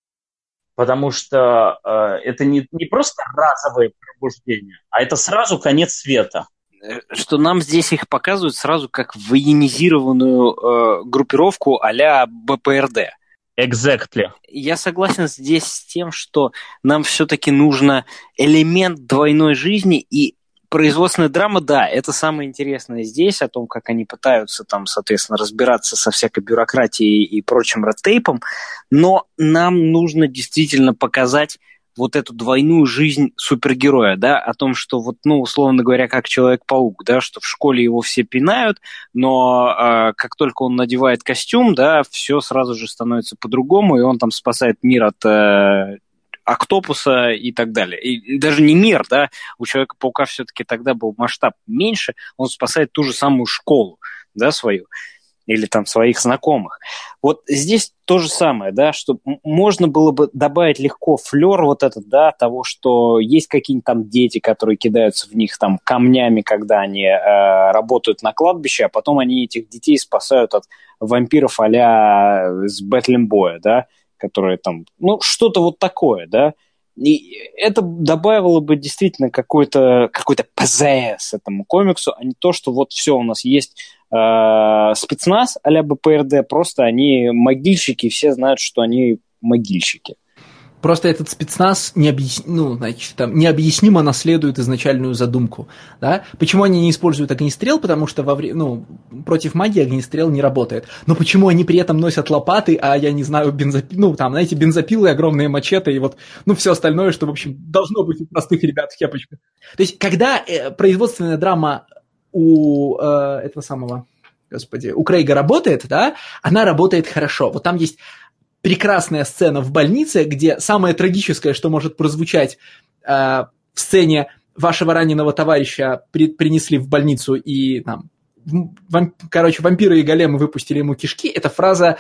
Потому что это не просто разовое пробуждение, а это сразу конец света. Что нам здесь их показывают сразу как военизированную группировку а-ля БПРД. Exactly. Я согласен здесь с тем, что нам все-таки нужно элемент двойной жизни, и производственная драма, да, это самое интересное здесь, о том, как они пытаются там, соответственно, разбираться со всякой бюрократией и прочим редтейпом, но нам нужно действительно показать вот эту двойную жизнь супергероя, да, о том, что вот, условно говоря, как Человек-паук, да, что в школе его все пинают, но как только он надевает костюм, да, все сразу же становится по-другому, и он там спасает мир от Октопуса и так далее. И даже не мир, да, у Человека-паука все-таки тогда был масштаб меньше, он спасает ту же самую школу, да, свою, или там своих знакомых. Вот здесь то же самое, да, что можно было бы добавить легко флер вот этот, да, того, что есть какие-нибудь там дети, которые кидаются в них там камнями, когда они работают на кладбище, а потом они этих детей спасают от вампиров а-ля с Бэтлем-боя, да, которые там, что-то вот такое, да, и это добавило бы действительно какой-то ПЗС этому комиксу, а не то, что вот все, у нас есть спецназ а-ля БПРД, просто они могильщики, все знают, что они могильщики. Просто этот спецназ необъяснимо наследует изначальную задумку. Да? Почему они не используют огнестрел? Потому что против магии огнестрел не работает. Но почему они при этом носят лопаты, а я не знаю, бензопилы, огромные мачете и вот, все остальное, что, в общем, должно быть у простых ребят в кепочках. То есть, когда производственная драма у этого самого, у Крейга работает, да, она работает хорошо. Вот там есть прекрасная сцена в больнице, где самое трагическое, что может прозвучать в сцене вашего раненого товарища принесли в больницу и там, вампиры и големы выпустили ему кишки, это фраза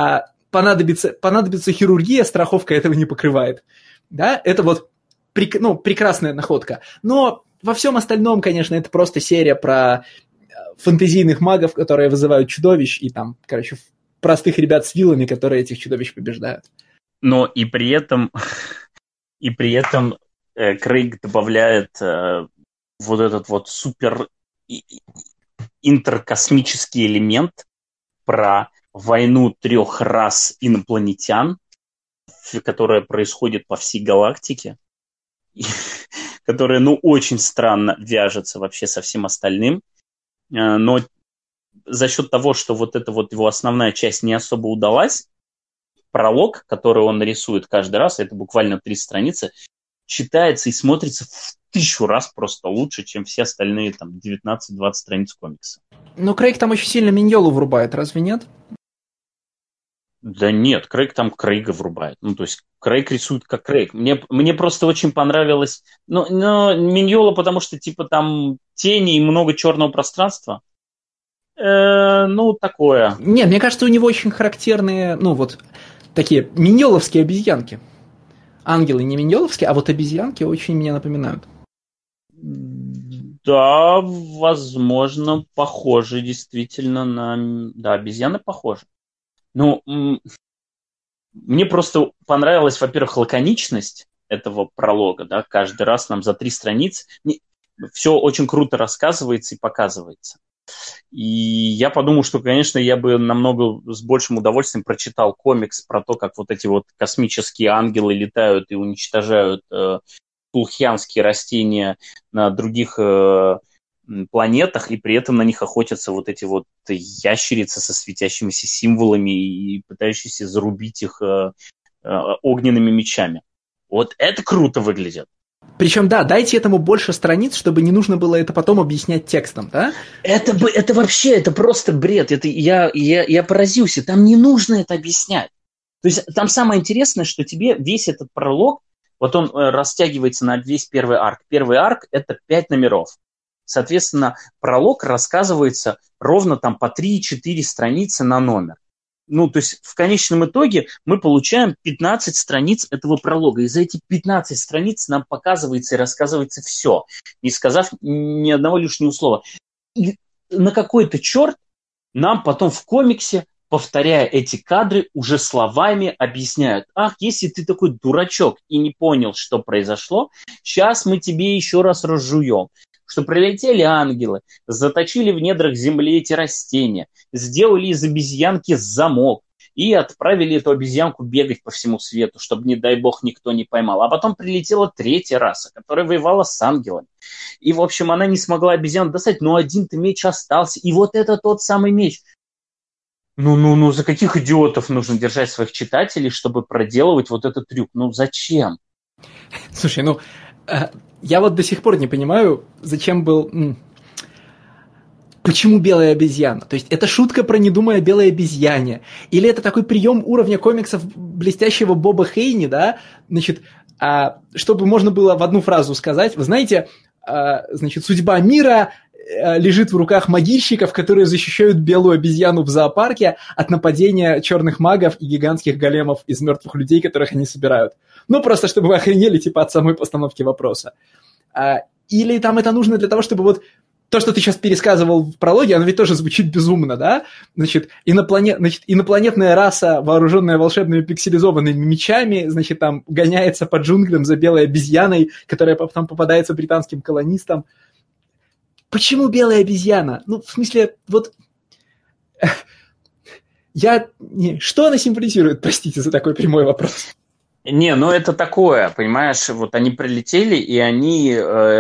понадобится хирургия, страховка этого не покрывает. Да? Это вот прекрасная находка. Но во всем остальном, конечно, это просто серия про фэнтезийных магов, которые вызывают чудовищ и там, простых ребят с вилами, которые этих чудовищ побеждают. Но и при этом Крейг добавляет вот этот вот супер интеркосмический элемент про войну 3 рас инопланетян, которая происходит по всей галактике, которая, очень странно вяжется вообще со всем остальным, но за счет того, что вот эта вот его основная часть не особо удалась, пролог, который он рисует каждый раз, это буквально 3 страницы, читается и смотрится в 1000 раз просто лучше, чем все остальные там 19-20 страниц комикса. Но Крейг там очень сильно Миньолу врубает, разве нет? Да нет, Крейг там Крейга врубает. То есть Крейг рисует как Крейг. Мне просто очень понравилось. Но Миньола, потому что типа там тени и много черного пространства. Такое. Нет, мне кажется, у него очень характерные, такие миньоловские обезьянки. Ангелы не миньоловские, а вот обезьянки очень меня напоминают. Да, возможно, похожи действительно на... Да, обезьяны похожи. Мне просто понравилась, во-первых, лаконичность этого пролога, да, каждый раз нам за 3 страницы все очень круто рассказывается и показывается. И я подумал, что, конечно, я бы намного с большим удовольствием прочитал комикс про то, как вот эти вот космические ангелы летают и уничтожают тулхианские растения на других планетах, и при этом на них охотятся вот эти вот ящерицы со светящимися символами и пытающиеся зарубить их огненными мечами. Вот это круто выглядит. Причем, да, дайте этому больше страниц, чтобы не нужно было это потом объяснять текстом, да? Это вообще, это просто бред. Я поразился. Там не нужно это объяснять. То есть там самое интересное, что тебе весь этот пролог, вот он растягивается на весь первый арк. Первый арк – это 5 номеров. Соответственно, пролог рассказывается ровно там по 3-4 страницы на номер. Ну, то есть в конечном итоге мы получаем 15 страниц этого пролога. И за эти 15 страниц нам показывается и рассказывается все, не сказав ни одного лишнего слова. И на какой-то черт нам потом в комиксе, повторяя эти кадры, уже словами объясняют: ах, если ты такой дурачок и не понял, что произошло, сейчас мы тебе еще раз разжуем. Что прилетели ангелы, заточили в недрах земли эти растения, сделали из обезьянки замок и отправили эту обезьянку бегать по всему свету, чтобы, не дай бог, никто не поймал. А потом прилетела 3-я раса, которая воевала с ангелами. И, в общем, она не смогла обезьяну достать, но один-то меч остался. И вот это тот самый меч. Ну, за каких идиотов нужно держать своих читателей, чтобы проделывать вот этот трюк? Ну, зачем? Слушай, я вот до сих пор не понимаю, зачем был... Почему белая обезьяна? То есть это шутка про «не думай о белой обезьяне». Или это такой прием уровня комиксов блестящего Боба Хейни, да? Значит, чтобы можно было в одну фразу сказать, вы знаете, значит, судьба мира лежит в руках могильщиков, которые защищают белую обезьяну в зоопарке от нападения черных магов и гигантских големов из мертвых людей, которых они собирают. Ну, просто чтобы вы охренели, типа, от самой постановки вопроса. Или там это нужно для того, чтобы вот то, что ты сейчас пересказывал в прологе, оно ведь тоже звучит безумно, да? Значит, инопланетная раса, вооруженная волшебными пикселизованными мечами, значит, там гоняется по джунглям за белой обезьяной, которая потом попадается британским колонистам. Почему белая обезьяна? Ну, в смысле, вот... Что она символизирует, простите за такой прямой вопрос? Не, ну это такое, понимаешь, вот они прилетели, и они...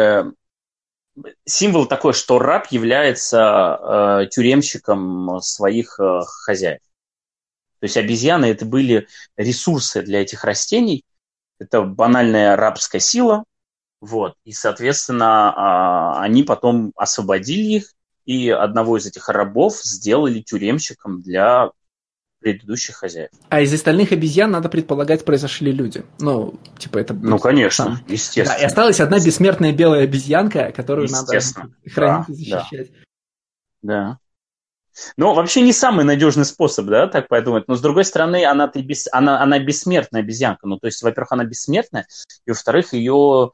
Символ такой, что раб является тюремщиком своих хозяев. То есть обезьяны – это были ресурсы для этих растений, это банальная рабская сила, вот, и, соответственно, они потом освободили их, и одного из этих рабов сделали тюремщиком для предыдущих хозяев. А из остальных обезьян, надо предполагать, произошли люди. Ну, типа это... Ну, конечно, естественно. Да, и осталась одна бессмертная белая обезьянка, которую надо хранить и защищать. Да. Ну, вообще не самый надежный способ, да, так подумать. Но, с другой стороны, она бессмертная обезьянка. Ну, то есть, во-первых, она бессмертная, и, во-вторых, ее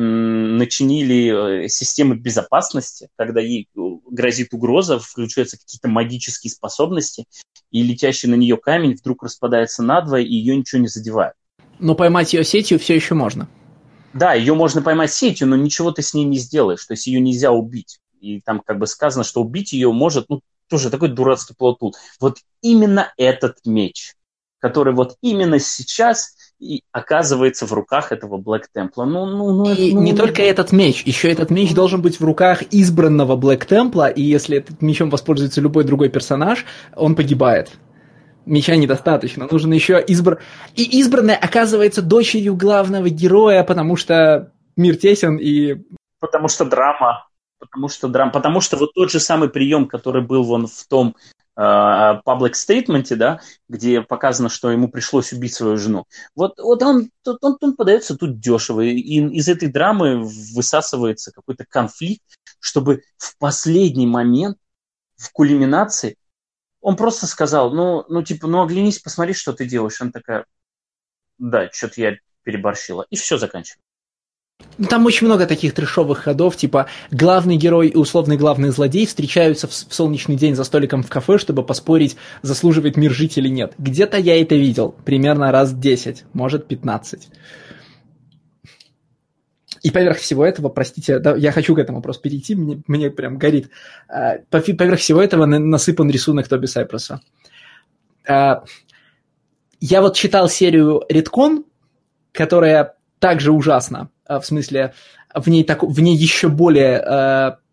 начинили системы безопасности, когда ей грозит угроза, включаются какие-то магические способности, и летящий на нее камень вдруг распадается надвое, и ее ничего не задевает. Но поймать ее сетью все еще можно. Да, ее можно поймать сетью, но ничего ты с ней не сделаешь. То есть ее нельзя убить. И там как бы сказано, что убить ее может, ну, тоже такой дурацкий плотут. Вот именно этот меч, который вот именно сейчас и оказывается в руках этого Black Temple. И не только этот меч, еще этот меч должен быть в руках избранного Black Temple, и если этим мечом воспользуется любой другой персонаж, он погибает. Меча недостаточно, нужен еще И избранная оказывается дочерью главного героя, потому что мир тесен и... Потому что драма. Потому что вот тот же самый прием, который был вон в том public statement, да, где показано, что ему пришлось убить свою жену. Вот он подается тут дешево, и из этой драмы высасывается какой-то конфликт, чтобы в последний момент, в кульминации, он просто сказал, оглянись, посмотри, что ты делаешь. Она такая, да, что-то я переборщила. И все, заканчивается. Ну, там очень много таких трешовых ходов, типа главный герой и условный главный злодей встречаются в солнечный день за столиком в кафе, чтобы поспорить, заслуживает мир жить или нет. Где-то я это видел, примерно раз 10, может 15. И поверх всего этого, простите, да, я хочу к этому просто перейти, мне прям горит. Поверх всего этого насыпан рисунок Тоби Сайпреса. Я вот читал серию «Редкон», которая также ужасна. В смысле, в ней еще более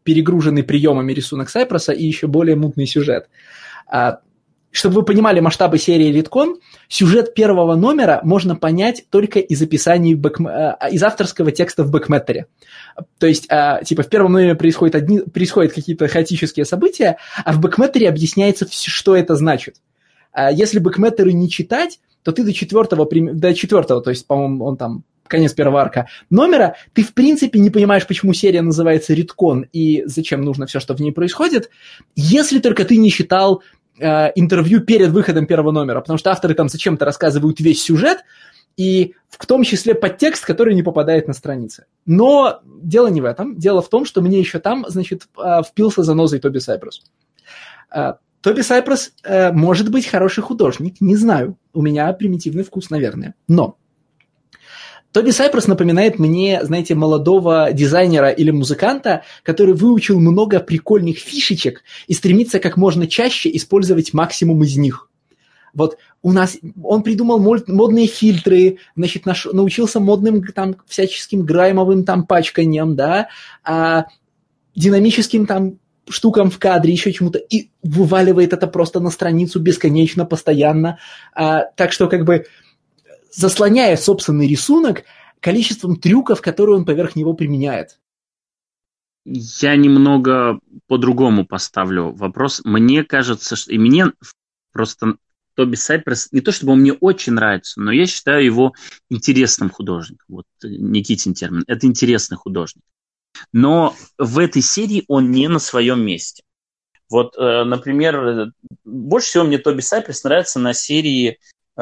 перегруженный приемами рисунок Сайпроса и еще более мутный сюжет. Чтобы вы понимали масштабы серии Риткон, сюжет первого номера можно понять только из описаний из авторского текста в бэкмэттере. То есть, в первом номере происходят какие-то хаотические события, а в бэкмэттере объясняется, что это значит. Если бэкмэттеры не читать, то ты до четвертого, то есть, по-моему, он там конец первого арка номера, ты в принципе не понимаешь, почему серия называется Риткон и зачем нужно все, что в ней происходит, если только ты не читал интервью перед выходом первого номера, потому что авторы там зачем-то рассказывают весь сюжет, и в том числе подтекст, который не попадает на страницы. Но дело не в этом. Дело в том, что мне еще там, впился занозой Тоби Сайпресс. Тоби Сайпресс может быть хороший художник, не знаю. У меня примитивный вкус, наверное. Но Тоби Сайпресс напоминает мне, знаете, молодого дизайнера или музыканта, который выучил много прикольных фишечек и стремится как можно чаще использовать максимум из них. Вот он придумал модные фильтры, научился модным там всяческим граймовым там пачканием, да, динамическим там штукам в кадре, еще чему-то, и вываливает это просто на страницу бесконечно, постоянно. Так что заслоняя собственный рисунок количеством трюков, которые он поверх него применяет. Я немного по-другому поставлю вопрос. Мне кажется, что... И мне просто Тоби Сайпресс, не то чтобы он мне очень нравится, но я считаю его интересным художником. Вот Никитин термин. Это интересный художник. Но в этой серии он не на своем месте. Вот, например, больше всего мне Тоби Сайпресс нравится на серии...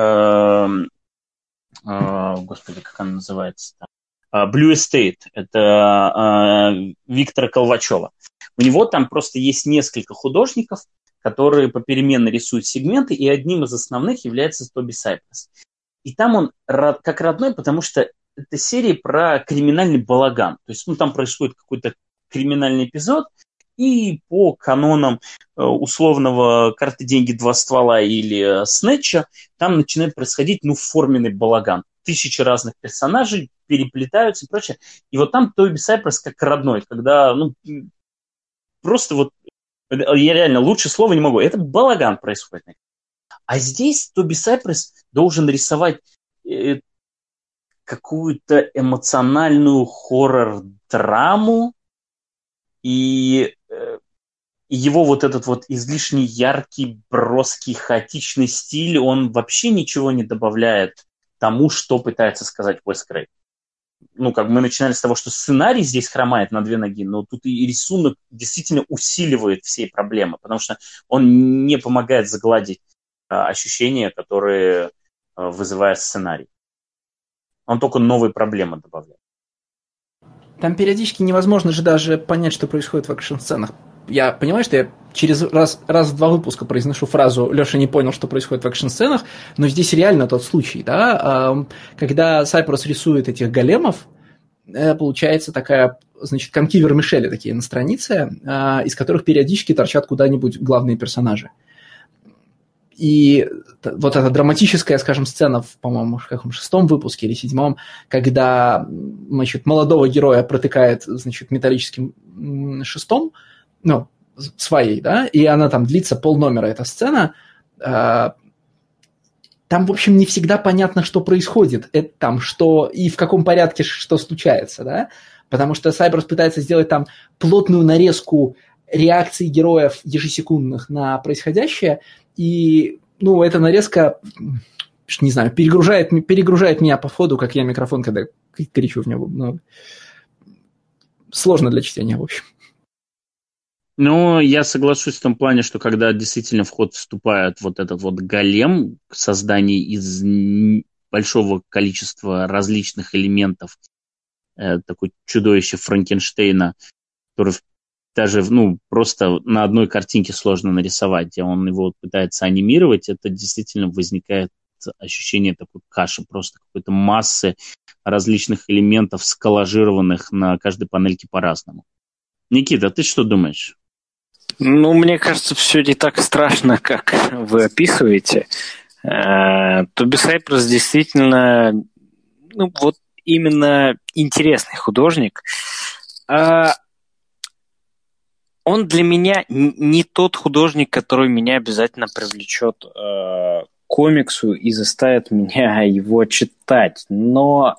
Господи, как она называется? Blue Estate. Это Виктора Колвачева. У него там просто есть несколько художников, которые попеременно рисуют сегменты, и одним из основных является Тоби Сайпресс. И там он как родной, потому что это серия про криминальный балаган. То есть там происходит какой-то криминальный эпизод, и по канонам условного «Карты, деньги, два ствола» или «Снетча» там начинает происходить, форменный балаган. 1000 разных персонажей переплетаются и прочее. И вот там Тоби Сайпресс как родной, когда, просто я реально лучше слова не могу. Это балаган происходит. А здесь Тоби Сайпресс должен рисовать какую-то эмоциональную хоррор-драму, и его вот этот вот излишне яркий, броский, хаотичный стиль, он вообще ничего не добавляет тому, что пытается сказать Уэс Крейг. Мы начинали с того, что сценарий здесь хромает на 2 ноги, но тут и рисунок действительно усиливает все проблемы, потому что он не помогает загладить ощущения, которые вызывает сценарий. Он только новые проблемы добавляет. Там периодически невозможно же даже понять, что происходит в экшн-сценах. Я понимаю, что я через раз в 2 выпуска произношу фразу «Леша не понял, что происходит в экшн-сценах», но здесь реально тот случай, да, когда Сайпресс рисует этих големов, получается такая, комки вермишели такие на странице, из которых периодически торчат куда-нибудь главные персонажи. И вот эта драматическая, сцена в, по-моему, в 6-м выпуске или 7-м, когда, молодого героя протыкает, металлическим шестом, своей, да, и она там длится полномера, эта сцена, там, в общем, не всегда понятно, что происходит, что и в каком порядке что случается, да, потому что Сайпресс пытается сделать там плотную нарезку реакций героев ежесекундных на происходящее, и, эта нарезка, не знаю, перегружает меня по входу, как я микрофон, когда кричу в него. Сложно для чтения, в общем. Я соглашусь в том плане, что когда действительно в ход вступает вот этот вот голем, создание из большого количества различных элементов, такое чудовище Франкенштейна, который даже, просто на одной картинке сложно нарисовать, где он его пытается анимировать, это действительно возникает ощущение такой каши, просто какой-то массы различных элементов, сколлажированных на каждой панельке по-разному. Никита, ты что думаешь? Мне кажется, все не так страшно, как вы описываете. Тоби Сайпресс действительно, именно интересный художник. он для меня не тот художник, который меня обязательно привлечет к комиксу и заставит меня его читать. Но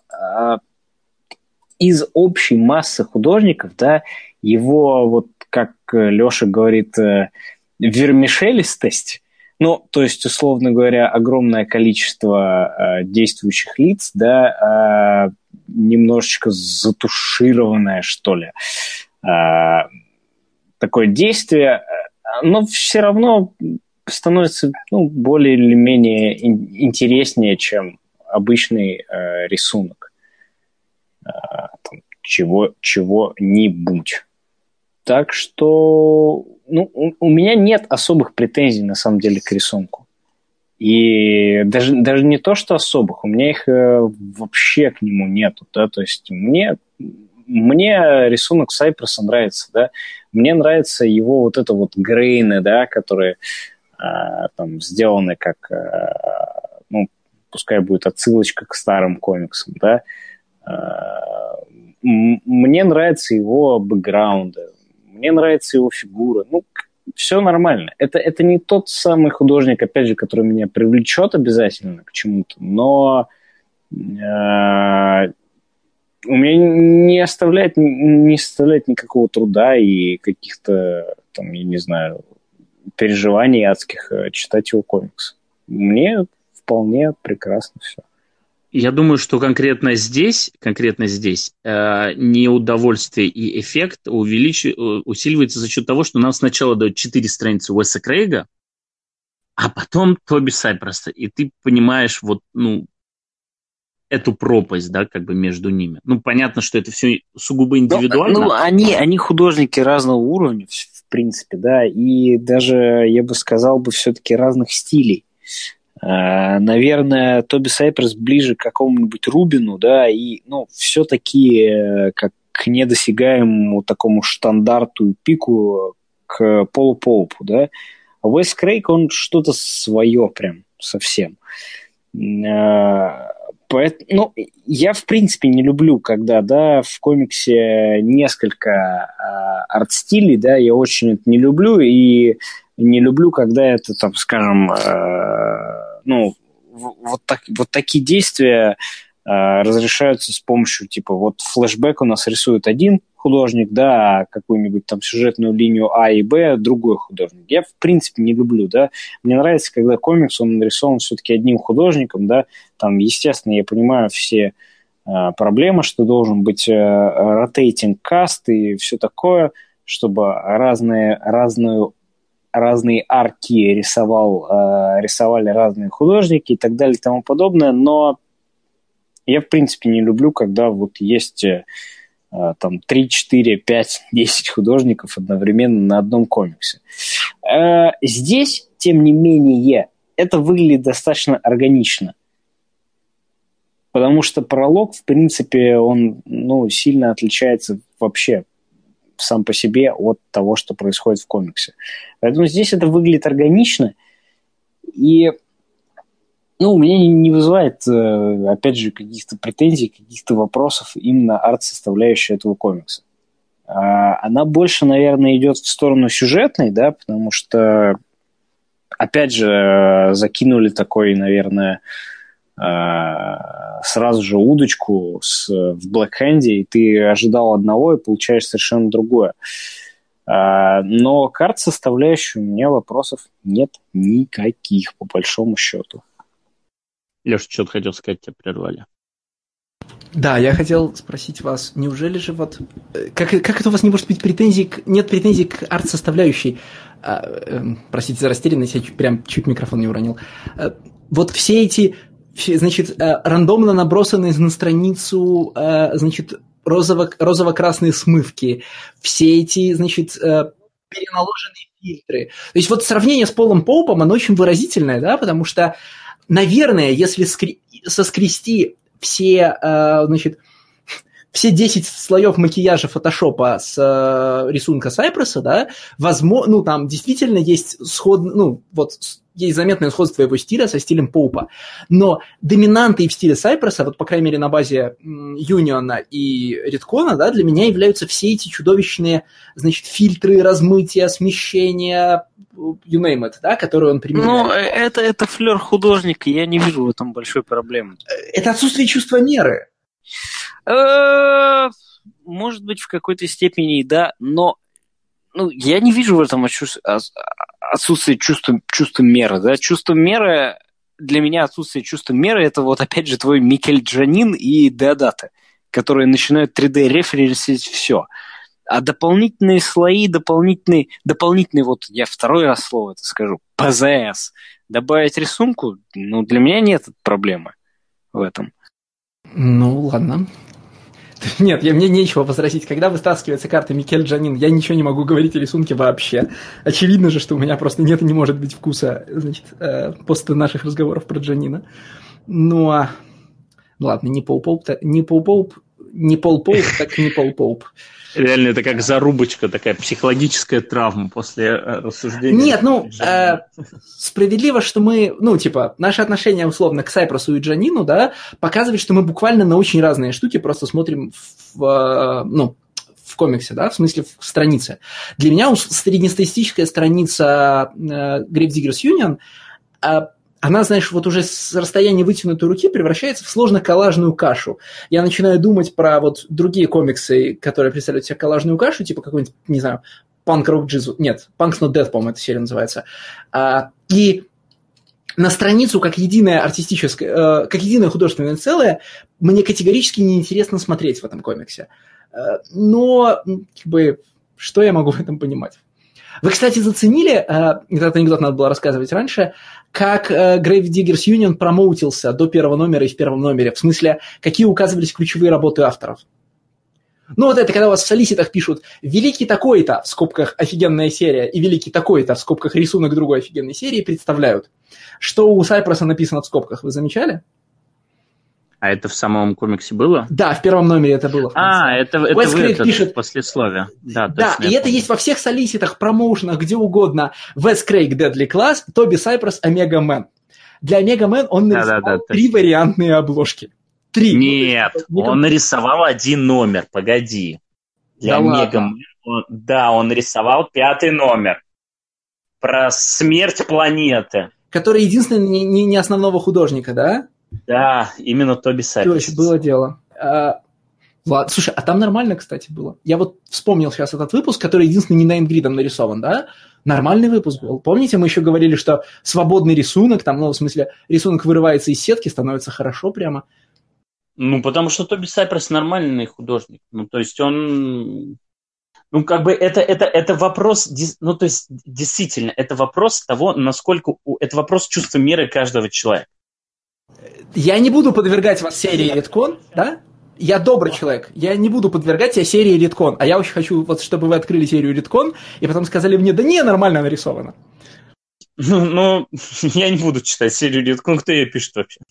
из общей массы художников, да, его, вот как Леша говорит, вермишелистость, ну, то есть, условно говоря, огромное количество действующих лиц, да, немножечко затушированное, что ли, такое действие, но все равно становится, ну, более или менее интереснее, чем обычный рисунок чего-нибудь. Так что, ну, у меня нет особых претензий, на самом деле, к рисунку. И даже не то, что особых, у меня их вообще к нему нету, да, то есть мне рисунок Сайпреса нравится, да, мне нравятся его вот это вот грейны, да, которые там сделаны как, ну, пускай будет отсылочка к старым комиксам, да, мне нравятся его бэкграунды, мне нравится его фигура, ну, все нормально. Это не тот самый художник, опять же, который меня привлечет обязательно к чему-то, но у меня не составляет никакого труда и каких-то, там, я не знаю, переживаний адских читать его комикс. Мне вполне прекрасно все. Я думаю, что конкретно здесь неудовольствие и эффект усиливается за счет того, что нам сначала дают 4 страницы Уэса Крейга, а потом Тоби Сайпреса, и ты понимаешь вот, ну, эту пропасть, да, как бы между ними. Ну, понятно, что это все сугубо индивидуально. Ну, они художники разного уровня, в принципе, да, и даже, я бы сказал, все-таки разных стилей. Наверное, Тоби Сайпрес ближе к какому-нибудь Рубину, да, и, ну, все-таки как к недосягаемому такому штандарту и пику к Полу Поупу, да. А Уэс Крейг, он что-то свое прям совсем. Ну, я, в принципе, не люблю, когда, да, в комиксе несколько арт-стилей, да, я очень это не люблю, и не люблю, когда это, там, скажем, ну, вот такие действия разрешаются с помощью, типа, вот флешбэк у нас рисует один художник, да, а какую-нибудь там сюжетную линию А и Б другой художник. Я, в принципе, не люблю, да. Мне нравится, когда комикс, он нарисован все-таки одним художником, да. Там, естественно, я понимаю все проблемы, что должен быть rotating cast и все такое, чтобы разные арки рисовали разные художники и так далее и тому подобное, но я, в принципе, не люблю, когда вот есть там 3, 4, 5, 10 художников одновременно на одном комиксе. Здесь, тем не менее, это выглядит достаточно органично, потому что пролог, в принципе, он, ну, сильно отличается вообще сам по себе от того, что происходит в комиксе. Поэтому здесь это выглядит органично, и, ну, у меня не вызывает, опять же, каких-то претензий, каких-то вопросов именно арт-составляющая этого комикса. Она больше, наверное, идет в сторону сюжетной, да, потому что, опять же, закинули такой, наверное, сразу же удочку в Black Hand, и ты ожидал одного и получаешь совершенно другое. Но к арт-составляющей у меня вопросов нет никаких, по большому счету. Леша, что-то хотел сказать, тебя прервали. Да, я хотел спросить вас, неужели же вот... Как это у вас не может быть нет претензий к арт-составляющей? Простите за растерянность, я прям чуть микрофон не уронил. Вот все эти, значит, рандомно набросанные на страницу, значит, розово-красные смывки, все эти, значит, переналоженные фильтры. То есть вот сравнение с Полом Поупом, оно очень выразительное, да, потому что, наверное, если соскрести все, значит, все 10 слоев макияжа фотошопа с рисунка Сайпреса, да, возможно, ну, там действительно есть есть заметное сходство его стиля со стилем Поупа. Но доминантой в стиле Сайпреса, вот по крайней мере на базе Юниона и Редкона, да, для меня являются все эти чудовищные, значит, фильтры, размытия, смещения, you name it, да, которые он применяет. Ну, это флёр художника, я не вижу в этом большой проблемы. Это отсутствие чувства меры. Может быть, в какой-то степени да, но я не вижу в этом отсутствие чувства меры. Да? Чувство меры, для меня отсутствие чувства меры, это вот опять же твой Микель Джанин и Деодате, которые начинают 3D-референсить все. А дополнительные слои, дополнительные, вот я второй раз слово это скажу, ПЗС, добавить рисунку, для меня нет проблемы в этом. Ну, ладно. Нет, мне нечего возразить. Когда вытаскивается карта Микель Джанин, я ничего не могу говорить о рисунке вообще. Очевидно же, что у меня просто нет и не может быть вкуса, значит, после наших разговоров про Джанина. Ладно, не Пол Поуп, так не Пол Поуп. Реально, это как зарубочка, такая психологическая травма после рассуждения. Нет, справедливо, что мы, наши отношения, условно, к Сайпресу и Джанину, да, показывают, что мы буквально на очень разные штуки просто смотрим в комиксе, да, в смысле в странице. Для меня среднестатистическая страница Gravediggers Union, она, знаешь, вот уже с расстояния вытянутой руки превращается в сложно-коллажную кашу. Я начинаю думать про вот другие комиксы, которые представляют себе коллажную кашу, типа какой-нибудь, не знаю, Punk Rock Jizu. Нет, Punk's Not Dead, по-моему, эта серия называется. И на страницу, как единое артистическое, как единое художественное целое, мне категорически неинтересно смотреть в этом комиксе. Но, что я могу в этом понимать? Вы, кстати, заценили, этот анекдот надо было рассказывать раньше, как Gravediggers Union промоутился до первого номера и в первом номере, в смысле, какие указывались ключевые работы авторов. Вот это, когда у вас в солиситах пишут «Великий такой-то», в скобках «офигенная серия», и «Великий такой-то», в скобках «рисунок другой офигенной серии», представляют. Что у Сайпреса написано в скобках, вы замечали? А это в самом комиксе было? Да, в первом номере это было. Это пишет послесловие. Да, и это есть во всех солиситах, промоушенах, где угодно. Вес Крейг, Deadly Class, Тоби Сайпрес, Омега Мэн. Для Омега Мэн он нарисовал 3 вариантные обложки. 3. Нет, он нарисовал 1 номер, погоди. Для Омега Мэн, он нарисовал 5-й номер. Про смерть планеты. Который единственный не основного художника, да? Да, именно Тоби Сайпрес. Точно, было дело. Ладно, слушай, а там нормально, кстати, было. Я вот вспомнил сейчас этот выпуск, который единственный не Найнгридом нарисован, да? Нормальный выпуск был. Помните, мы еще говорили, что свободный рисунок, там, в смысле, рисунок вырывается из сетки, становится хорошо прямо. Потому что Тоби Сайпрес нормальный художник. То есть он... это вопрос... то есть, действительно, это вопрос того, насколько... Это вопрос чувства меры каждого человека. Я не буду подвергать вас серии Редкон, да? Я добрый человек. Я не буду подвергать тебя серии Редкон. А я очень хочу, чтобы вы открыли серию Редкон, и потом сказали мне, да не, нормально нарисовано. Я не буду читать серию Редкон. Кто ее пишет вообще?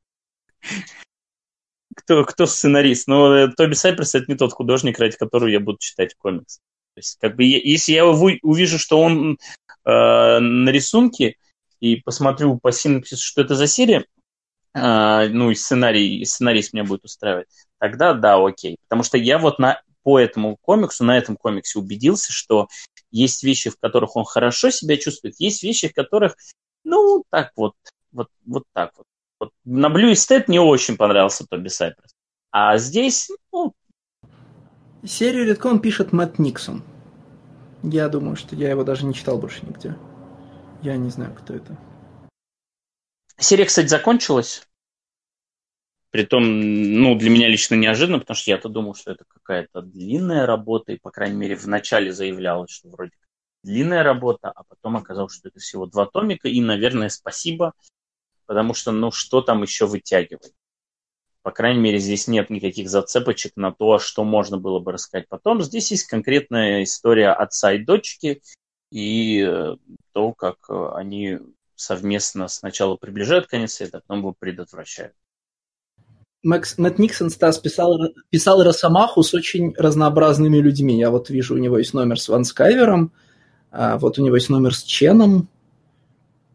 Кто сценарист? Тоби Сайпрес — это не тот художник, ради которого я буду читать комикс. То есть, если я увижу, что он на рисунке, и посмотрю по синопсису, что это за серия, и сценарист меня будет устраивать, тогда да, окей. Потому что я по этому комиксу, на этом комиксе убедился, что есть вещи, в которых он хорошо себя чувствует, есть вещи, в которых, так вот так вот. На Blue Estate мне очень понравился Тоби Сайпрес. А здесь, Серию Редкон пишет Мэтт Никсон. Я думаю, что я его даже не читал больше нигде. Я не знаю, кто это. Серия, кстати, закончилась. Притом, для меня лично неожиданно, потому что я-то думал, что это какая-то длинная работа, и, по крайней мере, вначале заявлялось, что вроде длинная работа, а потом оказалось, что это всего 2 томика, и, наверное, спасибо, потому что, что там еще вытягивать? По крайней мере, здесь нет никаких зацепочек на то, что можно было бы рассказать потом. Здесь есть конкретная история отца и дочки, и то, как они совместно сначала приближают конец света, а потом его предотвращают. Мэтт Никсон, Стас, писал Росомаху с очень разнообразными людьми. Я вот вижу, у него есть номер с Ван Скайвером, вот у него есть номер с Ченом.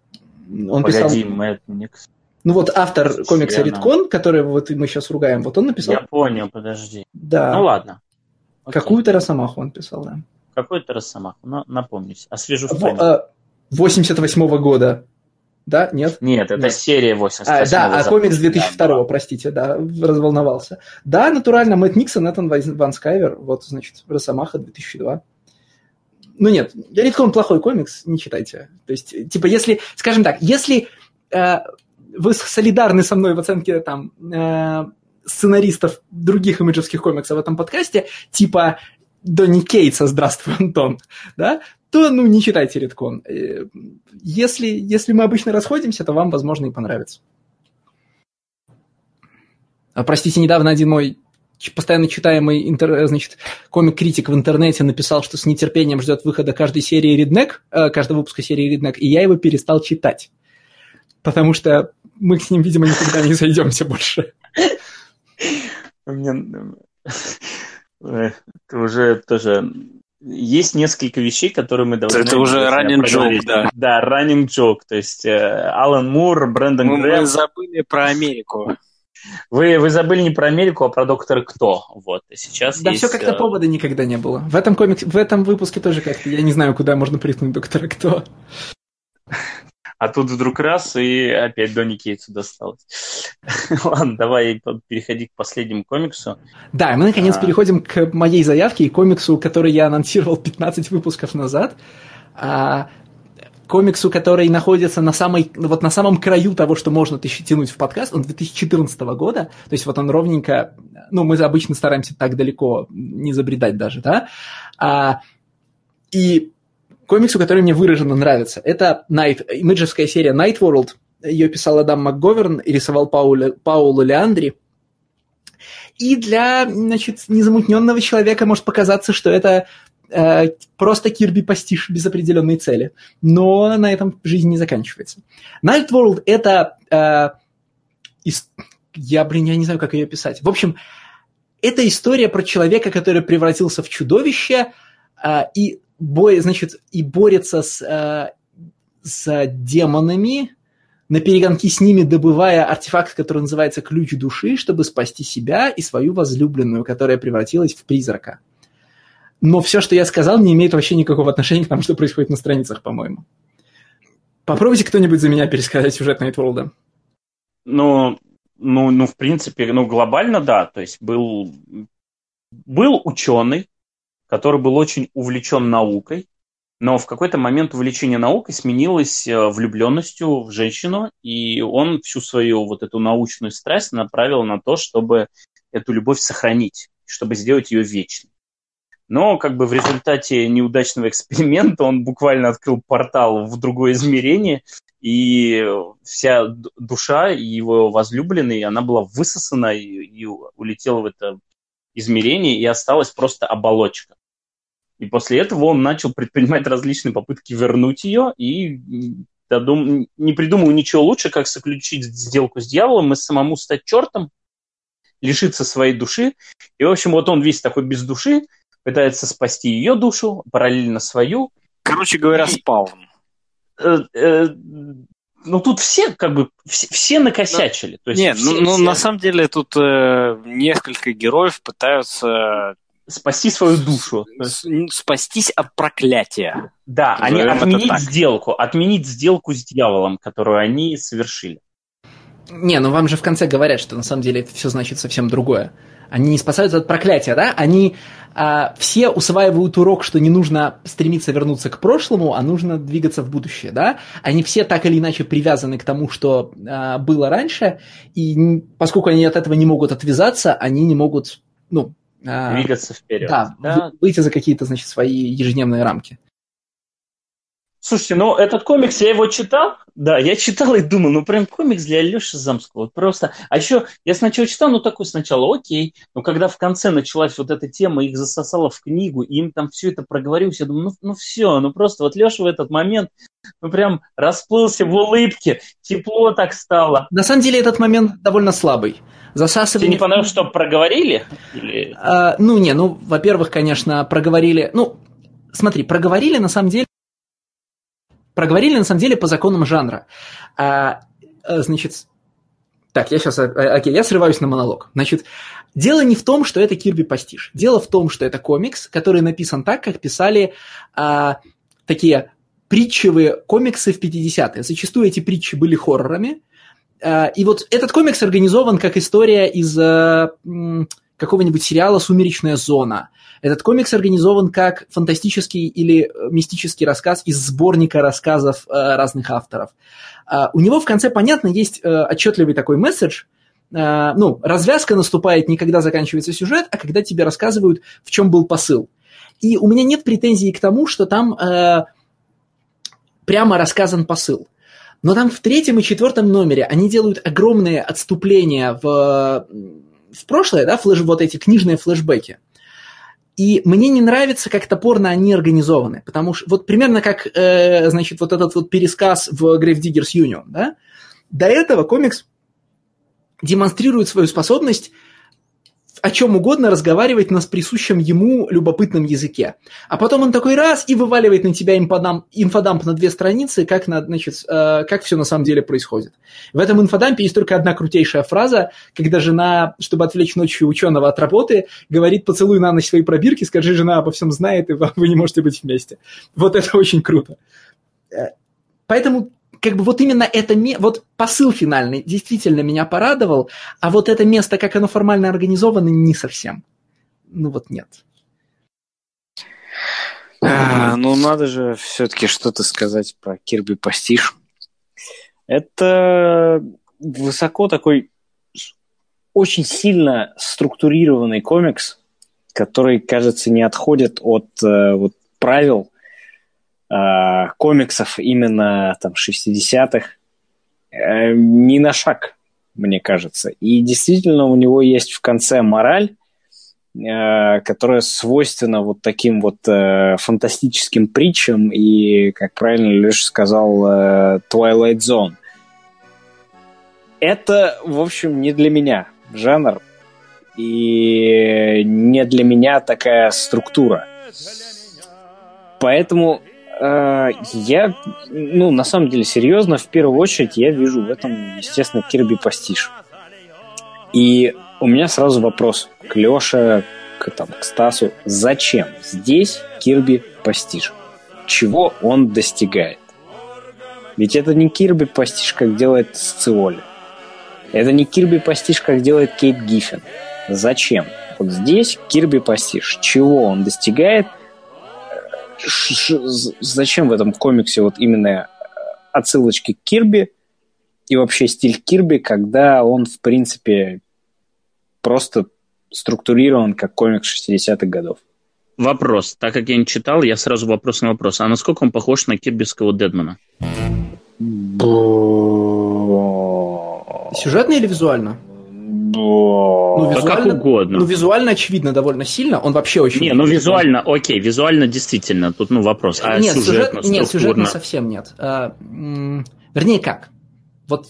Он писал... Мэтт Никс. Ну вот автор комикса Редкон, который вот мы сейчас ругаем, вот он написал... Я понял, подожди. Да. Ну ладно. Окей. Какую-то Росомаху он писал, да. Какой-то Росомаху, напомнюсь. Освежу в память. 88-го года. Да? Нет? Нет, это серия 88-го. Да, комикс 2002-го, простите, да, разволновался. Да, натурально, Мэтт Никсон, Натан Ван Скайвер, вот, значит, Росомаха 2002. Ну нет, Редкон плохой комикс, не читайте. То есть, типа, если, скажем так, если вы солидарны со мной в оценке там сценаристов других имиджевских комиксов в этом подкасте, типа Донни Кейтса «Здравствуй, Антон», да, то, ну, не читайте Редкон. Если мы обычно расходимся, то вам, возможно, и понравится. Простите, недавно один мой постоянно читаемый комик-критик в интернете написал, что с нетерпением ждет выхода каждой серии Реднек, каждого выпуска серии Реднек, и я его перестал читать. Потому что мы с ним, видимо, никогда не сойдемся больше. Это уже тоже... Есть несколько вещей, которые мы должны... Это уже running joke, да. Да, running joke. То есть Алан Мур, Брэндон Грэм... Мы забыли про Америку. Вы забыли не про Америку, а про Доктора Кто. Вот. И сейчас да, есть... все как-то повода никогда не было. В этом выпуске тоже как-то... Я не знаю, куда можно приткнуть Доктора Кто. А тут вдруг раз, и опять Донни Кейтсу досталось. Ладно, давай переходи к последнему комиксу. Да, мы наконец переходим к моей заявке и комиксу, который я анонсировал 15 выпусков назад. Комиксу, который находится на самом краю того, что можно тянуть в подкаст. Он 2014 года. То есть вот он ровненько... Ну, мы обычно стараемся так далеко не забредать даже, да? И... комиксу, который мне выраженно нравится. Это имиджевская серия Night World. Ее писал Адам МакГоверн и рисовал Пауло Леандри. И для, значит, незамутненного человека может показаться, что это просто Кирби-пастиш без определенной цели. Но на этом жизнь не заканчивается. Night World – это... я не знаю, как ее писать. В общем, это история про человека, который превратился в чудовище и борется с демонами, наперегонки с ними добывая артефакт, который называется Ключ Души, чтобы спасти себя и свою возлюбленную, которая превратилась в призрака. Но все, что я сказал, не имеет вообще никакого отношения к тому, что происходит на страницах, по-моему. Попробуйте кто-нибудь за меня пересказать сюжет Night World. Ну, в принципе, глобально, да. То есть был ученый, который был очень увлечен наукой, но в какой-то момент увлечение наукой сменилось влюбленностью в женщину, и он всю свою вот эту научную страсть направил на то, чтобы эту любовь сохранить, чтобы сделать ее вечной. Но как бы в результате неудачного эксперимента он буквально открыл портал в другое измерение, и вся душа его возлюбленной, она была высосана и улетела в это измерение, и осталась просто оболочка. И после этого он начал предпринимать различные попытки вернуть ее, и не придумал ничего лучше, как заключить сделку с дьяволом и самому стать чертом, лишиться своей души. И, в общем, вот он весь такой без души, пытается спасти ее душу, параллельно свою. Короче говоря, спаун. Тут все все накосячили. То есть нет, все... на самом деле тут несколько героев пытаются... спасти свою душу. Спастись от проклятия. Да, они отменить сделку с дьяволом, которую они совершили. Не, вам же в конце говорят, что на самом деле это все значит совсем другое. Они не спасаются от проклятия, да? Они все усваивают урок, что не нужно стремиться вернуться к прошлому, а нужно двигаться в будущее, да? Они все так или иначе привязаны к тому, что было раньше, и поскольку они от этого не могут отвязаться, они не могут, двигаться вперед. Да, выйти за какие-то, свои ежедневные рамки. Слушайте, этот комикс, я его читал. Да, я читал и думал, прям комикс для Алёши Замского. Вот просто. А еще я сначала читал, такой сначала окей. Но когда в конце началась вот эта тема, их засосало в книгу, и им там все это проговорилось, я думаю, все, просто вот Леша в этот момент, прям расплылся в улыбке, тепло так стало. На самом деле этот момент довольно слабый. Тебе не понравилось, что проговорили? Или... во-первых, конечно, проговорили... смотри, проговорили на самом деле проговорили, на самом деле, по законам жанра. Значит, так, я сейчас... Окей, я срываюсь на монолог. Значит, дело не в том, что это Кирби-пастиш. Дело в том, что это комикс, который написан так, как писали такие притчевые комиксы в 50-е. Зачастую эти притчи были хоррорами. И вот этот комикс организован как история из какого-нибудь сериала «Сумеречная зона». Этот комикс организован как фантастический или мистический рассказ из сборника рассказов разных авторов. У него в конце, понятно, есть отчетливый такой месседж. Развязка наступает не когда заканчивается сюжет, а когда тебе рассказывают, в чем был посыл. И у меня нет претензий к тому, что там прямо рассказан посыл. Но там в 3-м и 4-м номере они делают огромные отступления в прошлое, да, вот эти книжные флешбеки. И мне не нравится, как топорно они организованы, потому что вот примерно как, значит, вот этот вот пересказ в Grave Diggers Union, да, до этого комикс демонстрирует свою способность о чем угодно разговаривать на присущем ему любопытном языке. А потом он такой раз и вываливает на тебя инфодамп на 2 страницы, как все на самом деле происходит. В этом инфодампе есть только одна крутейшая фраза, когда жена, чтобы отвлечь ночью ученого от работы, говорит: поцелуй на ночь свои пробирки, скажи, жена обо всем знает, и вы не можете быть вместе. Вот это очень круто. Поэтому как бы вот именно это, вот посыл финальный действительно меня порадовал, а вот это место, как оно формально организовано, не совсем. Нет. Надо же все-таки что-то сказать про Кирби-пастиш. Это высоко такой, очень сильно структурированный комикс, который, кажется, не отходит от правил комиксов именно там 60-х ни на шаг, мне кажется. И действительно у него есть в конце мораль, которая свойственна вот таким вот фантастическим притчам и, как правильно Леша сказал, Twilight Zone. Это, в общем, не для меня жанр и не для меня такая структура. Поэтому я, на самом деле, серьезно, в первую очередь я вижу в этом, естественно, Кирби-пастиш. И у меня сразу вопрос к Леше, к Стасу. Зачем здесь Кирби-пастиш? Чего он достигает? Ведь это не Кирби-пастиш, как делает Сциоли. Это не Кирби-пастиш, как делает Кейт Гиффин. Зачем? Вот здесь Кирби-пастиш. Чего он достигает? Зачем в этом комиксе вот именно отсылочки к Кирби и вообще стиль Кирби, когда он, в принципе, просто структурирован как комикс 60-х годов? Вопрос. Так как я не читал, я сразу вопрос на вопрос. А насколько он похож на кирбисского Дедмана? Сюжетно или визуально? Визуально, как угодно. Визуально, очевидно, довольно сильно. Он вообще очень... визуально, окей, визуально действительно. Тут, вопрос. А нет, сюжетно, нет, сюжетно совсем нет. Вернее, как? Вот...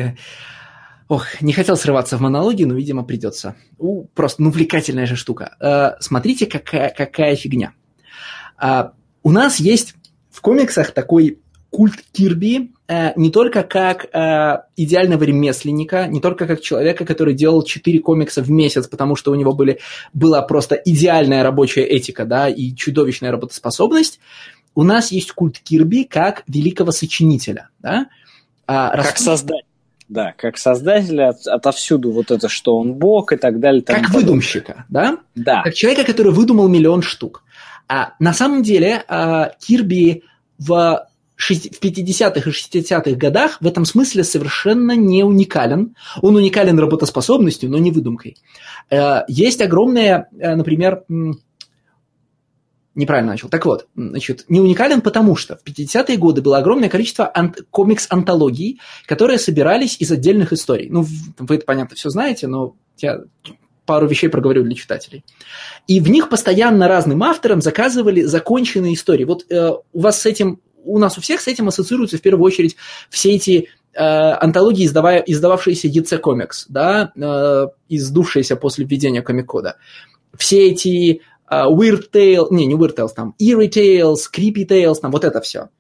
не хотел срываться в монологи, но, видимо, придется. Просто, увлекательная же штука. Смотрите, какая фигня. У нас есть в комиксах такой культ Кирби не только как идеального ремесленника, не только как человека, который делал 4 комикса в месяц, потому что у него была просто идеальная рабочая этика, да, и чудовищная работоспособность. У нас есть культ Кирби как великого сочинителя, да. Как создатель. Да, как создателя отовсюду вот это, что он бог и так далее. Как выдумщика, да? Да. Как человека, который выдумал миллион штук. На самом деле Кирби в 50-х и 60-х годах в этом смысле совершенно не уникален. Он уникален работоспособностью, но не выдумкой. Есть огромное, например... Неправильно начал. Так вот, не уникален, потому что в 50-е годы было огромное количество комикс-антологий, которые собирались из отдельных историй. Вы это, понятно, все знаете, но я пару вещей проговорю для читателей. И в них постоянно разным авторам заказывали законченные истории. Вот у нас у всех с этим ассоциируются в первую очередь все эти антологии, издававшиеся EC Comics, да, издувшиеся после введения комик-кода. Все эти Weird Tales, не Weird Tales, там, Eerie Tales, Creepy Tales, там, вот это все.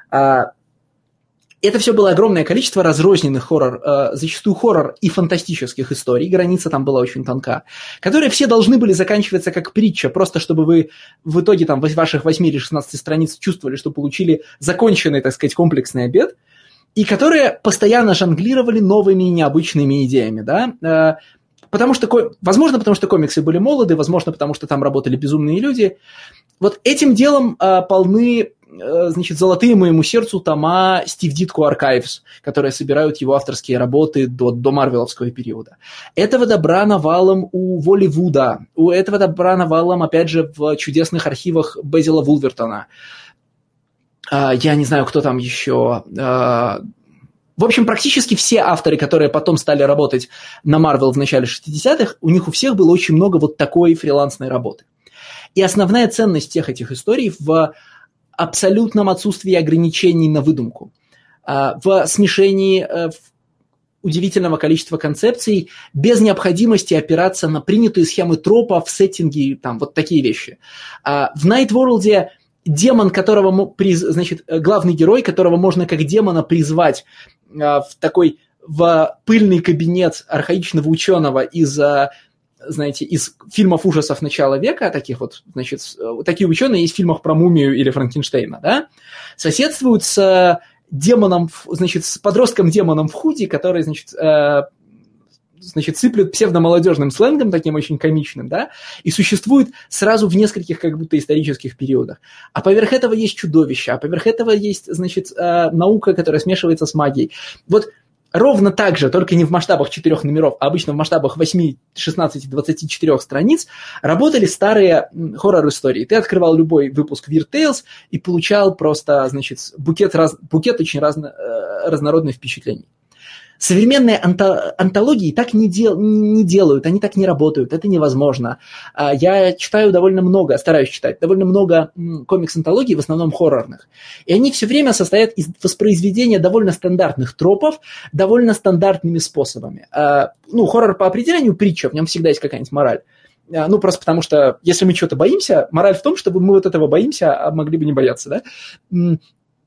Это все было огромное количество разрозненных зачастую хоррор и фантастических историй, граница там была очень тонка, которые все должны были заканчиваться как притча, просто чтобы вы в итоге там ваших 8 или 16 страниц чувствовали, что получили законченный, так сказать, комплексный обед, и которые постоянно жонглировали новыми необычными идеями, да, возможно, потому что комиксы были молоды, возможно, потому что там работали безумные люди. Вот этим делом полны, значит, золотые моему сердцу тома Steve Ditko Archives, которые собирают его авторские работы до марвеловского периода. Этого добра навалом у Воли Вуда, у этого добра навалом, опять же, в чудесных архивах Безила Вулвертона. Я не знаю, кто там еще. В общем, практически все авторы, которые потом стали работать на Marvel в начале 60-х, у них у всех было очень много вот такой фрилансной работы. И основная ценность всех этих историй в абсолютном отсутствии ограничений на выдумку, в смешении удивительного количества концепций без необходимости опираться на принятые схемы тропа в сеттинге, там, вот такие вещи. В Night World'е демон, главный герой, которого можно как демона призвать в пыльный кабинет архаичного ученого из фильмов ужасов начала века, таких такие ученые есть в фильмах про Мумию или Франкенштейна, да, соседствуют с демоном, с подростком-демоном в худи, который, сыплет псевдомолодежным сленгом, таким очень комичным, да, и существует сразу в нескольких как будто исторических периодах. А поверх этого есть чудовища, а поверх этого есть, наука, которая смешивается с магией. Вот ровно так же, только не в масштабах 4 номеров, а обычно в масштабах 8, 16, 24 страниц, работали старые хоррор-истории. Ты открывал любой выпуск Weird Tales и получал просто, букет очень разнородных впечатлений. Современные антологии так не делают, они так не работают, это невозможно. Я читаю стараюсь читать довольно много комикс-антологий, в основном хоррорных. И они все время состоят из воспроизведения довольно стандартных тропов, довольно стандартными способами. Хоррор по определению притча, в нем всегда есть какая-нибудь мораль. Просто потому что, если мы чего-то боимся, мораль в том, чтобы мы вот этого боимся, а могли бы не бояться, да?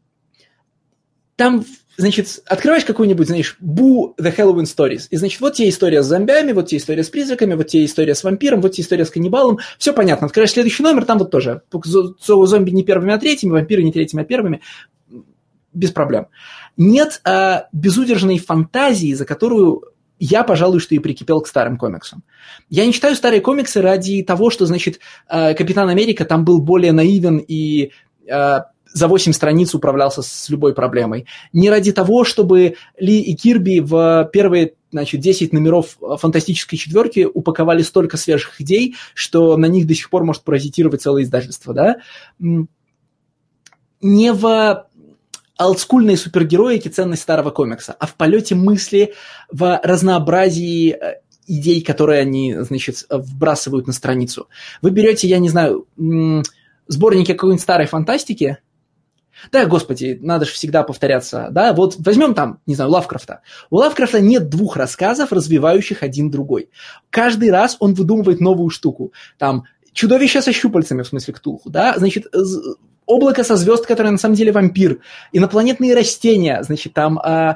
Там, открываешь какую-нибудь, Boo the Halloween Stories, и, вот тебе история с зомбями, вот тебе история с призраками, вот тебе история с вампиром, вот тебе история с каннибалом, все понятно. Открываешь следующий номер, там вот тоже зомби не первыми, а третьими, вампиры не третьими, а первыми, без проблем. Нет безудержной фантазии, за которую я, пожалуй, что и прикипел к старым комиксам. Я не читаю старые комиксы ради того, что, Капитан Америка там был более наивен и за 8 страниц управлялся с любой проблемой. Не ради того, чтобы Ли и Кирби в первые 10 номеров фантастической четверки упаковали столько свежих идей, что на них до сих пор может паразитировать целое издательство. Да? Не в олдскульной супергероике ценность старого комикса, а в полете мысли, в разнообразии идей, которые они, вбрасывают на страницу. Вы берете, я не знаю, сборники какой-нибудь старой фантастики. Да, господи, надо же всегда повторяться. Да, вот возьмем там, не знаю, Лавкрафта. У Лавкрафта нет 2 рассказов, развивающих один другой. Каждый раз он выдумывает новую штуку. Там чудовище со щупальцами, в смысле Ктулху, да, облако со звезд, которое на самом деле вампир, инопланетные растения, там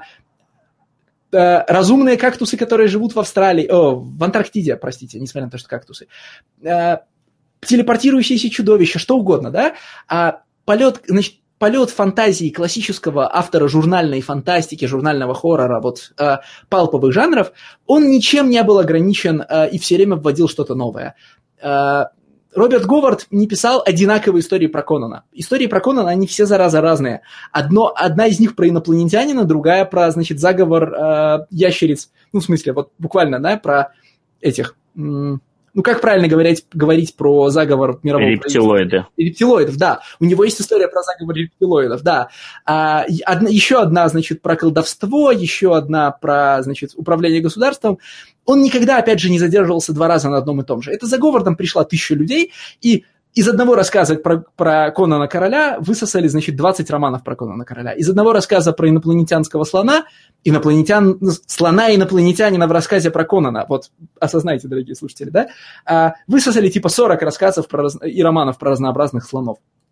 разумные кактусы, которые живут в Австралии, в Антарктиде, простите, несмотря на то, что кактусы, телепортирующиеся чудовища, что угодно, да, полет фантазии классического автора журнальной фантастики, журнального хоррора, палповых жанров, он ничем не был ограничен и все время вводил что-то новое. Роберт Говард не писал одинаковые истории про Конана. Истории про Конана, они все зараза разные. Одна из них про инопланетянина, другая про, заговор ящериц. В смысле, буквально, да, про этих... как правильно говорить про заговор мирового рептилоиды. Рептилоидов, да. У него есть история про заговор рептилоидов, да. Еще одна, про колдовство, еще одна про, управление государством. Он никогда, опять же, не задерживался 2 раза на одном и том же. Это за Говардом пришла 1000 людей, и из одного рассказа про Конана Короля высосали, 20 романов про Конана Короля. Из одного рассказа про инопланетянского слона, слона и инопланетянина в рассказе про Конана, осознайте, дорогие слушатели, да, высосали 40 рассказов и романов про разнообразных слонов.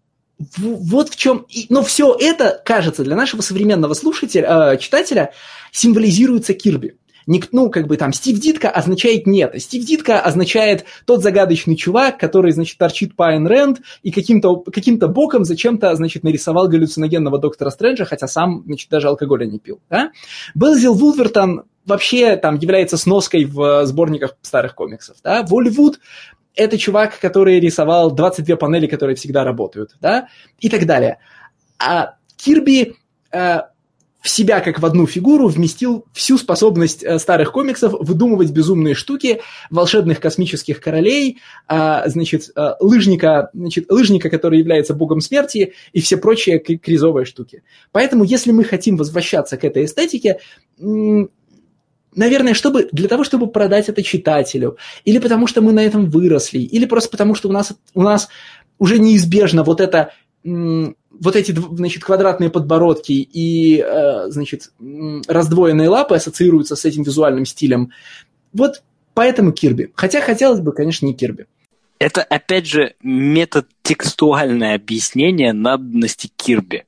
вот в чем... Но все это, кажется, для нашего современного читателя символизируется Кирби. Ну, как бы там Стив Дитко означает нет. Стив Дитко означает тот загадочный чувак, который, значит, торчит по Айн Рэнд и каким-то боком зачем-то, значит, нарисовал галлюциногенного Доктора Стрэнджа, хотя сам, значит, даже алкоголя не пил. Да? Белзил Вулвертон вообще там является сноской в сборниках старых комиксов. Да? Волли Вуд – это чувак, который рисовал 22 панели, которые всегда работают. Да? И так далее. А Кирби... в себя, как в одну фигуру, вместил всю способность старых комиксов выдумывать безумные штуки, волшебных космических королей, лыжника, который является богом смерти, и все прочие кризовые штуки. Поэтому, если мы хотим возвращаться к этой эстетике, наверное, для того, чтобы продать это читателю, или потому что мы на этом выросли, или просто потому что у нас уже неизбежно вот эти, значит, квадратные подбородки и, значит, раздвоенные лапы ассоциируются с этим визуальным стилем. Вот поэтому Кирби. Хотя хотелось бы, конечно, не Кирби. Это, опять же, метатекстуальное объяснение надобности Кирби.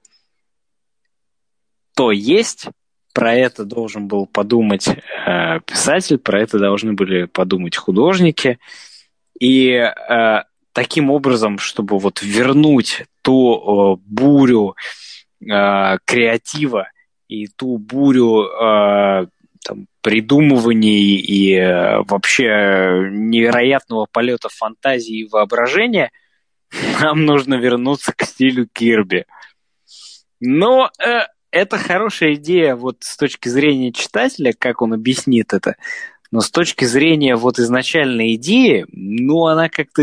То есть, про это должен был подумать писатель, про это должны были подумать художники. И таким образом, чтобы вот вернуть ту бурю креатива и ту бурю там, придумываний и вообще невероятного полета фантазии и воображения, нам нужно вернуться к стилю Кирби. Но это хорошая идея вот с точки зрения читателя, как он объяснит это. Но с точки зрения вот изначальной идеи, ну, она как-то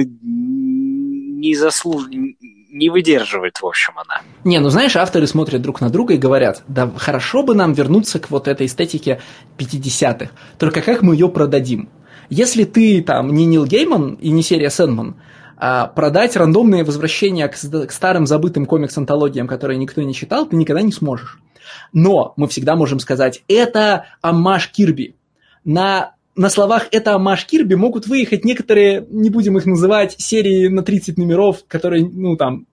не выдерживает, в общем, она. Не, ну, знаешь, авторы смотрят друг на друга и говорят, да хорошо бы нам вернуться к вот этой эстетике 50-х, только как мы ее продадим? Если ты там не Нил Гейман и не серия Сэндман, а продать рандомные возвращения к старым забытым комикс-антологиям, которые никто не читал, ты никогда не сможешь. Но мы всегда можем сказать, это оммаж Кирби. На словах «это оммаж Кирби» могут выехать некоторые, не будем их называть, серии на 30 номеров, которые, ну, там,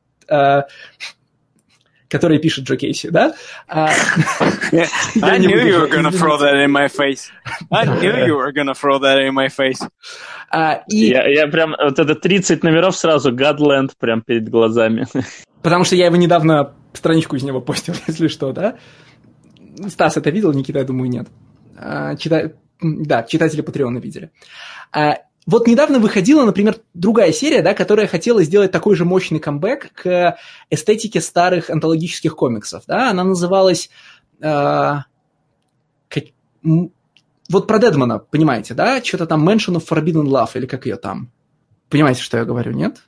которые пишет Джо Кейси, да? I knew you were gonna throw that in my face. I knew you were gonna throw that in my face. Я прям, вот это 30 номеров сразу, Godland прям перед глазами. Потому что я его недавно, страничку из него постил, если что, да? Стас это видел, Никита, я думаю, нет. Да, читатели Патреона видели. Вот недавно выходила, например, другая серия, да, которая хотела сделать такой же мощный камбэк к эстетике старых антологических комиксов. Да? Она называлась... вот про Дедмана, понимаете, да? Что-то там Mansion of Forbidden Love, или как ее там. Понимаете, что я говорю, нет?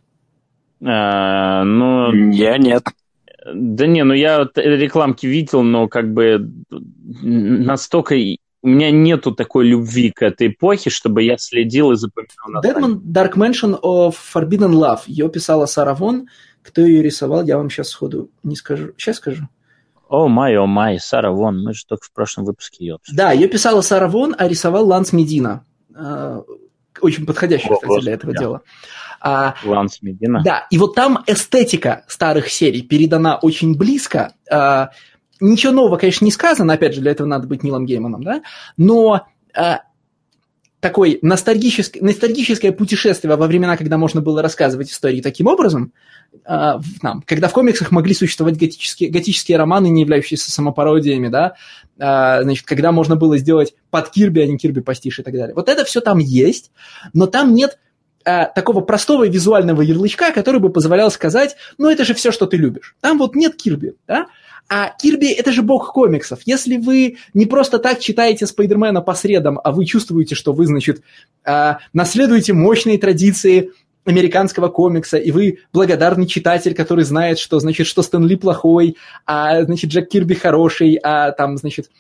Ну, я нет. Да не, ну я рекламки видел, но как бы настолько... У меня нету такой любви к этой эпохе, чтобы я следил и запоминал. Deadman Dark Mansion of Forbidden Love. Ее писала Сара Вон. Кто ее рисовал, я вам сейчас сходу не скажу. Сейчас скажу. О май, Сара Вон. Мы же только в прошлом выпуске ее обсуждали. Да, ее писала Сара Вон, а рисовал Ланс Медина. Очень подходящий, кстати, для этого дела. Ланс Медина. Да, и вот там эстетика старых серий передана очень близко. Ничего нового, конечно, не сказано, опять же, для этого надо быть Нилом Гейманом, да, но такое ностальгическое путешествие во времена, когда можно было рассказывать истории таким образом, когда в комиксах могли существовать готические романы, не являющиеся самопародиями, да, значит, когда можно было сделать под Кирби, а не Кирби-пастиш и так далее. Вот это все там есть, но там нет такого простого визуального ярлычка, который бы позволял сказать, ну, это же все, что ты любишь. Там вот нет Кирби, да? А Кирби – это же бог комиксов. Если вы не просто так читаете Спайдермена по средам, а вы чувствуете, что вы, значит, наследуете мощные традиции американского комикса, и вы благодарный читатель, который знает, что, значит, что Стэн Ли плохой, а, значит, Джек Кирби хороший, а там, значит...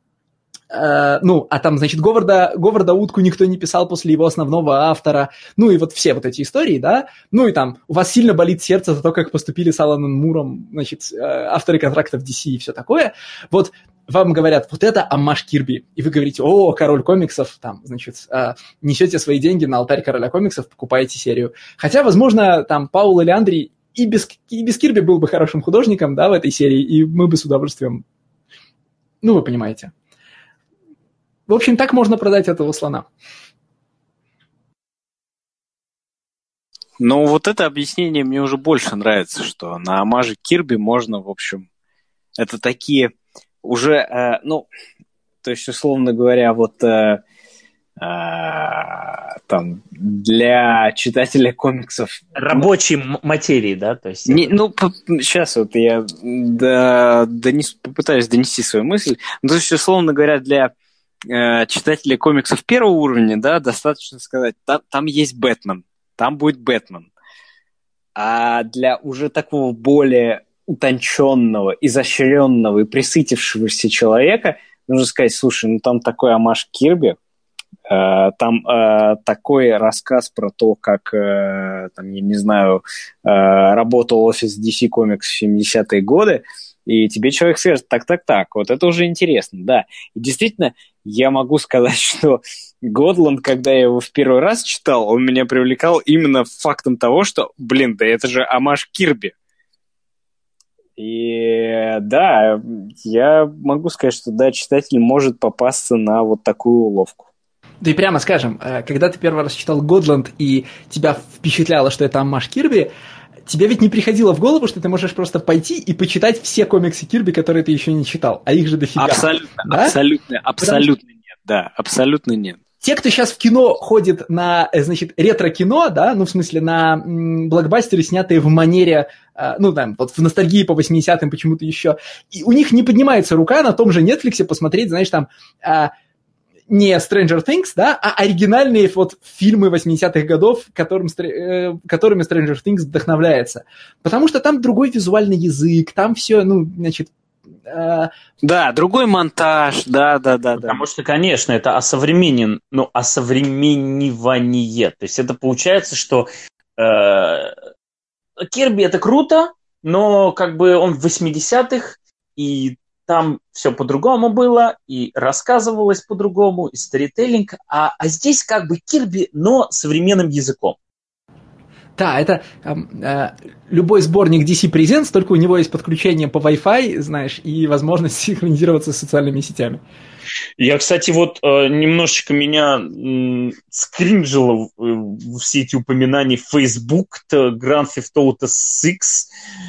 значит, Говарда Утку никто не писал после его основного автора, ну, и вот все вот эти истории, да, ну, и там у вас сильно болит сердце за то, как поступили с Аланом Муром, значит, авторы контрактов DC и все такое, вот вам говорят, вот это оммаж Кирби, и вы говорите, о, король комиксов, там, значит, несете свои деньги на алтарь короля комиксов, покупаете серию, хотя, возможно, там, Пауло Леандри без Кирби был бы хорошим художником, да, в этой серии, и мы бы с удовольствием... Ну, вы понимаете. В общем, так можно продать этого слона. Но вот это объяснение мне уже больше нравится, что на омаже Кирби можно, в общем, это такие уже, то есть, условно говоря, вот там для читателя комиксов... Рабочей материи, да? То есть сейчас вот я попытаюсь донести свою мысль. То есть, условно говоря, для читателей комиксов первого уровня, да, достаточно сказать, там есть Бэтмен, там будет Бэтмен. А для уже такого более утонченного, изощренного и присытившегося человека нужно сказать, слушай, там такой омаж Кирби, там такой рассказ про то, как, там, я не знаю, работал офис DC Comics в 70-е годы, и тебе человек скажет, так, вот это уже интересно, да. И действительно, я могу сказать, что Годланд, когда я его в первый раз читал, он меня привлекал именно фактом того, что, да это же омаж Кирби. И да, я могу сказать, что да, читатель может попасться на вот такую уловку. Да и прямо скажем, когда ты первый раз читал Годланд и тебя впечатляло, что это омаж Кирби, тебе ведь не приходило в голову, что ты можешь просто пойти и почитать все комиксы Кирби, которые ты еще не читал, а их же дофига. Абсолютно нет, да, абсолютно нет. Те, кто сейчас в кино ходит на, ретро-кино, да, в смысле на блокбастеры, снятые в манере, вот в ностальгии по 80-м почему-то еще, и у них не поднимается рука на том же Netflix посмотреть, не Stranger Things, да, а оригинальные фильмы 80-х годов, которыми Stranger Things вдохновляется. Потому что там другой визуальный язык, там все, Да, другой монтаж, да. Потому что, конечно, это осовременивание. То есть это получается, что Кирби это круто, но он в 80-х, и там все по-другому было, и рассказывалось по-другому, и сторителлинг, а здесь Кирби, но современным языком. Да, это любой сборник DC Presents, только у него есть подключение по Wi-Fi, знаешь, и возможность синхронизироваться с социальными сетями. Я, кстати, немножечко меня скринжило все эти упоминания Facebook, Grand Theft Auto 6.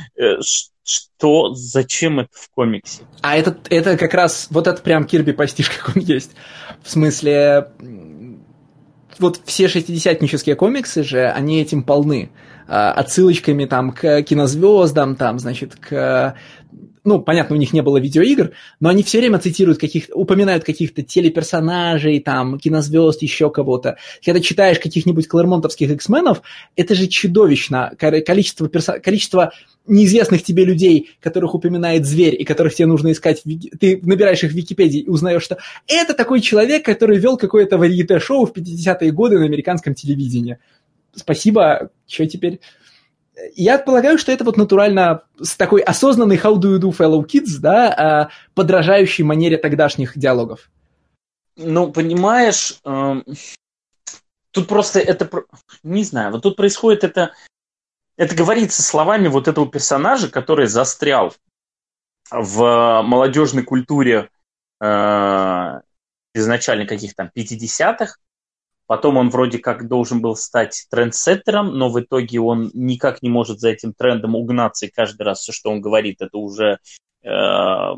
Зачем это в комиксе? А это как раз, это прям Кирби почти как он есть. В смысле, все шестидесятнические комиксы же, они этим полны. Отсылочками к кинозвездам, понятно, у них не было видеоигр, но они все время упоминают каких-то телеперсонажей, кинозвезд, еще кого-то. Когда читаешь каких-нибудь клэрмонтовских X-менов, это же чудовищно. Количество неизвестных тебе людей, которых упоминает зверь, и которых тебе нужно искать. Ты набираешь их в Википедии и узнаешь, что это такой человек, который вел какое-то варьете-шоу в 50-е годы на американском телевидении. Спасибо, что теперь... Я полагаю, что это натурально с такой осознанной how do you do, fellow kids, да, подражающей манере тогдашних диалогов. Понимаешь, тут просто не знаю, тут происходит это говорится словами этого персонажа, который застрял в молодежной культуре изначально каких-то 50-х, потом он вроде как должен был стать трендсеттером, но в итоге он никак не может за этим трендом угнаться, и каждый раз все, что он говорит, это уже yesterday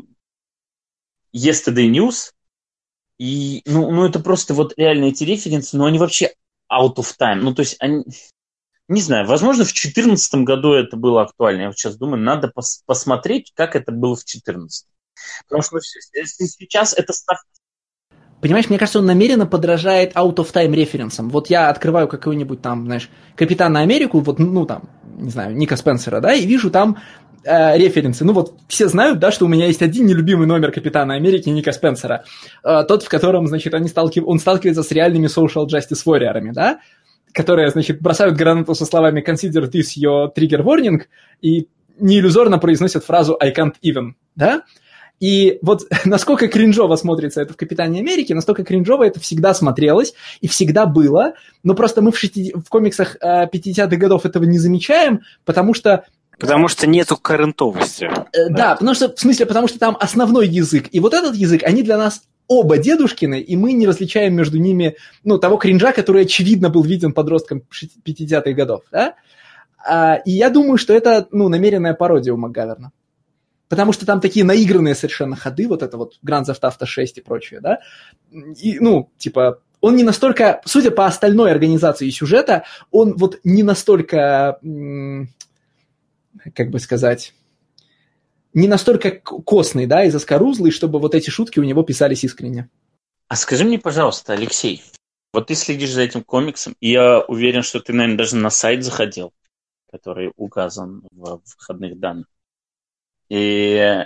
news. И, это просто реально эти референсы, но они вообще out of time. То есть они... Не знаю, возможно, в 2014 году это было актуально. Я сейчас думаю, надо посмотреть, как это было в 2014. Потому что сейчас это... Понимаешь, мне кажется, он намеренно подражает out-of-time референсам. Я открываю какую-нибудь Капитана Америку, не знаю, Ника Спенсера, да, и вижу там референсы. Все знают, да, что у меня есть один нелюбимый номер Капитана Америки Ника Спенсера. Тот, в котором, он сталкивается с реальными social justice warrior'ами, да, которые, бросают гранату со словами «consider this your trigger warning» и неиллюзорно произносят фразу «I can't even», да? И насколько кринжово смотрится это в «Капитане Америки», настолько кринжово это всегда смотрелось и всегда было, но просто мы в комиксах 50-х годов этого не замечаем, потому что Потому что нету коррентовости. Да, потому что там основной язык. И вот этот язык, они для нас оба дедушкины, и мы не различаем между ними, того кринжа, который, очевидно, был виден подросткам 50-х годов, да? И я думаю, что это, намеренная пародия у МакГаверна. Потому что там такие наигранные совершенно ходы, вот это вот Grand Theft Auto 6 и прочее, да? И, он не настолько, судя по остальной организации сюжета, он вот не настолько, как бы сказать, не настолько костный, да, и заскорузлый, чтобы вот эти шутки у него писались искренне. А скажи мне, пожалуйста, Алексей, вот ты следишь за этим комиксом, и я уверен, что ты, наверное, даже на сайт заходил, который указан в входных данных. И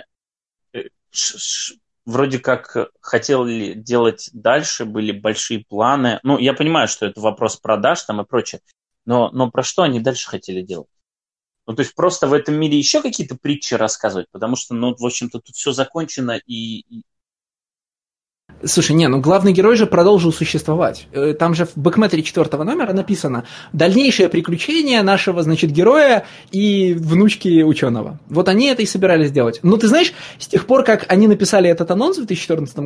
вроде как хотели делать дальше, были большие планы. Я понимаю, что это вопрос продаж там и прочее, но про что они дальше хотели делать? То есть просто в этом мире еще какие-то притчи рассказывать, потому что, в общем-то, тут все закончено и... Слушай, главный герой же продолжил существовать. Там же в бэкметре 4 номера написано «Дальнейшее приключение нашего, героя и внучки ученого». Вот они это и собирались делать. Но ты знаешь, с тех пор, как они написали этот анонс в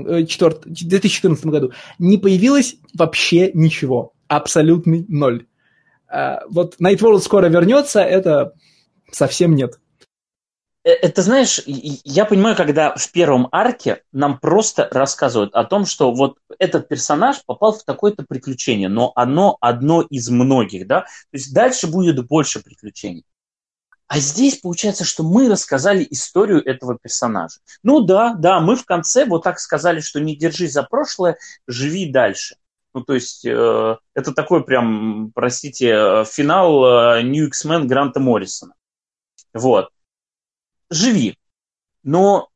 2014 году, не появилось вообще ничего. Абсолютный ноль. Вот Night World скоро вернется, это совсем нет. Это, знаешь, я понимаю, когда в первом арке нам просто рассказывают о том, что вот этот персонаж попал в такое-то приключение, но оно одно из многих, да, то есть дальше будет больше приключений. А здесь получается, что мы рассказали историю этого персонажа. Да, мы в конце вот так сказали, что не держись за прошлое, живи дальше. То есть это такой прям, простите, финал New X-Men Гранта Моррисона. Вот. Живи. Но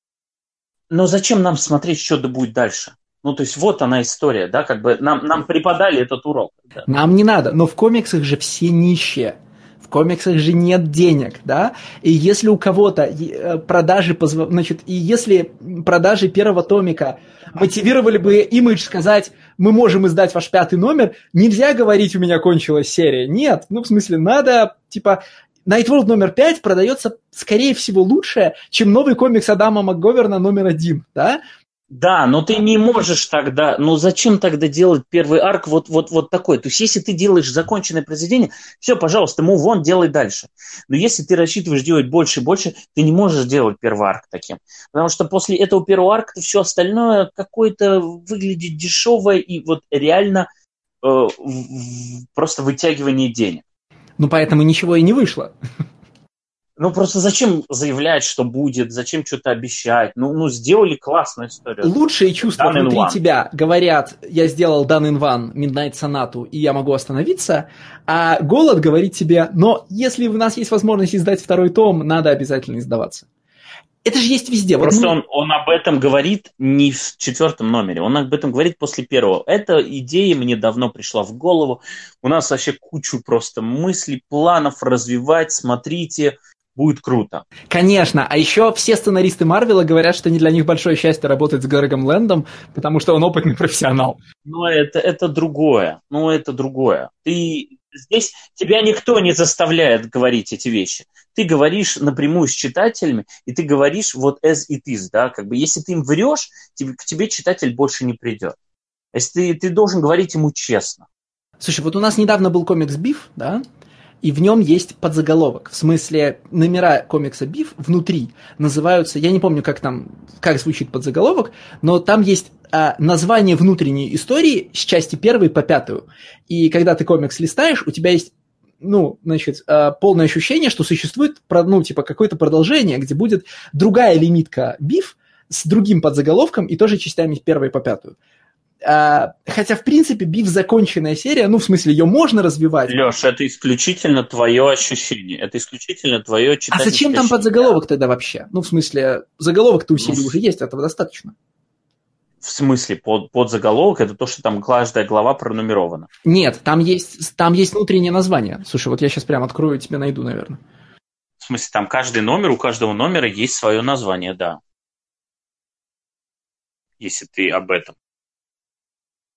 зачем нам смотреть, что да будет дальше? То есть вот она история, да, как бы нам преподали этот урок. Да. Нам не надо, но в комиксах же все нищие. В комиксах же нет денег, да? И если у кого-то продажи, и если продажи первого томика мотивировали бы имидж сказать, мы можем издать ваш 5 номер, нельзя говорить, у меня кончилась серия. Нет, в смысле, надо, Night World номер 5 продается, скорее всего, лучше, чем новый комикс Адама МакГоверна номер 1, да? Да, но ты не можешь тогда, зачем тогда делать первый арк вот такой? То есть, если ты делаешь законченное произведение, все, пожалуйста, move on, делай дальше. Но если ты рассчитываешь делать больше и больше, ты не можешь делать первый арк таким. Потому что после этого первого арка все остальное какое-то выглядит дешевое и вот реально просто вытягивание денег. Поэтому ничего и не вышло. Просто зачем заявлять, что будет, зачем что-то обещать? Сделали классную историю. Лучшие чувства внутри тебя говорят, я сделал Done in One, Midnight Sonata, и я могу остановиться, а голод говорит тебе, но если у нас есть возможность издать 2 том, надо обязательно издаваться. Это же есть везде. Просто он об этом говорит не в 4 номере, он об этом говорит после 1. Эта идея мне давно пришла в голову. У нас вообще кучу просто мыслей, планов развивать, смотрите, будет круто. Конечно, а еще все сценаристы Марвела говорят, что не для них большое счастье работать с Грегом Лэндом, потому что он опытный профессионал. Это другое. Это другое. Здесь тебя никто не заставляет говорить эти вещи. Ты говоришь напрямую с читателями, и ты говоришь вот as it is, да, как бы если ты им врешь, к тебе читатель больше не придет. Если ты должен говорить ему честно. Слушай, вот у нас недавно был комикс «Биф», да, и в нем есть подзаголовок. В смысле, номера комикса «Биф» внутри называются, я не помню, как звучит подзаголовок, но там есть название внутренней истории с части 1 по 5. И когда ты комикс листаешь, у тебя есть полное ощущение, что существует какое-то продолжение, где будет другая лимитка «Биф» с другим подзаголовком и тоже частями 1 по 5. Хотя, в принципе, «Биф» законченная серия, в смысле, ее можно развивать. Леш, это исключительно твое ощущение, это исключительно твое читательское ощущение. А зачем там подзаголовок тогда вообще? В смысле, заголовок-то у серии уже есть, этого достаточно. В смысле, подзаголовок это то, что там каждая глава пронумерована? Нет, там есть внутреннее название. Слушай, вот я сейчас прям открою, тебе найду, наверное. В смысле, там каждый номер, у каждого номера есть свое название, да. Если ты об этом.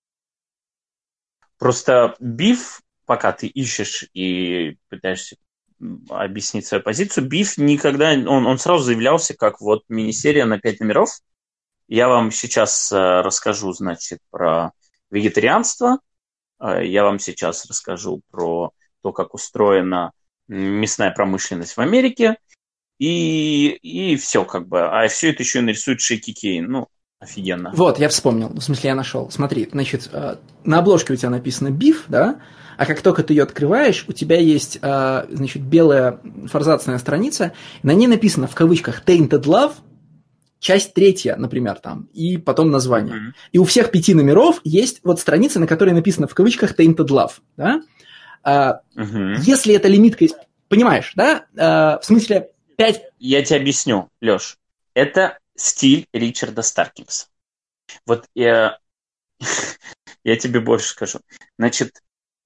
Просто «Биф», пока ты ищешь и пытаешься объяснить свою позицию. Биф никогда... Он сразу заявлялся как вот мини-серия на 5 номеров. Я вам сейчас расскажу, значит, про вегетарианство. Я вам сейчас расскажу про то, как устроена мясная промышленность в Америке. И все как бы. А все это еще нарисует Шейки Кейн. Ну, офигенно. Вот, я вспомнил. В смысле, я нашел. Смотри, значит, на обложке у тебя написано «Биф», да? А как только ты ее открываешь, у тебя есть, значит, белая форзацная страница. На ней написано в кавычках «Tainted Love», часть 3, например, там, и потом название. Mm-hmm. И у всех 5 номеров есть вот страница, на которой написано в кавычках «Tainted Love». Да? Если эта лимитка... Понимаешь, да? В смысле... 5... Я тебе объясню, Леш. Это стиль Ричарда Старкингса. Вот я тебе больше скажу. Значит,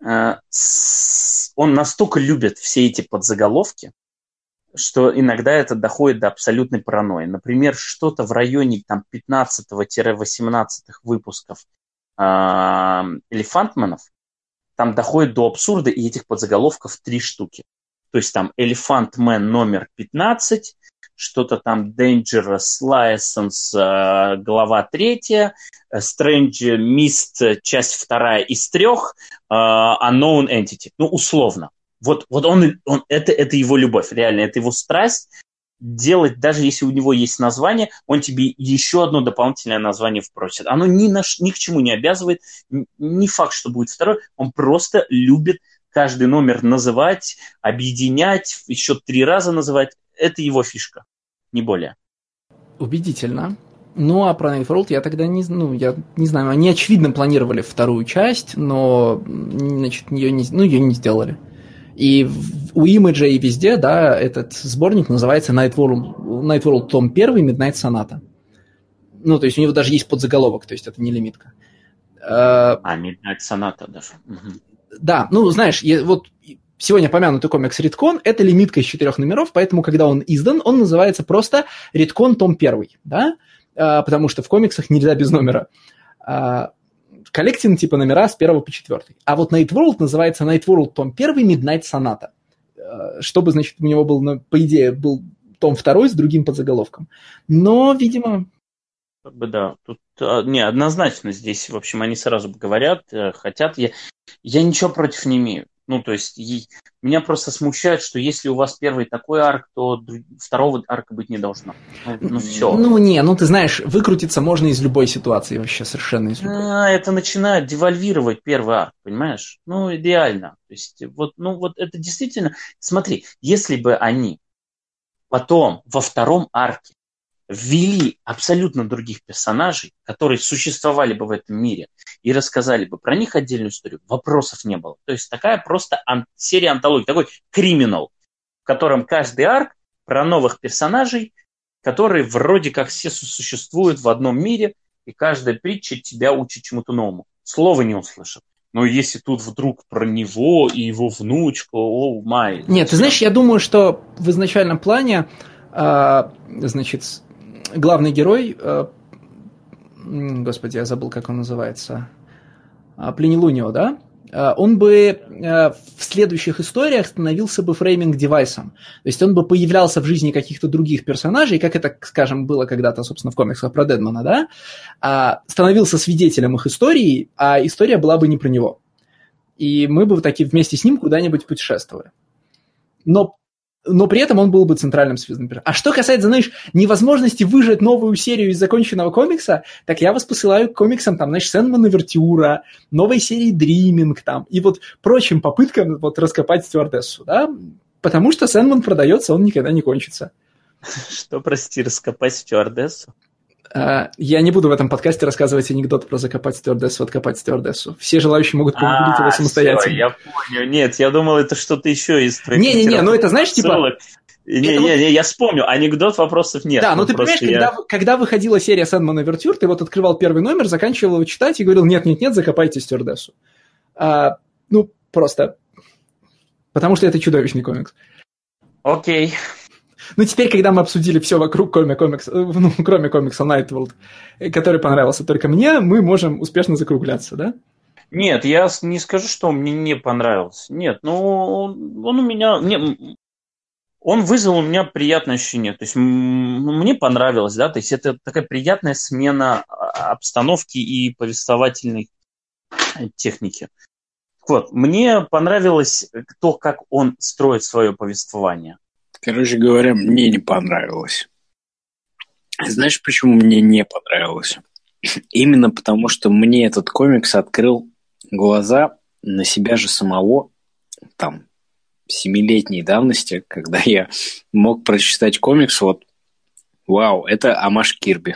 он настолько любит все эти подзаголовки, что иногда это доходит до абсолютной паранойи. Например, что-то в районе там, 15-18 выпусков «Элефантменов» там доходит до абсурда, и этих подзаголовков 3 штуки. То есть там «Elephant Man» номер 15, что-то там «Dangerous License», глава 3, «Strange Mist», часть 2 из 3, «Unknown Entity». Ну, условно. Вот он это его любовь, реально, это его страсть. Делать, даже если у него есть название, он тебе еще одно дополнительное название впросит. Оно ни к чему не обязывает, не факт, что будет второй, он просто любит каждый номер называть, объединять, еще 3 раза называть. Это его фишка, не более. Убедительно. Ну, а про Night World я тогда не знаю. Они, очевидно, планировали 2 часть, но, значит, ее не сделали. И у Image и везде, да, этот сборник называется Night World том 1, Midnight Sonata. Ну, то есть у него даже есть подзаголовок, то есть это не лимитка. Midnight Sonata даже. Угу. Да, ну, знаешь, вот сегодня помянутый комикс Редкон – это лимитка из 4 номеров, поэтому, когда он издан, он называется просто Редкон том 1, да, потому что в комиксах нельзя без номера. Коллектин типа номера с 1 по 4. А вот Night World называется Night World том 1, Midnight Sonata, чтобы, значит, у него был, по идее, был том 2 с другим подзаголовком. Но, видимо... Как бы да, тут однозначно здесь, в общем, они сразу говорят, хотят. Я ничего против не имею. Ну, то есть, меня просто смущает, что если у вас первый такой арк, то 2 арка быть не должно. Ну все. Ну, ты знаешь, выкрутиться можно из любой ситуации, вообще совершенно из любой. Это начинает девальвировать первый арк, понимаешь? Ну, идеально. То есть, вот это действительно... Смотри, если бы они потом во 2 арке ввели абсолютно других персонажей, которые существовали бы в этом мире, и рассказали бы про них отдельную историю, вопросов не было. То есть такая просто серия антологии, такой криминал, в котором каждый арк про новых персонажей, которые вроде как все существуют в одном мире, и каждая притча тебя учит чему-то новому. Слова не услышал. Но если тут вдруг про него и его внучку, о май. Нет, ты знаешь, я думаю, что в изначальном плане, значит, главный герой, господи, я забыл, как он называется, Пленилунио, да? Он бы в следующих историях становился бы фрейминг-девайсом. То есть он бы появлялся в жизни каких-то других персонажей, как это, скажем, было когда-то, собственно, в комиксах про Дедмана, да? Становился свидетелем их истории, а история была бы не про него. И мы бы таки вместе с ним куда-нибудь путешествовали. Но при этом он был бы центральным звездным персонажем. А что касается, знаешь, невозможности выжать новую серию из законченного комикса, так я вас посылаю к комиксам, там, знаешь, Сэндман Овертюра, новой серии Дриминг, там, и вот прочим попыткам вот раскопать стюардессу, да, потому что Сэндман продается, он никогда не кончится. Что, прости, раскопать стюардессу? Я не буду в этом подкасте рассказывать анекдот про закопать стюардессу, откопать стюардессу. Все желающие могут погуглить его самостоятельно. Все, я понял. Нет, я думал, это что-то еще из твоих... Не-не-не, ну это, знаешь, типа... Я вспомнил, анекдот, вопросов нет. Да, но ты понимаешь, когда выходила серия Сэндман Овертюр, ты вот открывал первый номер, заканчивал его читать и говорил, нет, закопайте стюардессу. Ну, просто... Потому что это чудовищный комикс. Окей. Ну, теперь, когда мы обсудили все вокруг, кроме комикса Night World, который понравился только мне, мы можем успешно закругляться, да? Нет, я не скажу, что он мне не понравился. Нет, ну, он у меня... Он вызвал у меня приятное ощущение. То есть мне понравилось, да, то есть это такая приятная смена обстановки и повествовательной техники. Вот, мне понравилось то, как он строит свое повествование. Короче говоря, мне не понравилось. Знаешь, почему мне не понравилось? Именно потому, что мне этот комикс открыл глаза на себя же самого, там, 7-летней давности, когда я мог прочитать комикс, вот, вау, это омаж Кирби.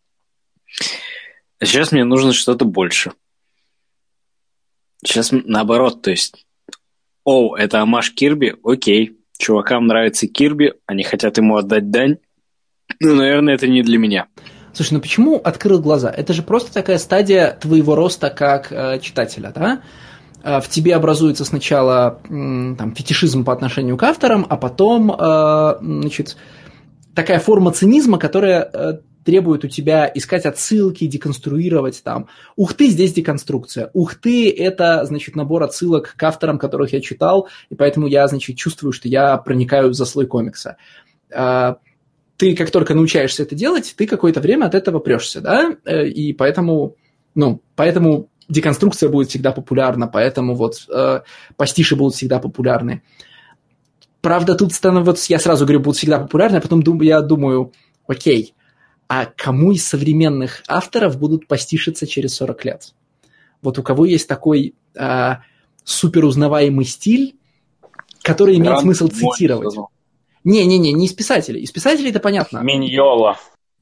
А сейчас мне нужно что-то больше. Сейчас наоборот, то есть, это омаж Кирби, окей, чувакам нравится Кирби, они хотят ему отдать дань, ну, наверное, это не для меня. Слушай, ну почему открыл глаза? Это же просто такая стадия твоего роста как читателя, да? В тебе образуется сначала там, фетишизм по отношению к авторам, а потом значит, такая форма цинизма, которая требует у тебя искать отсылки, деконструировать там. Ух ты, здесь деконструкция. Ух ты, это, значит, набор отсылок к авторам, которых я читал, и поэтому я, значит, чувствую, что я проникаю за слой комикса. Ты как только научаешься это делать, ты какое-то время от этого прешься, да, и поэтому деконструкция будет всегда популярна, поэтому вот пастиши будут всегда популярны. Правда, тут я сразу говорю, будут всегда популярны, а потом я думаю, окей, а кому из современных авторов будут пастишиться через 40 лет? Вот у кого есть такой суперузнаваемый стиль, который имеет смысл цитировать? Не из писателей. Из писателей это понятно. Миньола.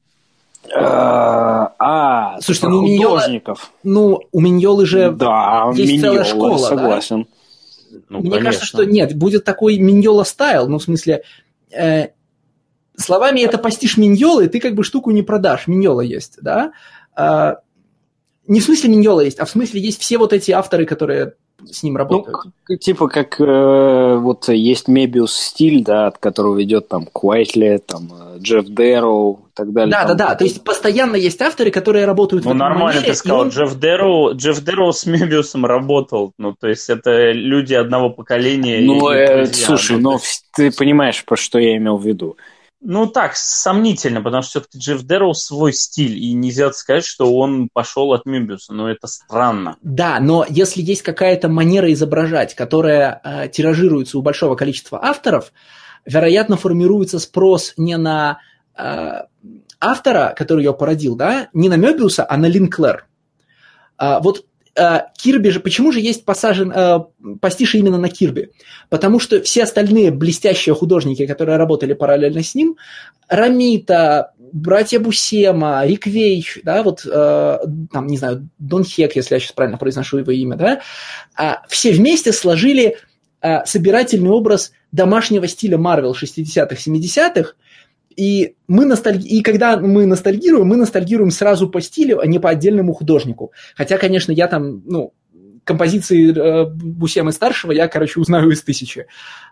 Слушайте, ну у художников. У Миньолы же есть Миньола, целая школа, согласен. Да? Мне кажется, что нет, будет такой Миньола стайл, в смысле, словами это пастишь Миньолы, ты как бы штуку не продашь, Миньола есть, да? Не в смысле Миньола есть, а в смысле есть все вот эти авторы, которые с ним работают. Типа как вот есть Мебиус стиль, да, от которого идет там Куайтли, там Джефф Дэроу и так далее. Да. То есть постоянно есть авторы, которые работают в этом нормально манере, ты сказал, Джефф Дэроу с Мебиусом работал. Ну, то есть это люди одного поколения. Слушай, ты понимаешь, про что я имел в виду. Ну, так, сомнительно, потому что все-таки Джефф Дэроу свой стиль, и нельзя сказать, что он пошел от Мебиуса, но это странно. Да, но если есть какая-то манера изображать, которая тиражируется у большого количества авторов, вероятно, формируется спрос не на автора, который ее породил, да, не на Мебиуса, а на Линклер. Кирби же, почему же есть пастиши именно на Кирби? Потому что все остальные блестящие художники, которые работали параллельно с ним, Ромита, братья Бусема, Рик Вейч, да, там, не знаю, Дон Хек, если я сейчас правильно произношу его имя, да, все вместе сложили собирательный образ домашнего стиля Марвел 60-х, 70-х, и когда мы ностальгируем сразу по стилю, а не по отдельному художнику. Хотя, конечно, я там, композиции Бусемы-старшего я, узнаю из 1000.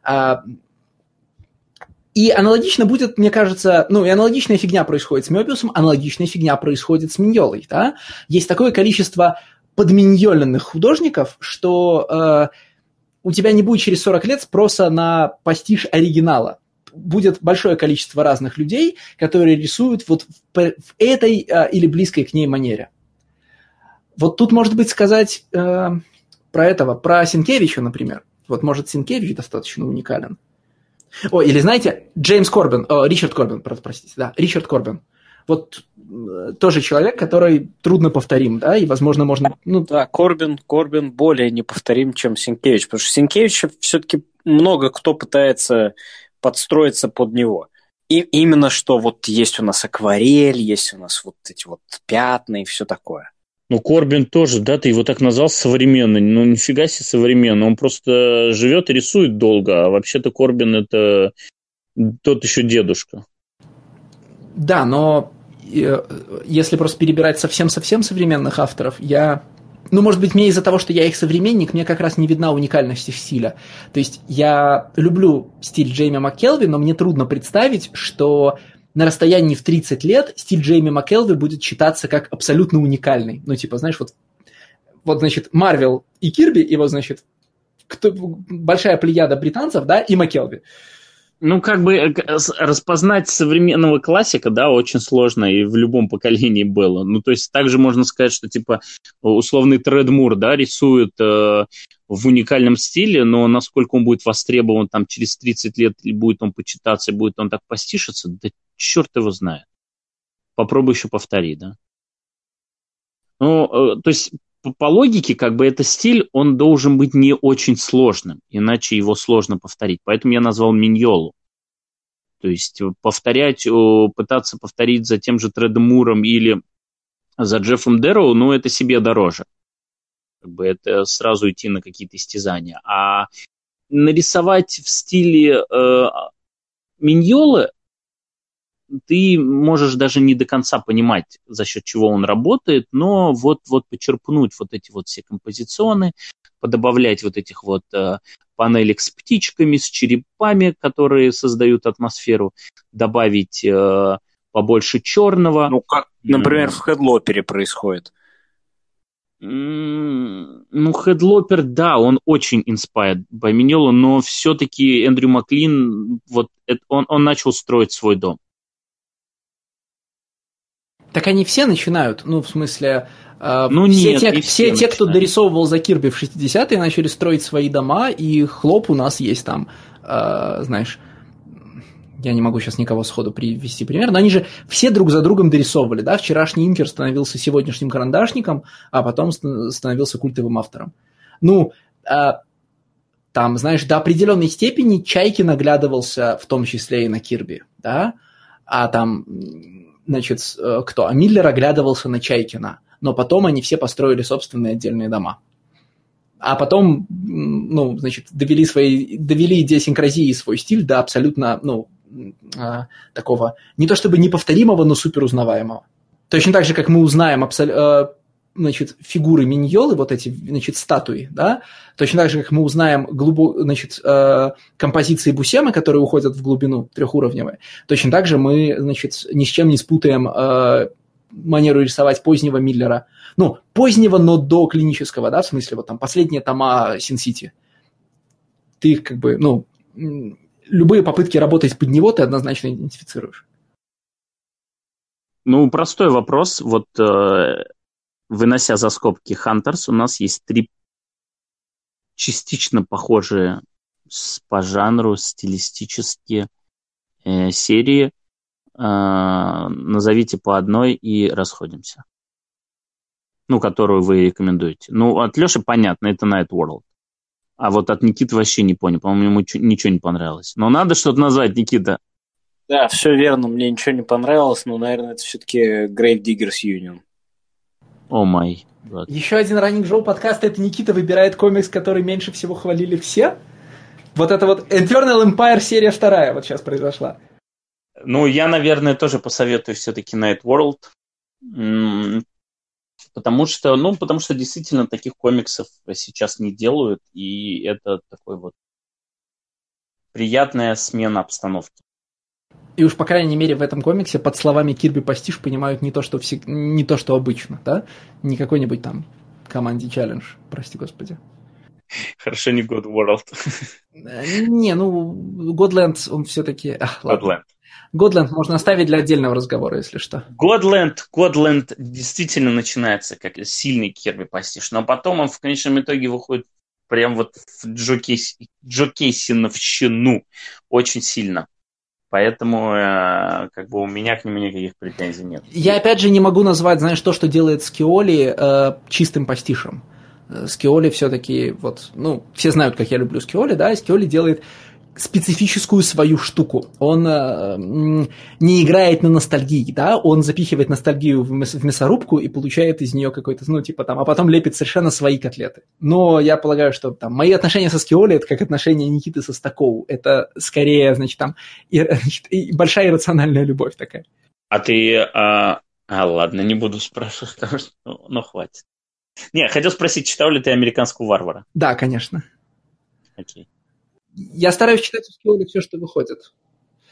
И аналогично будет, мне кажется, и аналогичная фигня происходит с Мёбиусом, аналогичная фигня происходит с Миньолой, да. Есть такое количество подминьоленных художников, что у тебя не будет через 40 лет спроса на пастиш оригинала. Будет большое количество разных людей, которые рисуют вот в этой или близкой к ней манере. Вот тут, может быть, сказать про Сенкевича, например. Вот, может, Сенкевич достаточно уникален. Или, знаете, Ричард Корбен. Вот тоже человек, который трудно повторим, да, и, возможно, можно... Да, Корбен более неповторим, чем Сенкевич, потому что Сенкевич все-таки много кто пытается подстроиться под него. И именно что вот есть у нас акварель, есть у нас вот эти вот пятна и все такое. Корбен тоже, да, ты его так назвал современный, нифига себе современный, он просто живет и рисует долго, а вообще-то Корбен это тот еще дедушка. Да, но если просто перебирать совсем-совсем современных авторов, может быть, мне из-за того, что я их современник, мне как раз не видна уникальность их стиля. То есть я люблю стиль Джейми МакКелви, но мне трудно представить, что на расстоянии в 30 лет стиль Джейми МакКелви будет считаться как абсолютно уникальный. Значит, Марвел и Кирби, и большая плеяда британцев, да, и МакКелви. Ну, как бы распознать современного классика, да, очень сложно, и в любом поколении было. Ну, то есть также можно сказать, что, типа, условный Тред Мур, да, рисует в уникальном стиле, но насколько он будет востребован там через 30 лет, и будет он почитаться, и будет он так постишиться, да черт его знает. Попробуй еще повтори, да. Ну, то есть по логике, как бы, этот стиль, он должен быть не очень сложным, иначе его сложно повторить. Поэтому я назвал Миньолу. То есть повторять, пытаться повторить за тем же Тредом Муром или за Джеффом Дэроу, ну, это себе дороже. Как бы это сразу идти на какие-то истязания. А нарисовать в стиле Миньолы ты можешь даже не до конца понимать, за счет чего он работает, но вот почерпнуть вот эти вот все композиционы, подобавлять вот этих вот панелек с птичками, с черепами, которые создают атмосферу, добавить побольше черного. Ну, как, например, в Хедлопере происходит. Ну, Хедлопер, да, он очень inspired by Миньолу, но все-таки Эндрю Маклин, вот он начал строить свой дом. Так они все начинают, ну, в смысле, все те, кто дорисовывал за Кирби в 60-е, начали строить свои дома, и хлоп у нас есть там, знаешь, я не могу сейчас никого сходу привести пример, но они же все друг за другом дорисовывали, да, вчерашний Инкер становился сегодняшним карандашником, а потом становился культовым автором. Ну, там, знаешь, до определенной степени Чайкин оглядывался в том числе и на Кирби, да, а там... Значит, кто? А Миллер оглядывался на Чайкина, но потом они все построили собственные отдельные дома. А потом, ну, значит, довели идиосинкразии свой стиль до абсолютно, ну, такого, не то чтобы неповторимого, но супер узнаваемого. Точно так же, как мы узнаем значит, фигуры Миньолы, вот эти, значит, статуи, да, точно так же, как мы узнаем композиции Бусема, которые уходят в глубину трехуровневые, точно так же мы, значит, ни с чем не спутаем манеру рисовать позднего Миллера. Ну, позднего, но до клинического, да, в смысле, вот там последние тома Син-Сити. Ты их как бы, ну, любые попытки работать под него ты однозначно идентифицируешь. Ну, простой вопрос, вот... Вынося за скобки Hunters, у нас есть 3 частично похожие по жанру стилистические серии. Назовите по одной и расходимся. Ну, которую вы рекомендуете. Ну, от Леши понятно, это Night World. А вот от Никиты вообще не понял. По-моему, ему ничего не понравилось. Но надо что-то назвать, Никита. Да, все верно, мне ничего не понравилось, но, наверное, это все-таки Grave Diggers Union. О май. Еще один раннинг Джоу подкаста — это Никита выбирает комикс, который меньше всего хвалили все. Вот это вот Infernal Empire серия 2 вот сейчас произошла. Ну, я, наверное, тоже посоветую все-таки Night World. Потому что действительно таких комиксов сейчас не делают, и это такой вот приятная смена обстановки. И уж, по крайней мере, в этом комиксе под словами Кирби Пастиш понимают не то, что обычно, да? Не какой-нибудь там команде Challenge, прости господи. Хорошо, не God World. Не, ну, Godland, он все-таки... Godland. Godland можно оставить для отдельного разговора, если что. Godland действительно начинается как сильный Кирби Пастиш, но потом он в конечном итоге выходит прям вот в Джокейсиновщину очень сильно. Поэтому как бы у меня к нему никаких претензий нет. Я опять же не могу назвать, знаешь, то, что делает Скиоли, чистым пастишем. Скиоли все-таки, вот, ну, все знают, как я люблю Скиоли, да, и Скиоли делает специфическую свою штуку. Он не играет на ностальгии, да, он запихивает ностальгию в мясорубку и получает из нее какой-то, ну, типа там, а потом лепит совершенно свои котлеты. Но я полагаю, что там мои отношения со Скиоли — это как отношения Никиты со Стакову. Это скорее, значит, там большая иррациональная любовь такая. А ты... ладно, не буду спрашивать, потому что, ну, хватит. Не, хотел спросить, читал ли ты «Американского варвара»? Да, конечно. Окей. Я стараюсь читать у Скиоли все, что выходит.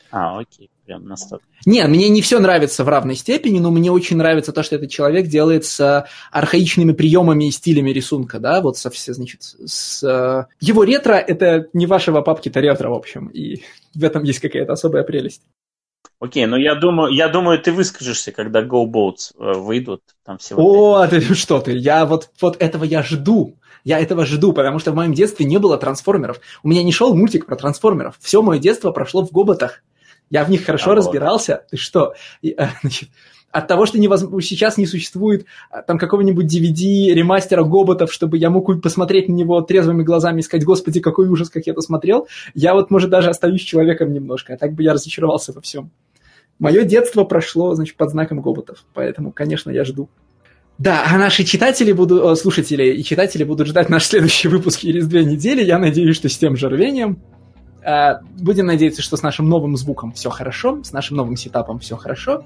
Окей, прям настолько. Не, мне не все нравится в равной степени, но мне очень нравится то, что этот человек делает с архаичными приемами и стилями рисунка, да, вот его ретро — это не вашего папки-то ретро, в общем, и в этом есть какая-то особая прелесть. Окей, но я думаю, ты выскажешься, когда Go Boats выйдут. Там что ты, я вот этого я жду. Я этого жду, потому что в моем детстве не было трансформеров. У меня не шел мультик про трансформеров. Все мое детство прошло в гоботах. Я в них хорошо разбирался. Ты что? От того, что сейчас не существует там какого-нибудь DVD ремастера гоботов, чтобы я мог посмотреть на него трезвыми глазами и сказать: «Господи, какой ужас, как я это смотрел», я вот, может, даже остаюсь человеком немножко. А так бы я разочаровался во всем. Мое детство прошло, под знаком гоботов. Поэтому, конечно, я жду. Да, а наши слушатели и читатели будут ждать наш следующий выпуск через 2 недели. Я надеюсь, что с тем же рвением. Будем надеяться, что с нашим новым звуком все хорошо, с нашим новым сетапом все хорошо.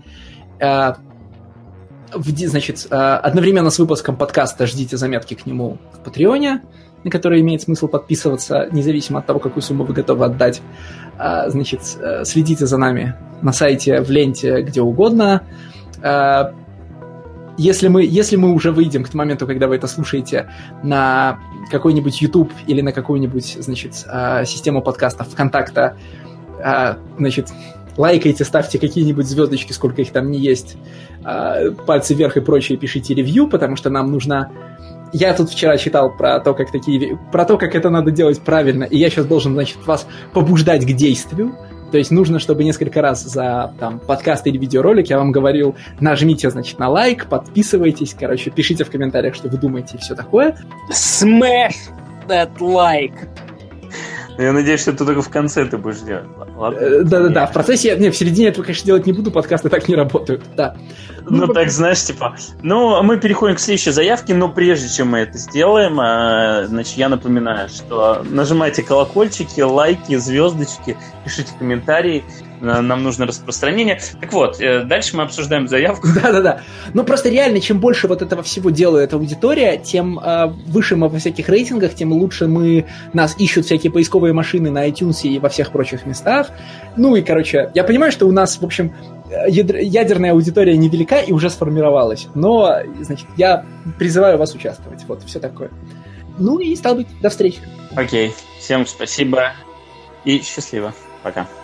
Одновременно с выпуском подкаста ждите заметки к нему в Патреоне, на который имеет смысл подписываться, независимо от того, какую сумму вы готовы отдать. Следите за нами на сайте, в ленте, где угодно. Если мы уже выйдем к моменту, когда вы это слушаете, на какой-нибудь YouTube или на какую-нибудь, систему подкастов ВКонтакте, лайкайте, ставьте какие-нибудь звездочки, сколько их там не есть, пальцы вверх и прочее, пишите ревью, потому что нам нужно... Я тут вчера читал про то, как это надо делать правильно, и я сейчас должен, вас побуждать к действию. То есть нужно, чтобы несколько раз за подкаст или видеоролик я вам говорил: нажмите, на лайк, подписывайтесь, пишите в комментариях, что вы думаете, и все такое. Smash that like! Я надеюсь, что ты только в конце ты будешь делать. Да-да-да, в процессе в середине этого, конечно, делать не буду, подкасты так не работают, да. Так, знаешь, мы переходим к следующей заявке, но прежде чем мы это сделаем, я напоминаю, что нажимайте колокольчики, лайки, звездочки, пишите комментарии, нам нужно распространение. Так вот, дальше мы обсуждаем заявку. Да-да-да. Просто реально, чем больше вот этого всего делает аудитория, тем выше мы во всяких рейтингах, тем лучше нас ищут всякие поисковые машины на iTunes и во всех прочих местах. Я понимаю, что у нас, в общем, ядерная аудитория невелика и уже сформировалась, но, я призываю вас участвовать. Вот, все такое. И, стало быть, до встречи. Окей, всем спасибо и счастливо. Пока.